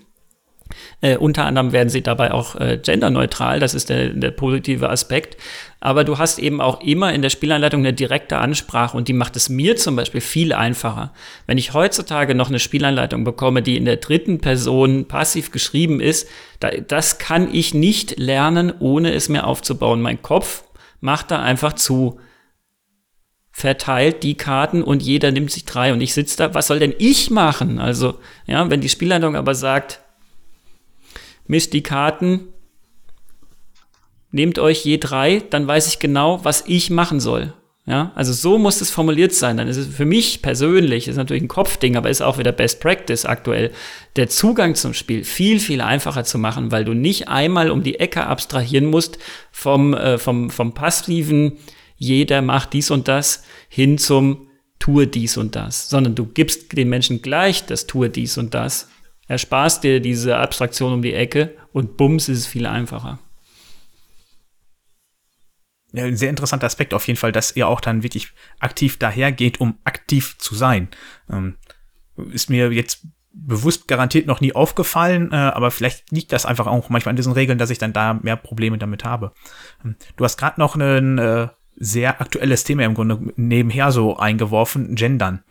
Unter anderem werden sie dabei auch genderneutral, das ist der positive Aspekt. Aber du hast eben auch immer in der Spielanleitung eine direkte Ansprache und die macht es mir zum Beispiel viel einfacher. Wenn ich heutzutage noch eine Spielanleitung bekomme, die in der 3. Person passiv geschrieben ist, das kann ich nicht lernen, ohne es mir aufzubauen. Mein Kopf macht da einfach zu. Verteilt die Karten und jeder nimmt sich 3 und ich sitze da, was soll denn ich machen? Also, ja, wenn die Spielanleitung aber sagt, mischt die Karten, nehmt euch je 3, dann weiß ich genau, was ich machen soll. Ja, also so muss es formuliert sein. Dann ist es für mich persönlich, ist natürlich ein Kopfding, aber ist auch wieder Best Practice aktuell, der Zugang zum Spiel viel, viel einfacher zu machen, weil du nicht einmal um die Ecke abstrahieren musst vom passiven, jeder macht dies und das, hin zum tue dies und das, sondern du gibst den Menschen gleich das tue dies und das, ersparst dir diese Abstraktion um die Ecke und bums ist es viel einfacher. Ja, ein sehr interessanter Aspekt auf jeden Fall, dass ihr auch dann wirklich aktiv dahergeht, um aktiv zu sein. Ist mir jetzt bewusst garantiert noch nie aufgefallen, aber vielleicht liegt das einfach auch manchmal an diesen Regeln, dass ich dann da mehr Probleme damit habe. Du hast gerade noch ein sehr aktuelles Thema im Grunde nebenher so eingeworfen, Gendern.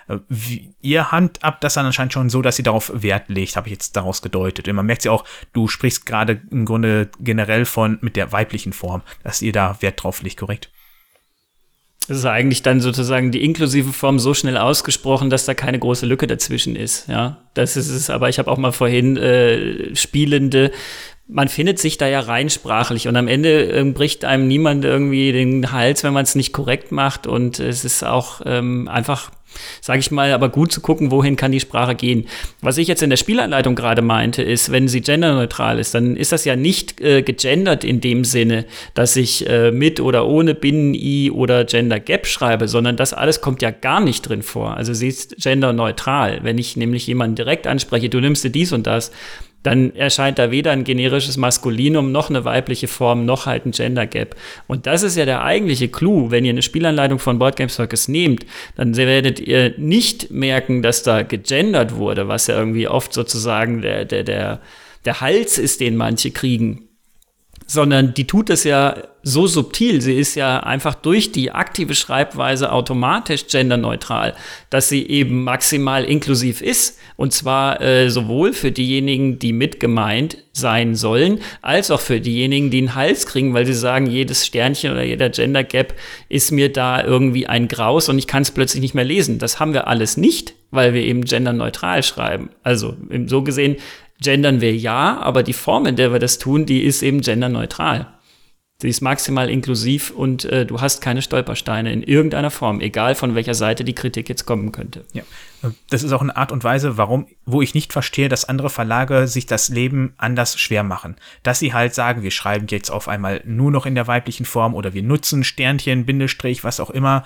Ihr handhabt das dann anscheinend schon so, dass ihr darauf Wert legt, habe ich jetzt daraus gedeutet. Und man merkt ja auch, du sprichst gerade im Grunde generell mit der weiblichen Form, dass ihr da Wert drauf legt, korrekt? Das ist eigentlich dann sozusagen die inklusive Form so schnell ausgesprochen, dass da keine große Lücke dazwischen ist. Ja, das ist es. Aber ich habe auch mal vorhin Spielende. Man findet sich da ja rein sprachlich und am Ende bricht einem niemand irgendwie den Hals, wenn man es nicht korrekt macht. Und es ist auch einfach, sage ich mal, aber gut zu gucken, wohin kann die Sprache gehen. Was ich jetzt in der Spielanleitung gerade meinte, ist, wenn sie genderneutral ist, dann ist das ja nicht gegendert in dem Sinne, dass ich mit oder ohne Binnen-I oder Gender Gap schreibe, sondern das alles kommt ja gar nicht drin vor. Also sie ist genderneutral. Wenn ich nämlich jemanden direkt anspreche, du nimmst dir dies und das, dann erscheint da weder ein generisches Maskulinum noch eine weibliche Form noch halt ein Gender Gap. Und das ist ja der eigentliche Clou. Wenn ihr eine Spielanleitung von Board Game Circus nehmt, dann werdet ihr nicht merken, dass da gegendert wurde, was ja irgendwie oft sozusagen der Hals ist, den manche kriegen. Sondern die tut es ja so subtil. Sie ist ja einfach durch die aktive Schreibweise automatisch genderneutral, dass sie eben maximal inklusiv ist. Und zwar sowohl für diejenigen, die mit gemeint sein sollen, als auch für diejenigen, die einen Hals kriegen, weil sie sagen, jedes Sternchen oder jeder Gender Gap ist mir da irgendwie ein Graus und ich kann es plötzlich nicht mehr lesen. Das haben wir alles nicht, weil wir eben genderneutral schreiben. Also so gesehen, gendern wir ja, aber die Form, in der wir das tun, die ist eben genderneutral. Sie ist maximal inklusiv und du hast keine Stolpersteine in irgendeiner Form, egal von welcher Seite die Kritik jetzt kommen könnte. Ja, das ist auch eine Art und Weise, wo ich nicht verstehe, dass andere Verlage sich das Leben anders schwer machen. Dass sie halt sagen, wir schreiben jetzt auf einmal nur noch in der weiblichen Form oder wir nutzen Sternchen, Bindestrich, was auch immer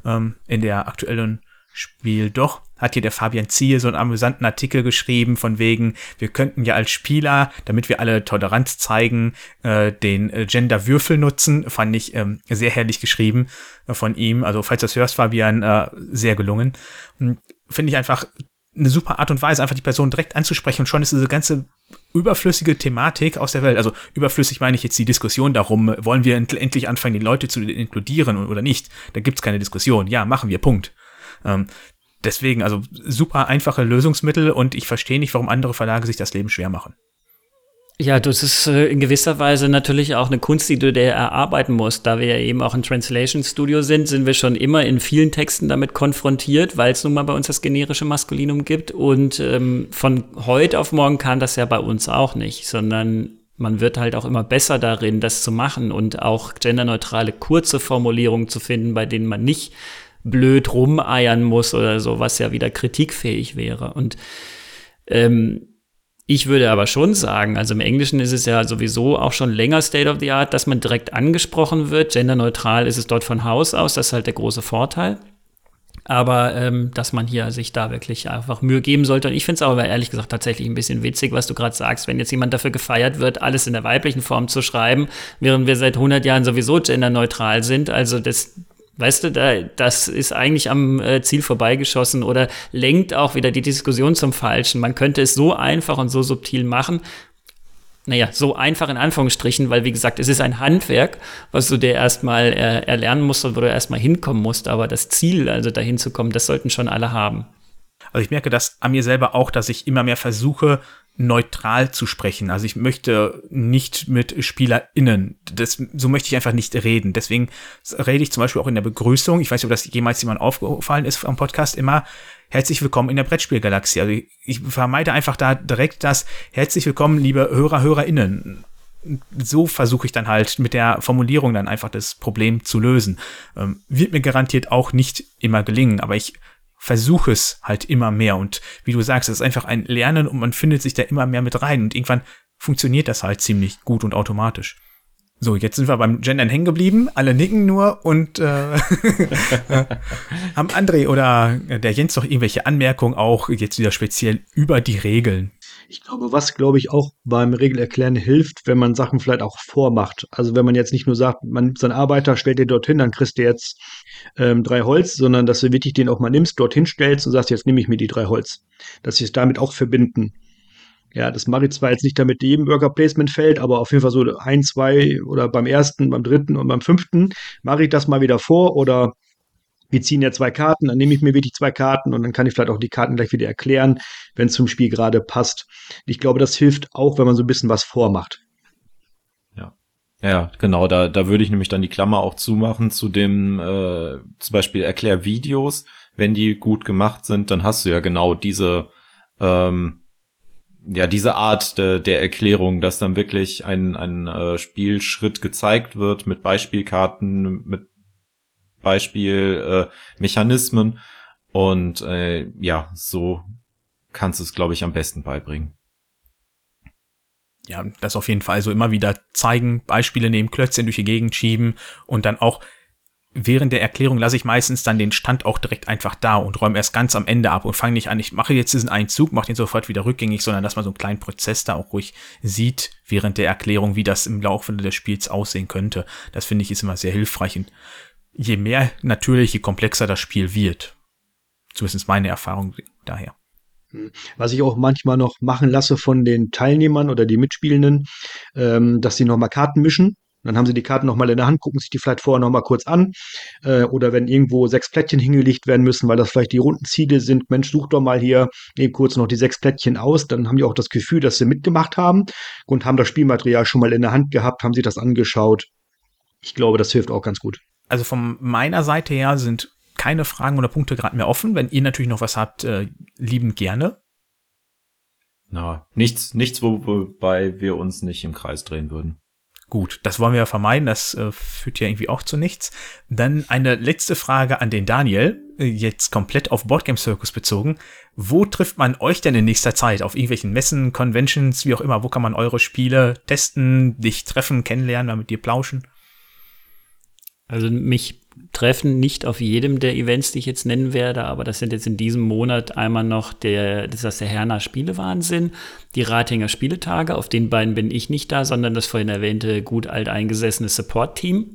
in der aktuellen Spiel. Doch hat hier der Fabian Ziehe so einen amüsanten Artikel geschrieben von wegen, wir könnten ja als Spieler, damit wir alle Toleranz zeigen, den Gender-Würfel nutzen. Fand ich sehr herrlich geschrieben von ihm. Also falls du das hörst, Fabian, sehr gelungen. Finde ich einfach eine super Art und Weise, einfach die Person direkt anzusprechen und schon ist diese ganze überflüssige Thematik aus der Welt. Also überflüssig meine ich jetzt die Diskussion darum, wollen wir endlich anfangen, die Leute zu inkludieren oder nicht. Da gibt's keine Diskussion. Ja, machen wir, Punkt. Deswegen, also super einfache Lösungsmittel und ich verstehe nicht, warum andere Verlage sich das Leben schwer machen. Ja, das ist in gewisser Weise natürlich auch eine Kunst, die du dir erarbeiten musst. Da wir ja eben auch ein Translation-Studio sind wir schon immer in vielen Texten damit konfrontiert, weil es nun mal bei uns das generische Maskulinum gibt. Und von heute auf morgen kann das ja bei uns auch nicht, sondern man wird halt auch immer besser darin, das zu machen und auch genderneutrale, kurze Formulierungen zu finden, bei denen man nicht blöd rumeiern muss oder so, was ja wieder kritikfähig wäre. Und ich würde aber schon sagen, also im Englischen ist es ja sowieso auch schon länger State of the Art, dass man direkt angesprochen wird. Genderneutral ist es dort von Haus aus, das ist halt der große Vorteil. Aber dass man hier sich da wirklich einfach Mühe geben sollte. Und ich finde es aber ehrlich gesagt tatsächlich ein bisschen witzig, was du gerade sagst, wenn jetzt jemand dafür gefeiert wird, alles in der weiblichen Form zu schreiben, während wir seit 100 Jahren sowieso genderneutral sind. Also weißt du, das ist eigentlich am Ziel vorbeigeschossen oder lenkt auch wieder die Diskussion zum Falschen. Man könnte es so einfach und so subtil machen. Naja, so einfach in Anführungsstrichen, weil wie gesagt, es ist ein Handwerk, was du dir erstmal erlernen musst und wo du erstmal hinkommen musst. Aber das Ziel, also dahin zu kommen, das sollten schon alle haben. Also ich merke das an mir selber auch, dass ich immer mehr versuche, neutral zu sprechen. Also ich möchte nicht mit SpielerInnen. So möchte ich einfach nicht reden. Deswegen rede ich zum Beispiel auch in der Begrüßung, ich weiß nicht, ob das jemals jemand aufgefallen ist am Podcast, immer herzlich willkommen in der Brettspielgalaxie. Also ich vermeide einfach da direkt das herzlich willkommen, liebe HörerInnen. so versuche ich dann halt mit der Formulierung dann einfach das Problem zu lösen. Wird mir garantiert auch nicht immer gelingen, aber ich versuche es halt immer mehr. Und wie du sagst, es ist einfach ein Lernen und man findet sich da immer mehr mit rein. Und irgendwann funktioniert das halt ziemlich gut und automatisch. So, jetzt sind wir beim Gendern hängen geblieben. Alle nicken nur und haben André oder der Jens noch irgendwelche Anmerkungen auch jetzt wieder speziell über die Regeln? Ich glaube, was, ich, auch beim Regelerklären hilft, wenn man Sachen vielleicht auch vormacht. Also wenn man jetzt nicht nur sagt, man nimmt seinen Arbeiter, stellt den dorthin, dann kriegst du jetzt 3 Holz, sondern dass du wirklich den auch mal nimmst, dorthin stellst und sagst, jetzt nehme ich mir die 3 Holz. Dass sie es damit auch verbinden. Ja, das mache ich zwar jetzt nicht, damit jedem Worker Placement fällt, aber auf jeden Fall so 1, 2 oder beim ersten, beim dritten und beim 5. mache ich das mal wieder vor oder wir ziehen ja 2 Karten, dann nehme ich mir wirklich 2 Karten und dann kann ich vielleicht auch die Karten gleich wieder erklären, wenn es zum Spiel gerade passt. Ich glaube, das hilft auch, wenn man so ein bisschen was vormacht. Ja, genau, da würde ich nämlich dann die Klammer auch zumachen zu dem zum Beispiel Erklärvideos. Wenn die gut gemacht sind, dann hast du ja genau diese diese Art der Erklärung, dass dann wirklich ein Spielschritt gezeigt wird mit Beispielkarten, mit Beispielmechanismen und so kannst du es, glaube ich, am besten beibringen. Ja, das auf jeden Fall so immer wieder zeigen, Beispiele nehmen, Klötzchen durch die Gegend schieben und dann auch während der Erklärung lasse ich meistens dann den Stand auch direkt einfach da und räume erst ganz am Ende ab und fange nicht an, ich mache jetzt diesen einen Zug, mache den sofort wieder rückgängig, sondern dass man so einen kleinen Prozess da auch ruhig sieht während der Erklärung, wie das im Laufe des Spiels aussehen könnte. Das finde ich ist immer sehr hilfreich und je mehr natürlich, je komplexer das Spiel wird. Zumindest meine Erfahrung daher. Was ich auch manchmal noch machen lasse von den Teilnehmern oder die Mitspielenden, dass sie nochmal Karten mischen. Dann haben sie die Karten nochmal in der Hand, gucken sich die vielleicht vorher nochmal kurz an. Oder wenn irgendwo 6 Plättchen hingelegt werden müssen, weil das vielleicht die Rundenziele sind, Mensch, such doch mal hier eben kurz noch die 6 Plättchen aus. Dann haben die auch das Gefühl, dass sie mitgemacht haben und haben das Spielmaterial schon mal in der Hand gehabt, haben sich das angeschaut. Ich glaube, das hilft auch ganz gut. Also von meiner Seite her sind keine Fragen oder Punkte gerade mehr offen. Wenn ihr natürlich noch was habt, liebend gerne. Na, nichts, wobei wir uns nicht im Kreis drehen würden. Gut, das wollen wir ja vermeiden, das führt ja irgendwie auch zu nichts. Dann eine letzte Frage an den Daniel, jetzt komplett auf Boardgame Circus bezogen. Wo trifft man euch denn in nächster Zeit? Auf irgendwelchen Messen, Conventions, wie auch immer? Wo kann man eure Spiele testen, dich treffen, kennenlernen, mal mit dir plauschen? Also mich treffen nicht auf jedem der Events, die ich jetzt nennen werde, aber das sind jetzt in diesem Monat einmal noch der Herner Spielewahnsinn, die Ratinger Spieletage, auf den beiden bin ich nicht da, sondern das vorhin erwähnte gut alteingesessene Support-Team.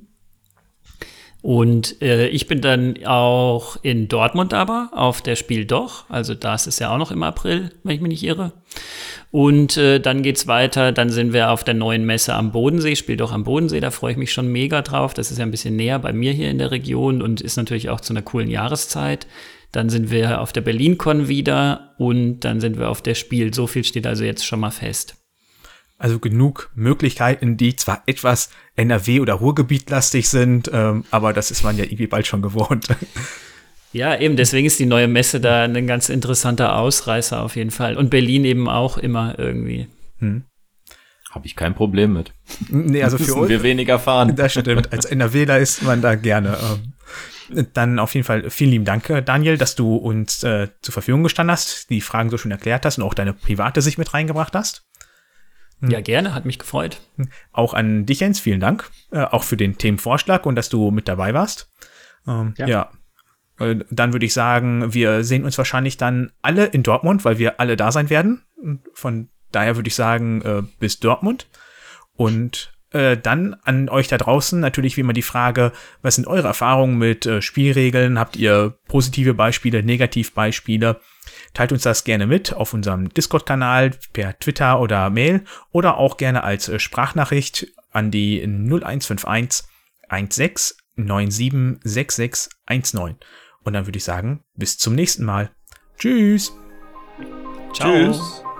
Und ich bin dann auch in Dortmund aber auf der Spiel doch, also das ist ja auch noch im April, wenn ich mich nicht irre. Und dann geht's weiter, dann sind wir auf der neuen Messe am Bodensee, Spiel doch am Bodensee, da freue ich mich schon mega drauf. Das ist ja ein bisschen näher bei mir hier in der Region und ist natürlich auch zu einer coolen Jahreszeit. Dann sind wir auf der BerlinCon wieder und dann sind wir auf der Spiel. So viel steht also jetzt schon mal fest. Also genug Möglichkeiten, die zwar etwas NRW- oder Ruhrgebietlastig sind, aber das ist man ja irgendwie bald schon gewohnt. Ja, eben, deswegen ist die neue Messe da ein ganz interessanter Ausreißer auf jeden Fall. Und Berlin eben auch immer irgendwie. Habe ich kein Problem mit. Nee, also für uns wir weniger fahren. Das stimmt, als NRWler ist man da gerne. Dann auf jeden Fall vielen lieben Dank, Daniel, dass du uns zur Verfügung gestanden hast, die Fragen so schön erklärt hast und auch deine private Sicht mit reingebracht hast. Ja, gerne, hat mich gefreut. Auch an dich, Jens, vielen Dank, auch für den Themenvorschlag und dass du mit dabei warst. Ja. Dann würde ich sagen, wir sehen uns wahrscheinlich dann alle in Dortmund, weil wir alle da sein werden. Von daher würde ich sagen, bis Dortmund. Und dann an euch da draußen natürlich wie immer die Frage, was sind eure Erfahrungen mit Spielregeln? Habt ihr positive Beispiele, Negativbeispiele? Teilt uns das gerne mit auf unserem Discord-Kanal, per Twitter oder Mail oder auch gerne als Sprachnachricht an die 0151 16 97 66 19. Und dann würde ich sagen, bis zum nächsten Mal. Tschüss. Ciao. Tschüss.